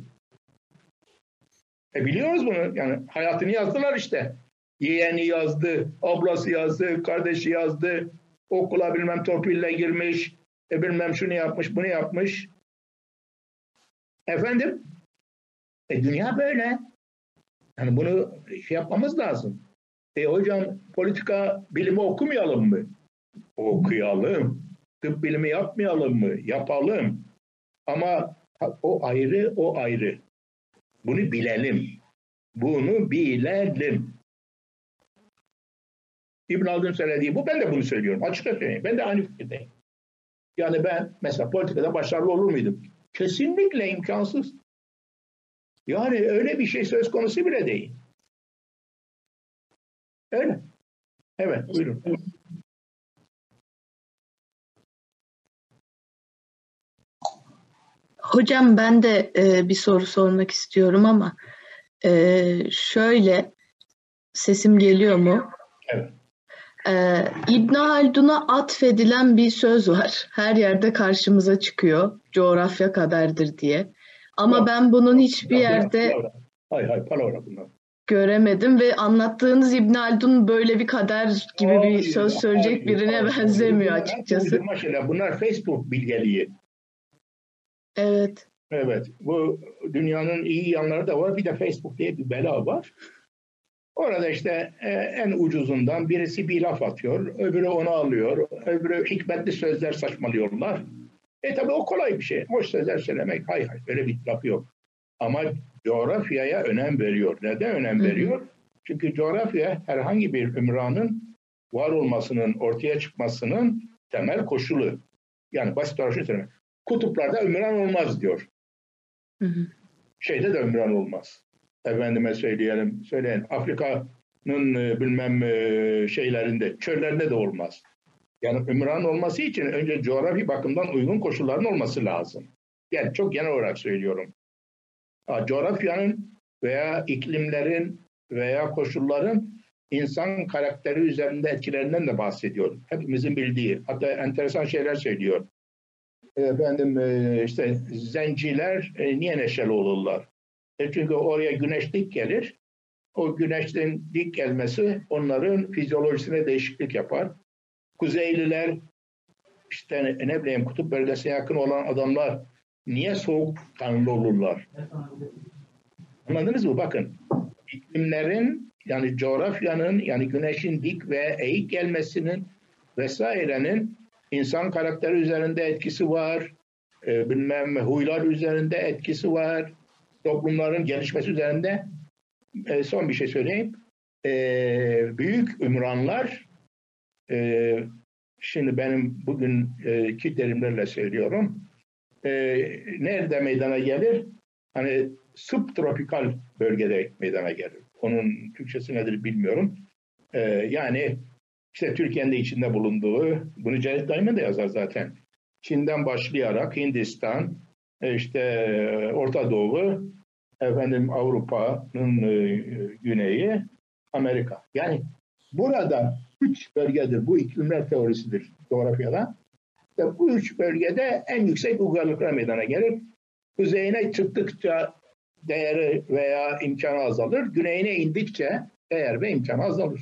E biliyoruz bunu. Yani hayatını yazdılar işte. Yeğeni yazdı, ablası yazdı, kardeşi yazdı. Okula bilmem torpille girmiş. E bilmem şunu yapmış, bunu yapmış. Efendim? E dünya böyle. Yani bunu şey yapmamız lazım. E hocam politika bilimi okumayalım mı? Okuyalım. Tıp bilimi yapmayalım mı? Yapalım. Ama o ayrı, o ayrı. Bunu bilelim. Bunu bilelim. İbn Haldun söylediği bu. Ben de bunu söylüyorum. Açıkça söyleyeyim. Ben de aynı fikirdeyim. Yani ben mesela politikada başarılı olur muydum? Kesinlikle imkansız. Yani öyle bir şey söz konusu bile değil. Öyle. Evet, buyurun. Hocam ben de e, bir soru sormak istiyorum ama e, şöyle, sesim geliyor mu? Evet. E, İbn Haldun'a atfedilen bir söz var. Her yerde karşımıza çıkıyor. Coğrafya kaderdir diye. Ama Yok. ben bunun hiçbir Yok, yerde palavra. Hayır hayır palavra bunlar. göremedim ve anlattığınız İbn Haldun böyle bir kader gibi bir Hayır, söz söyleyecek hayır, birine hayır. benzemiyor Bunlar açıkçası. uydurma şeyler. Bunlar Facebook bilgeliği. Evet. Evet. Bu dünyanın iyi yanları da var. Bir de Facebook diye bir bela var. Orada işte e, en ucuzundan birisi bir laf atıyor. Öbürü onu alıyor. Öbürü hikmetli sözler saçmalıyorlar. E tabi o kolay bir şey. Hoş sözler söylemek. Hayır hayır. Öyle bir laf yok. Ama coğrafyaya önem veriyor. Neden önem veriyor? Çünkü coğrafya herhangi bir ümranın var olmasının, ortaya çıkmasının temel koşulu. Yani basit olarak şunu söyleyeyim. kutuplarda ömran olmaz diyor. Hı hı. Şeyde de ömran olmaz. Efendime söyleyelim, söyleyin Afrika'nın e, bilmem e, şeylerinde, çöllerinde de olmaz. Yani ömran olması için önce coğrafi bakımdan uygun koşulların olması lazım. Yani çok genel olarak söylüyorum. Ha, coğrafyanın veya iklimlerin veya koşulların insan karakteri üzerinde etkilerinden de bahsediyor. Hepimizin bildiği, hatta enteresan şeyler söylüyor. Efendim e, işte zenciler e, niye neşeli olurlar? E çünkü oraya güneş dik gelir. O güneşin dik gelmesi onların fizyolojisine değişiklik yapar. Kuzeyliler işte ne, ne bileyim kutup bölgesine yakın olan adamlar niye soğuk tanrı olurlar? Anladınız mı? Bakın iklimlerin yani coğrafyanın yani güneşin dik ve eğik gelmesinin vesairenin insan karakteri üzerinde etkisi var. E, bilmem huylar üzerinde etkisi var. Toplumların gelişmesi üzerinde e, son bir şey söyleyeyim. E, büyük ümranlar e, şimdi benim bugünkü terimlerle söylüyorum. E, nerede meydana gelir? Hani subtropikal bölgede meydana gelir. Onun Türkçesi nedir bilmiyorum. E, yani işte Türkiye'nin de içinde bulunduğu, bunu Cevdet Daimi de yazar zaten. Çin'den başlayarak Hindistan, işte Orta Doğu, efendim Avrupa'nın e, güneyi, Amerika. Yani burada üç bölgedir. Bu iklimler teorisidir coğrafyada. Ve bu üç bölgede en yüksek uygarlıklar meydana gelir. Kuzeyine çıktıkça değeri veya imkanı azalır. Güneyine indikçe değer ve imkanı azalır.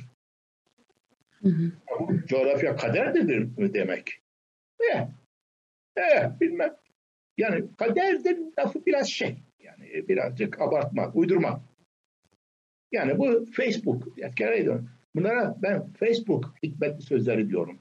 Hı hı. Bu coğrafya kaderdir mi demek? Eh, eh, bilmem. Yani kaderdir lafı biraz şey. Yani birazcık abartma, uydurma. Yani bu Facebook etkilere ediyor. Bunlara ben Facebook hikmetli sözleri diyorum.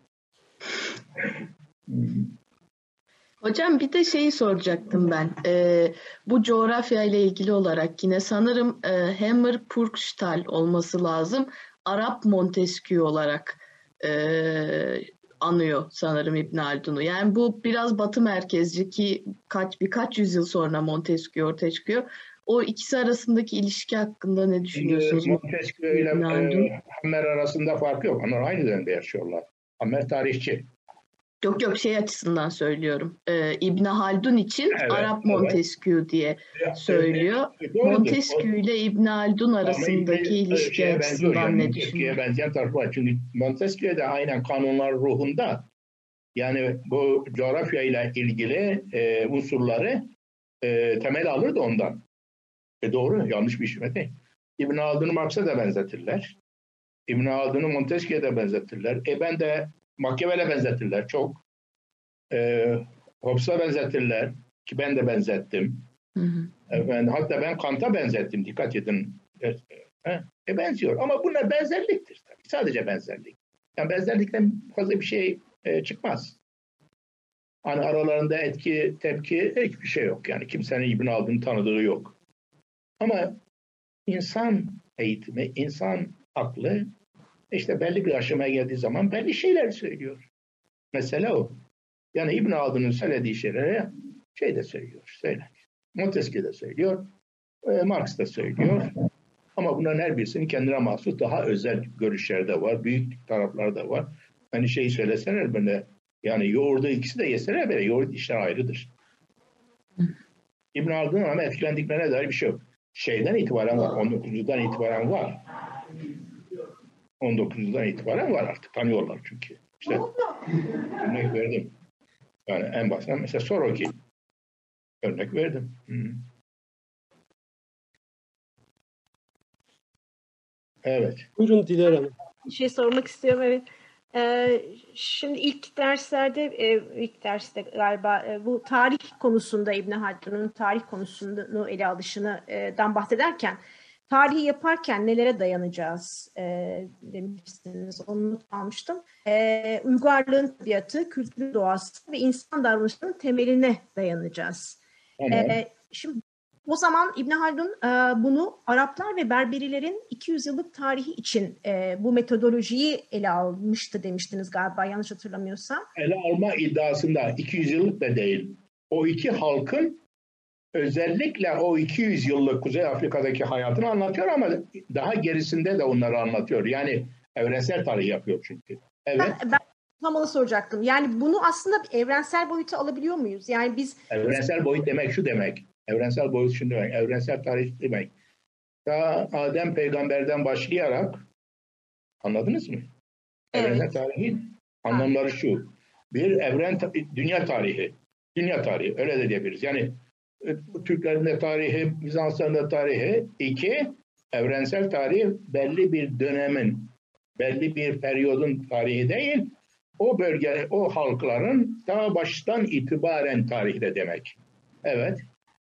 Hocam bir de şeyi soracaktım ben. Ee, bu coğrafya ile ilgili olarak yine sanırım e, Hammer Purgstall olması lazım. Arap Montesquieu olarak e, anıyor sanırım İbn Haldun'u. Yani bu biraz Batı merkezci ki kaç birkaç yüzyıl sonra Montesquieu ortaya çıkıyor. O ikisi arasındaki ilişki hakkında ne düşünüyorsunuz? Şimdi Montesquieu ile e, Hammer arasında fark yok. Onlar aynı dönemde yaşıyorlar. Hammer tarihçi. Yok yok şey açısından söylüyorum. Ee, İbn Haldun için evet, Arap evet. Montesquieu diye söylüyor. Evet, Montesquieu ile İbn Haldun arasındaki İbn, ilişki şeye açısından benziyor, ne düşünüyorsunuz? Montesquieu'ya benzeyen tarafı var. Çünkü Montesquieu de aynen kanunlar ruhunda yani bu coğrafya ile ilgili e, unsurları e, temel alır da ondan. E doğru, yanlış bir şey değil. İbn Haldun'u Marx'a da benzetirler. İbn Haldun'u Montesquieu'ya da benzetirler. E ben de Machiavelli'e benzetirler çok. E, Hobbes'a benzetirler ki ben de benzettim. Hı hı. E, ben, hatta ben Kant'a benzettim. Dikkat edin. E, e, benziyor. Ama bunlar benzerliktir tabii. Sadece benzerlik. Yani benzerlikten fazla bir şey e, çıkmaz. Hani aralarında etki, tepki hiçbir şey yok. Yani kimsenin İbn Haldun'u tanıdığı yok. Ama insan eğitimi, insan aklı işte belli bir aşamaya geldiği zaman belli şeyler söylüyor. Mesela o. Yani İbn Haldun'un söylediği şeylere şey de söylüyor. Söyle. Montesquieu de söylüyor. E, Marx da söylüyor. Ama bunların her birisinin kendine mahsus daha özel görüşleri de var. Büyük taraflar da var. Hani şeyi söyleseler böyle yani yoğurdu ikisi de yeseler böyle yoğurt işler ayrıdır. İbn Haldun'un ama etkilendiklerine dair bir şey yok. Şeyden itibaren var. on dokuz yüzyıldan itibaren var. on dokuz yüzyıldan itibaren var artık. Tanıyorlar çünkü. İşte örnek verdim. Yani en başından mesela Soroki örnek verdim. Hmm. Evet. Buyurun Diler Hanım. Bir şey sormak istiyorum. Evet. Ee, şimdi ilk derslerde, e, ilk derste galiba e, bu tarih konusunda İbn Haldun'un tarih konusunu ele alışından bahsederken tarihi yaparken nelere dayanacağız e, demiştiniz. Onu not almıştım. E, uygarlığın tabiatı, kültürün doğası ve insan davranışlarının temeline dayanacağız. Evet. E, şimdi o zaman İbn Haldun e, bunu Araplar ve Berberilerin iki yüz yıllık tarihi için e, bu metodolojiyi ele almıştı demiştiniz galiba yanlış hatırlamıyorsam. Ele alma iddiasında iki yüz yıllık da değil. o iki halkın özellikle o iki yüz yıllık Kuzey Afrika'daki hayatını anlatıyor ama daha gerisinde de onları anlatıyor. Yani evrensel tarih yapıyor çünkü. Evet. Ben, ben tam onu soracaktım. Yani bunu aslında evrensel boyuta alabiliyor muyuz? Yani biz evrensel boyut demek şu demek. Evrensel boyut şu demek. Evrensel tarih demek. Ta Adem peygamberden başlayarak, anladınız mı? Evet. Evrensel tarihin anlamları şu. Bir, evren dünya tarihi. Dünya tarihi. Öyle de diyebiliriz. Yani Türklerin de tarihi, Bizansların da tarihi. İki, evrensel tarih belli bir dönemin, belli bir periyodun tarihi değil, o bölge, o halkların daha baştan itibaren tarihi de demek. Evet.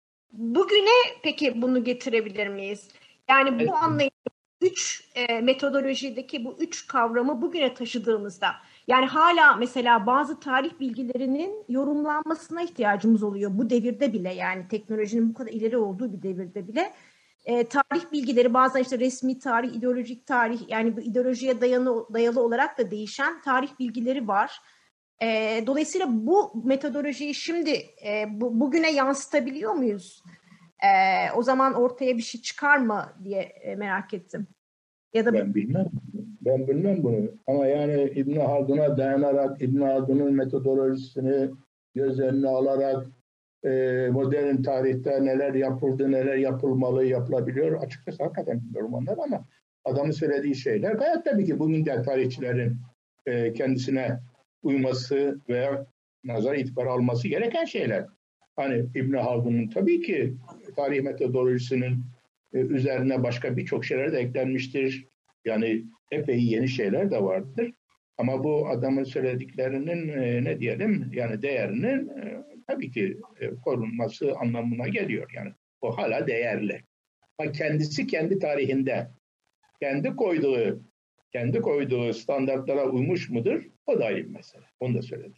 Bugüne peki bunu getirebilir miyiz? Yani bu Evet. anlayış, üç e, metodolojideki bu üç kavramı bugüne taşıdığımızda, yani hala mesela bazı tarih bilgilerinin yorumlanmasına ihtiyacımız oluyor. Bu devirde bile, yani teknolojinin bu kadar ileri olduğu bir devirde bile e, tarih bilgileri bazen işte resmi tarih, ideolojik tarih, yani bu ideolojiye dayanı, dayalı olarak da değişen tarih bilgileri var. E, dolayısıyla bu metodolojiyi şimdi e, bu, bugüne yansıtabiliyor muyuz? E, o zaman ortaya bir şey çıkar mı diye e, merak ettim. Ya da Ben bilmem. Ben bilmem bunu. Ama yani İbn Haldun'a dayanarak, İbn Haldun'un metodolojisini göz önüne alarak e, modern tarihte neler yapıldı, neler yapılmalı, yapılabiliyor. Açıkçası hakikaten bilmiyorum onları ama adamın söylediği şeyler gayet tabii ki bugün de tarihçilerin e, kendisine uyması veya nazar itibar alması gereken şeyler. Hani İbn Haldun'un tabii ki tarih metodolojisinin e, üzerine başka birçok şeyler de eklenmiştir. Yani epey yeni şeyler de vardır. Ama bu adamın söylediklerinin e, ne diyelim yani değerinin e, tabii ki e, korunması anlamına geliyor. Yani o hala değerli. Ama kendisi kendi tarihinde kendi koyduğu kendi koyduğu standartlara uymuş mudur? O da ayrı bir mesele. Onu da söyledim.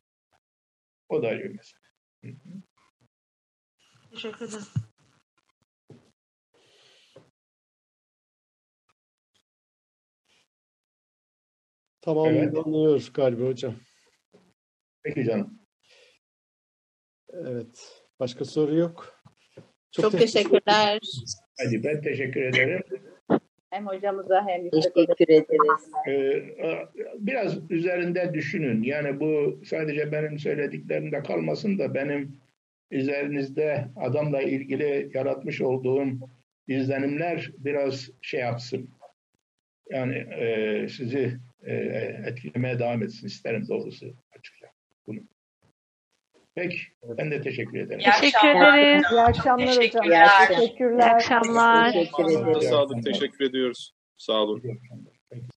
O da ayrı bir mesele. Hı hı. teşekkür ederim. Tamam, Evet. anlıyoruz galiba hocam. Peki canım. Evet. Başka soru yok. Çok teşekkürler. Hadi ben teşekkür ederim. Hem hocamıza hem teşekkür ederiz. Ee, biraz üzerinde düşünün. Yani bu sadece benim söylediklerimde kalmasın da benim üzerinizde adamla ilgili yaratmış olduğum izlenimler biraz şey yapsın. Yani e, sizi e, etkilemeye devam etsin isterim doğrusu açıkça bunu. Peki, ben de teşekkür ederim. Teşekkür ederiz. İyi akşamlar hocam. Teşekkürler. Teşekkürler. İyi akşamlar. Teşekkür İyi ederiz. akşamlar. Teşekkür ediyoruz. Sağ olun. İyi akşamlar.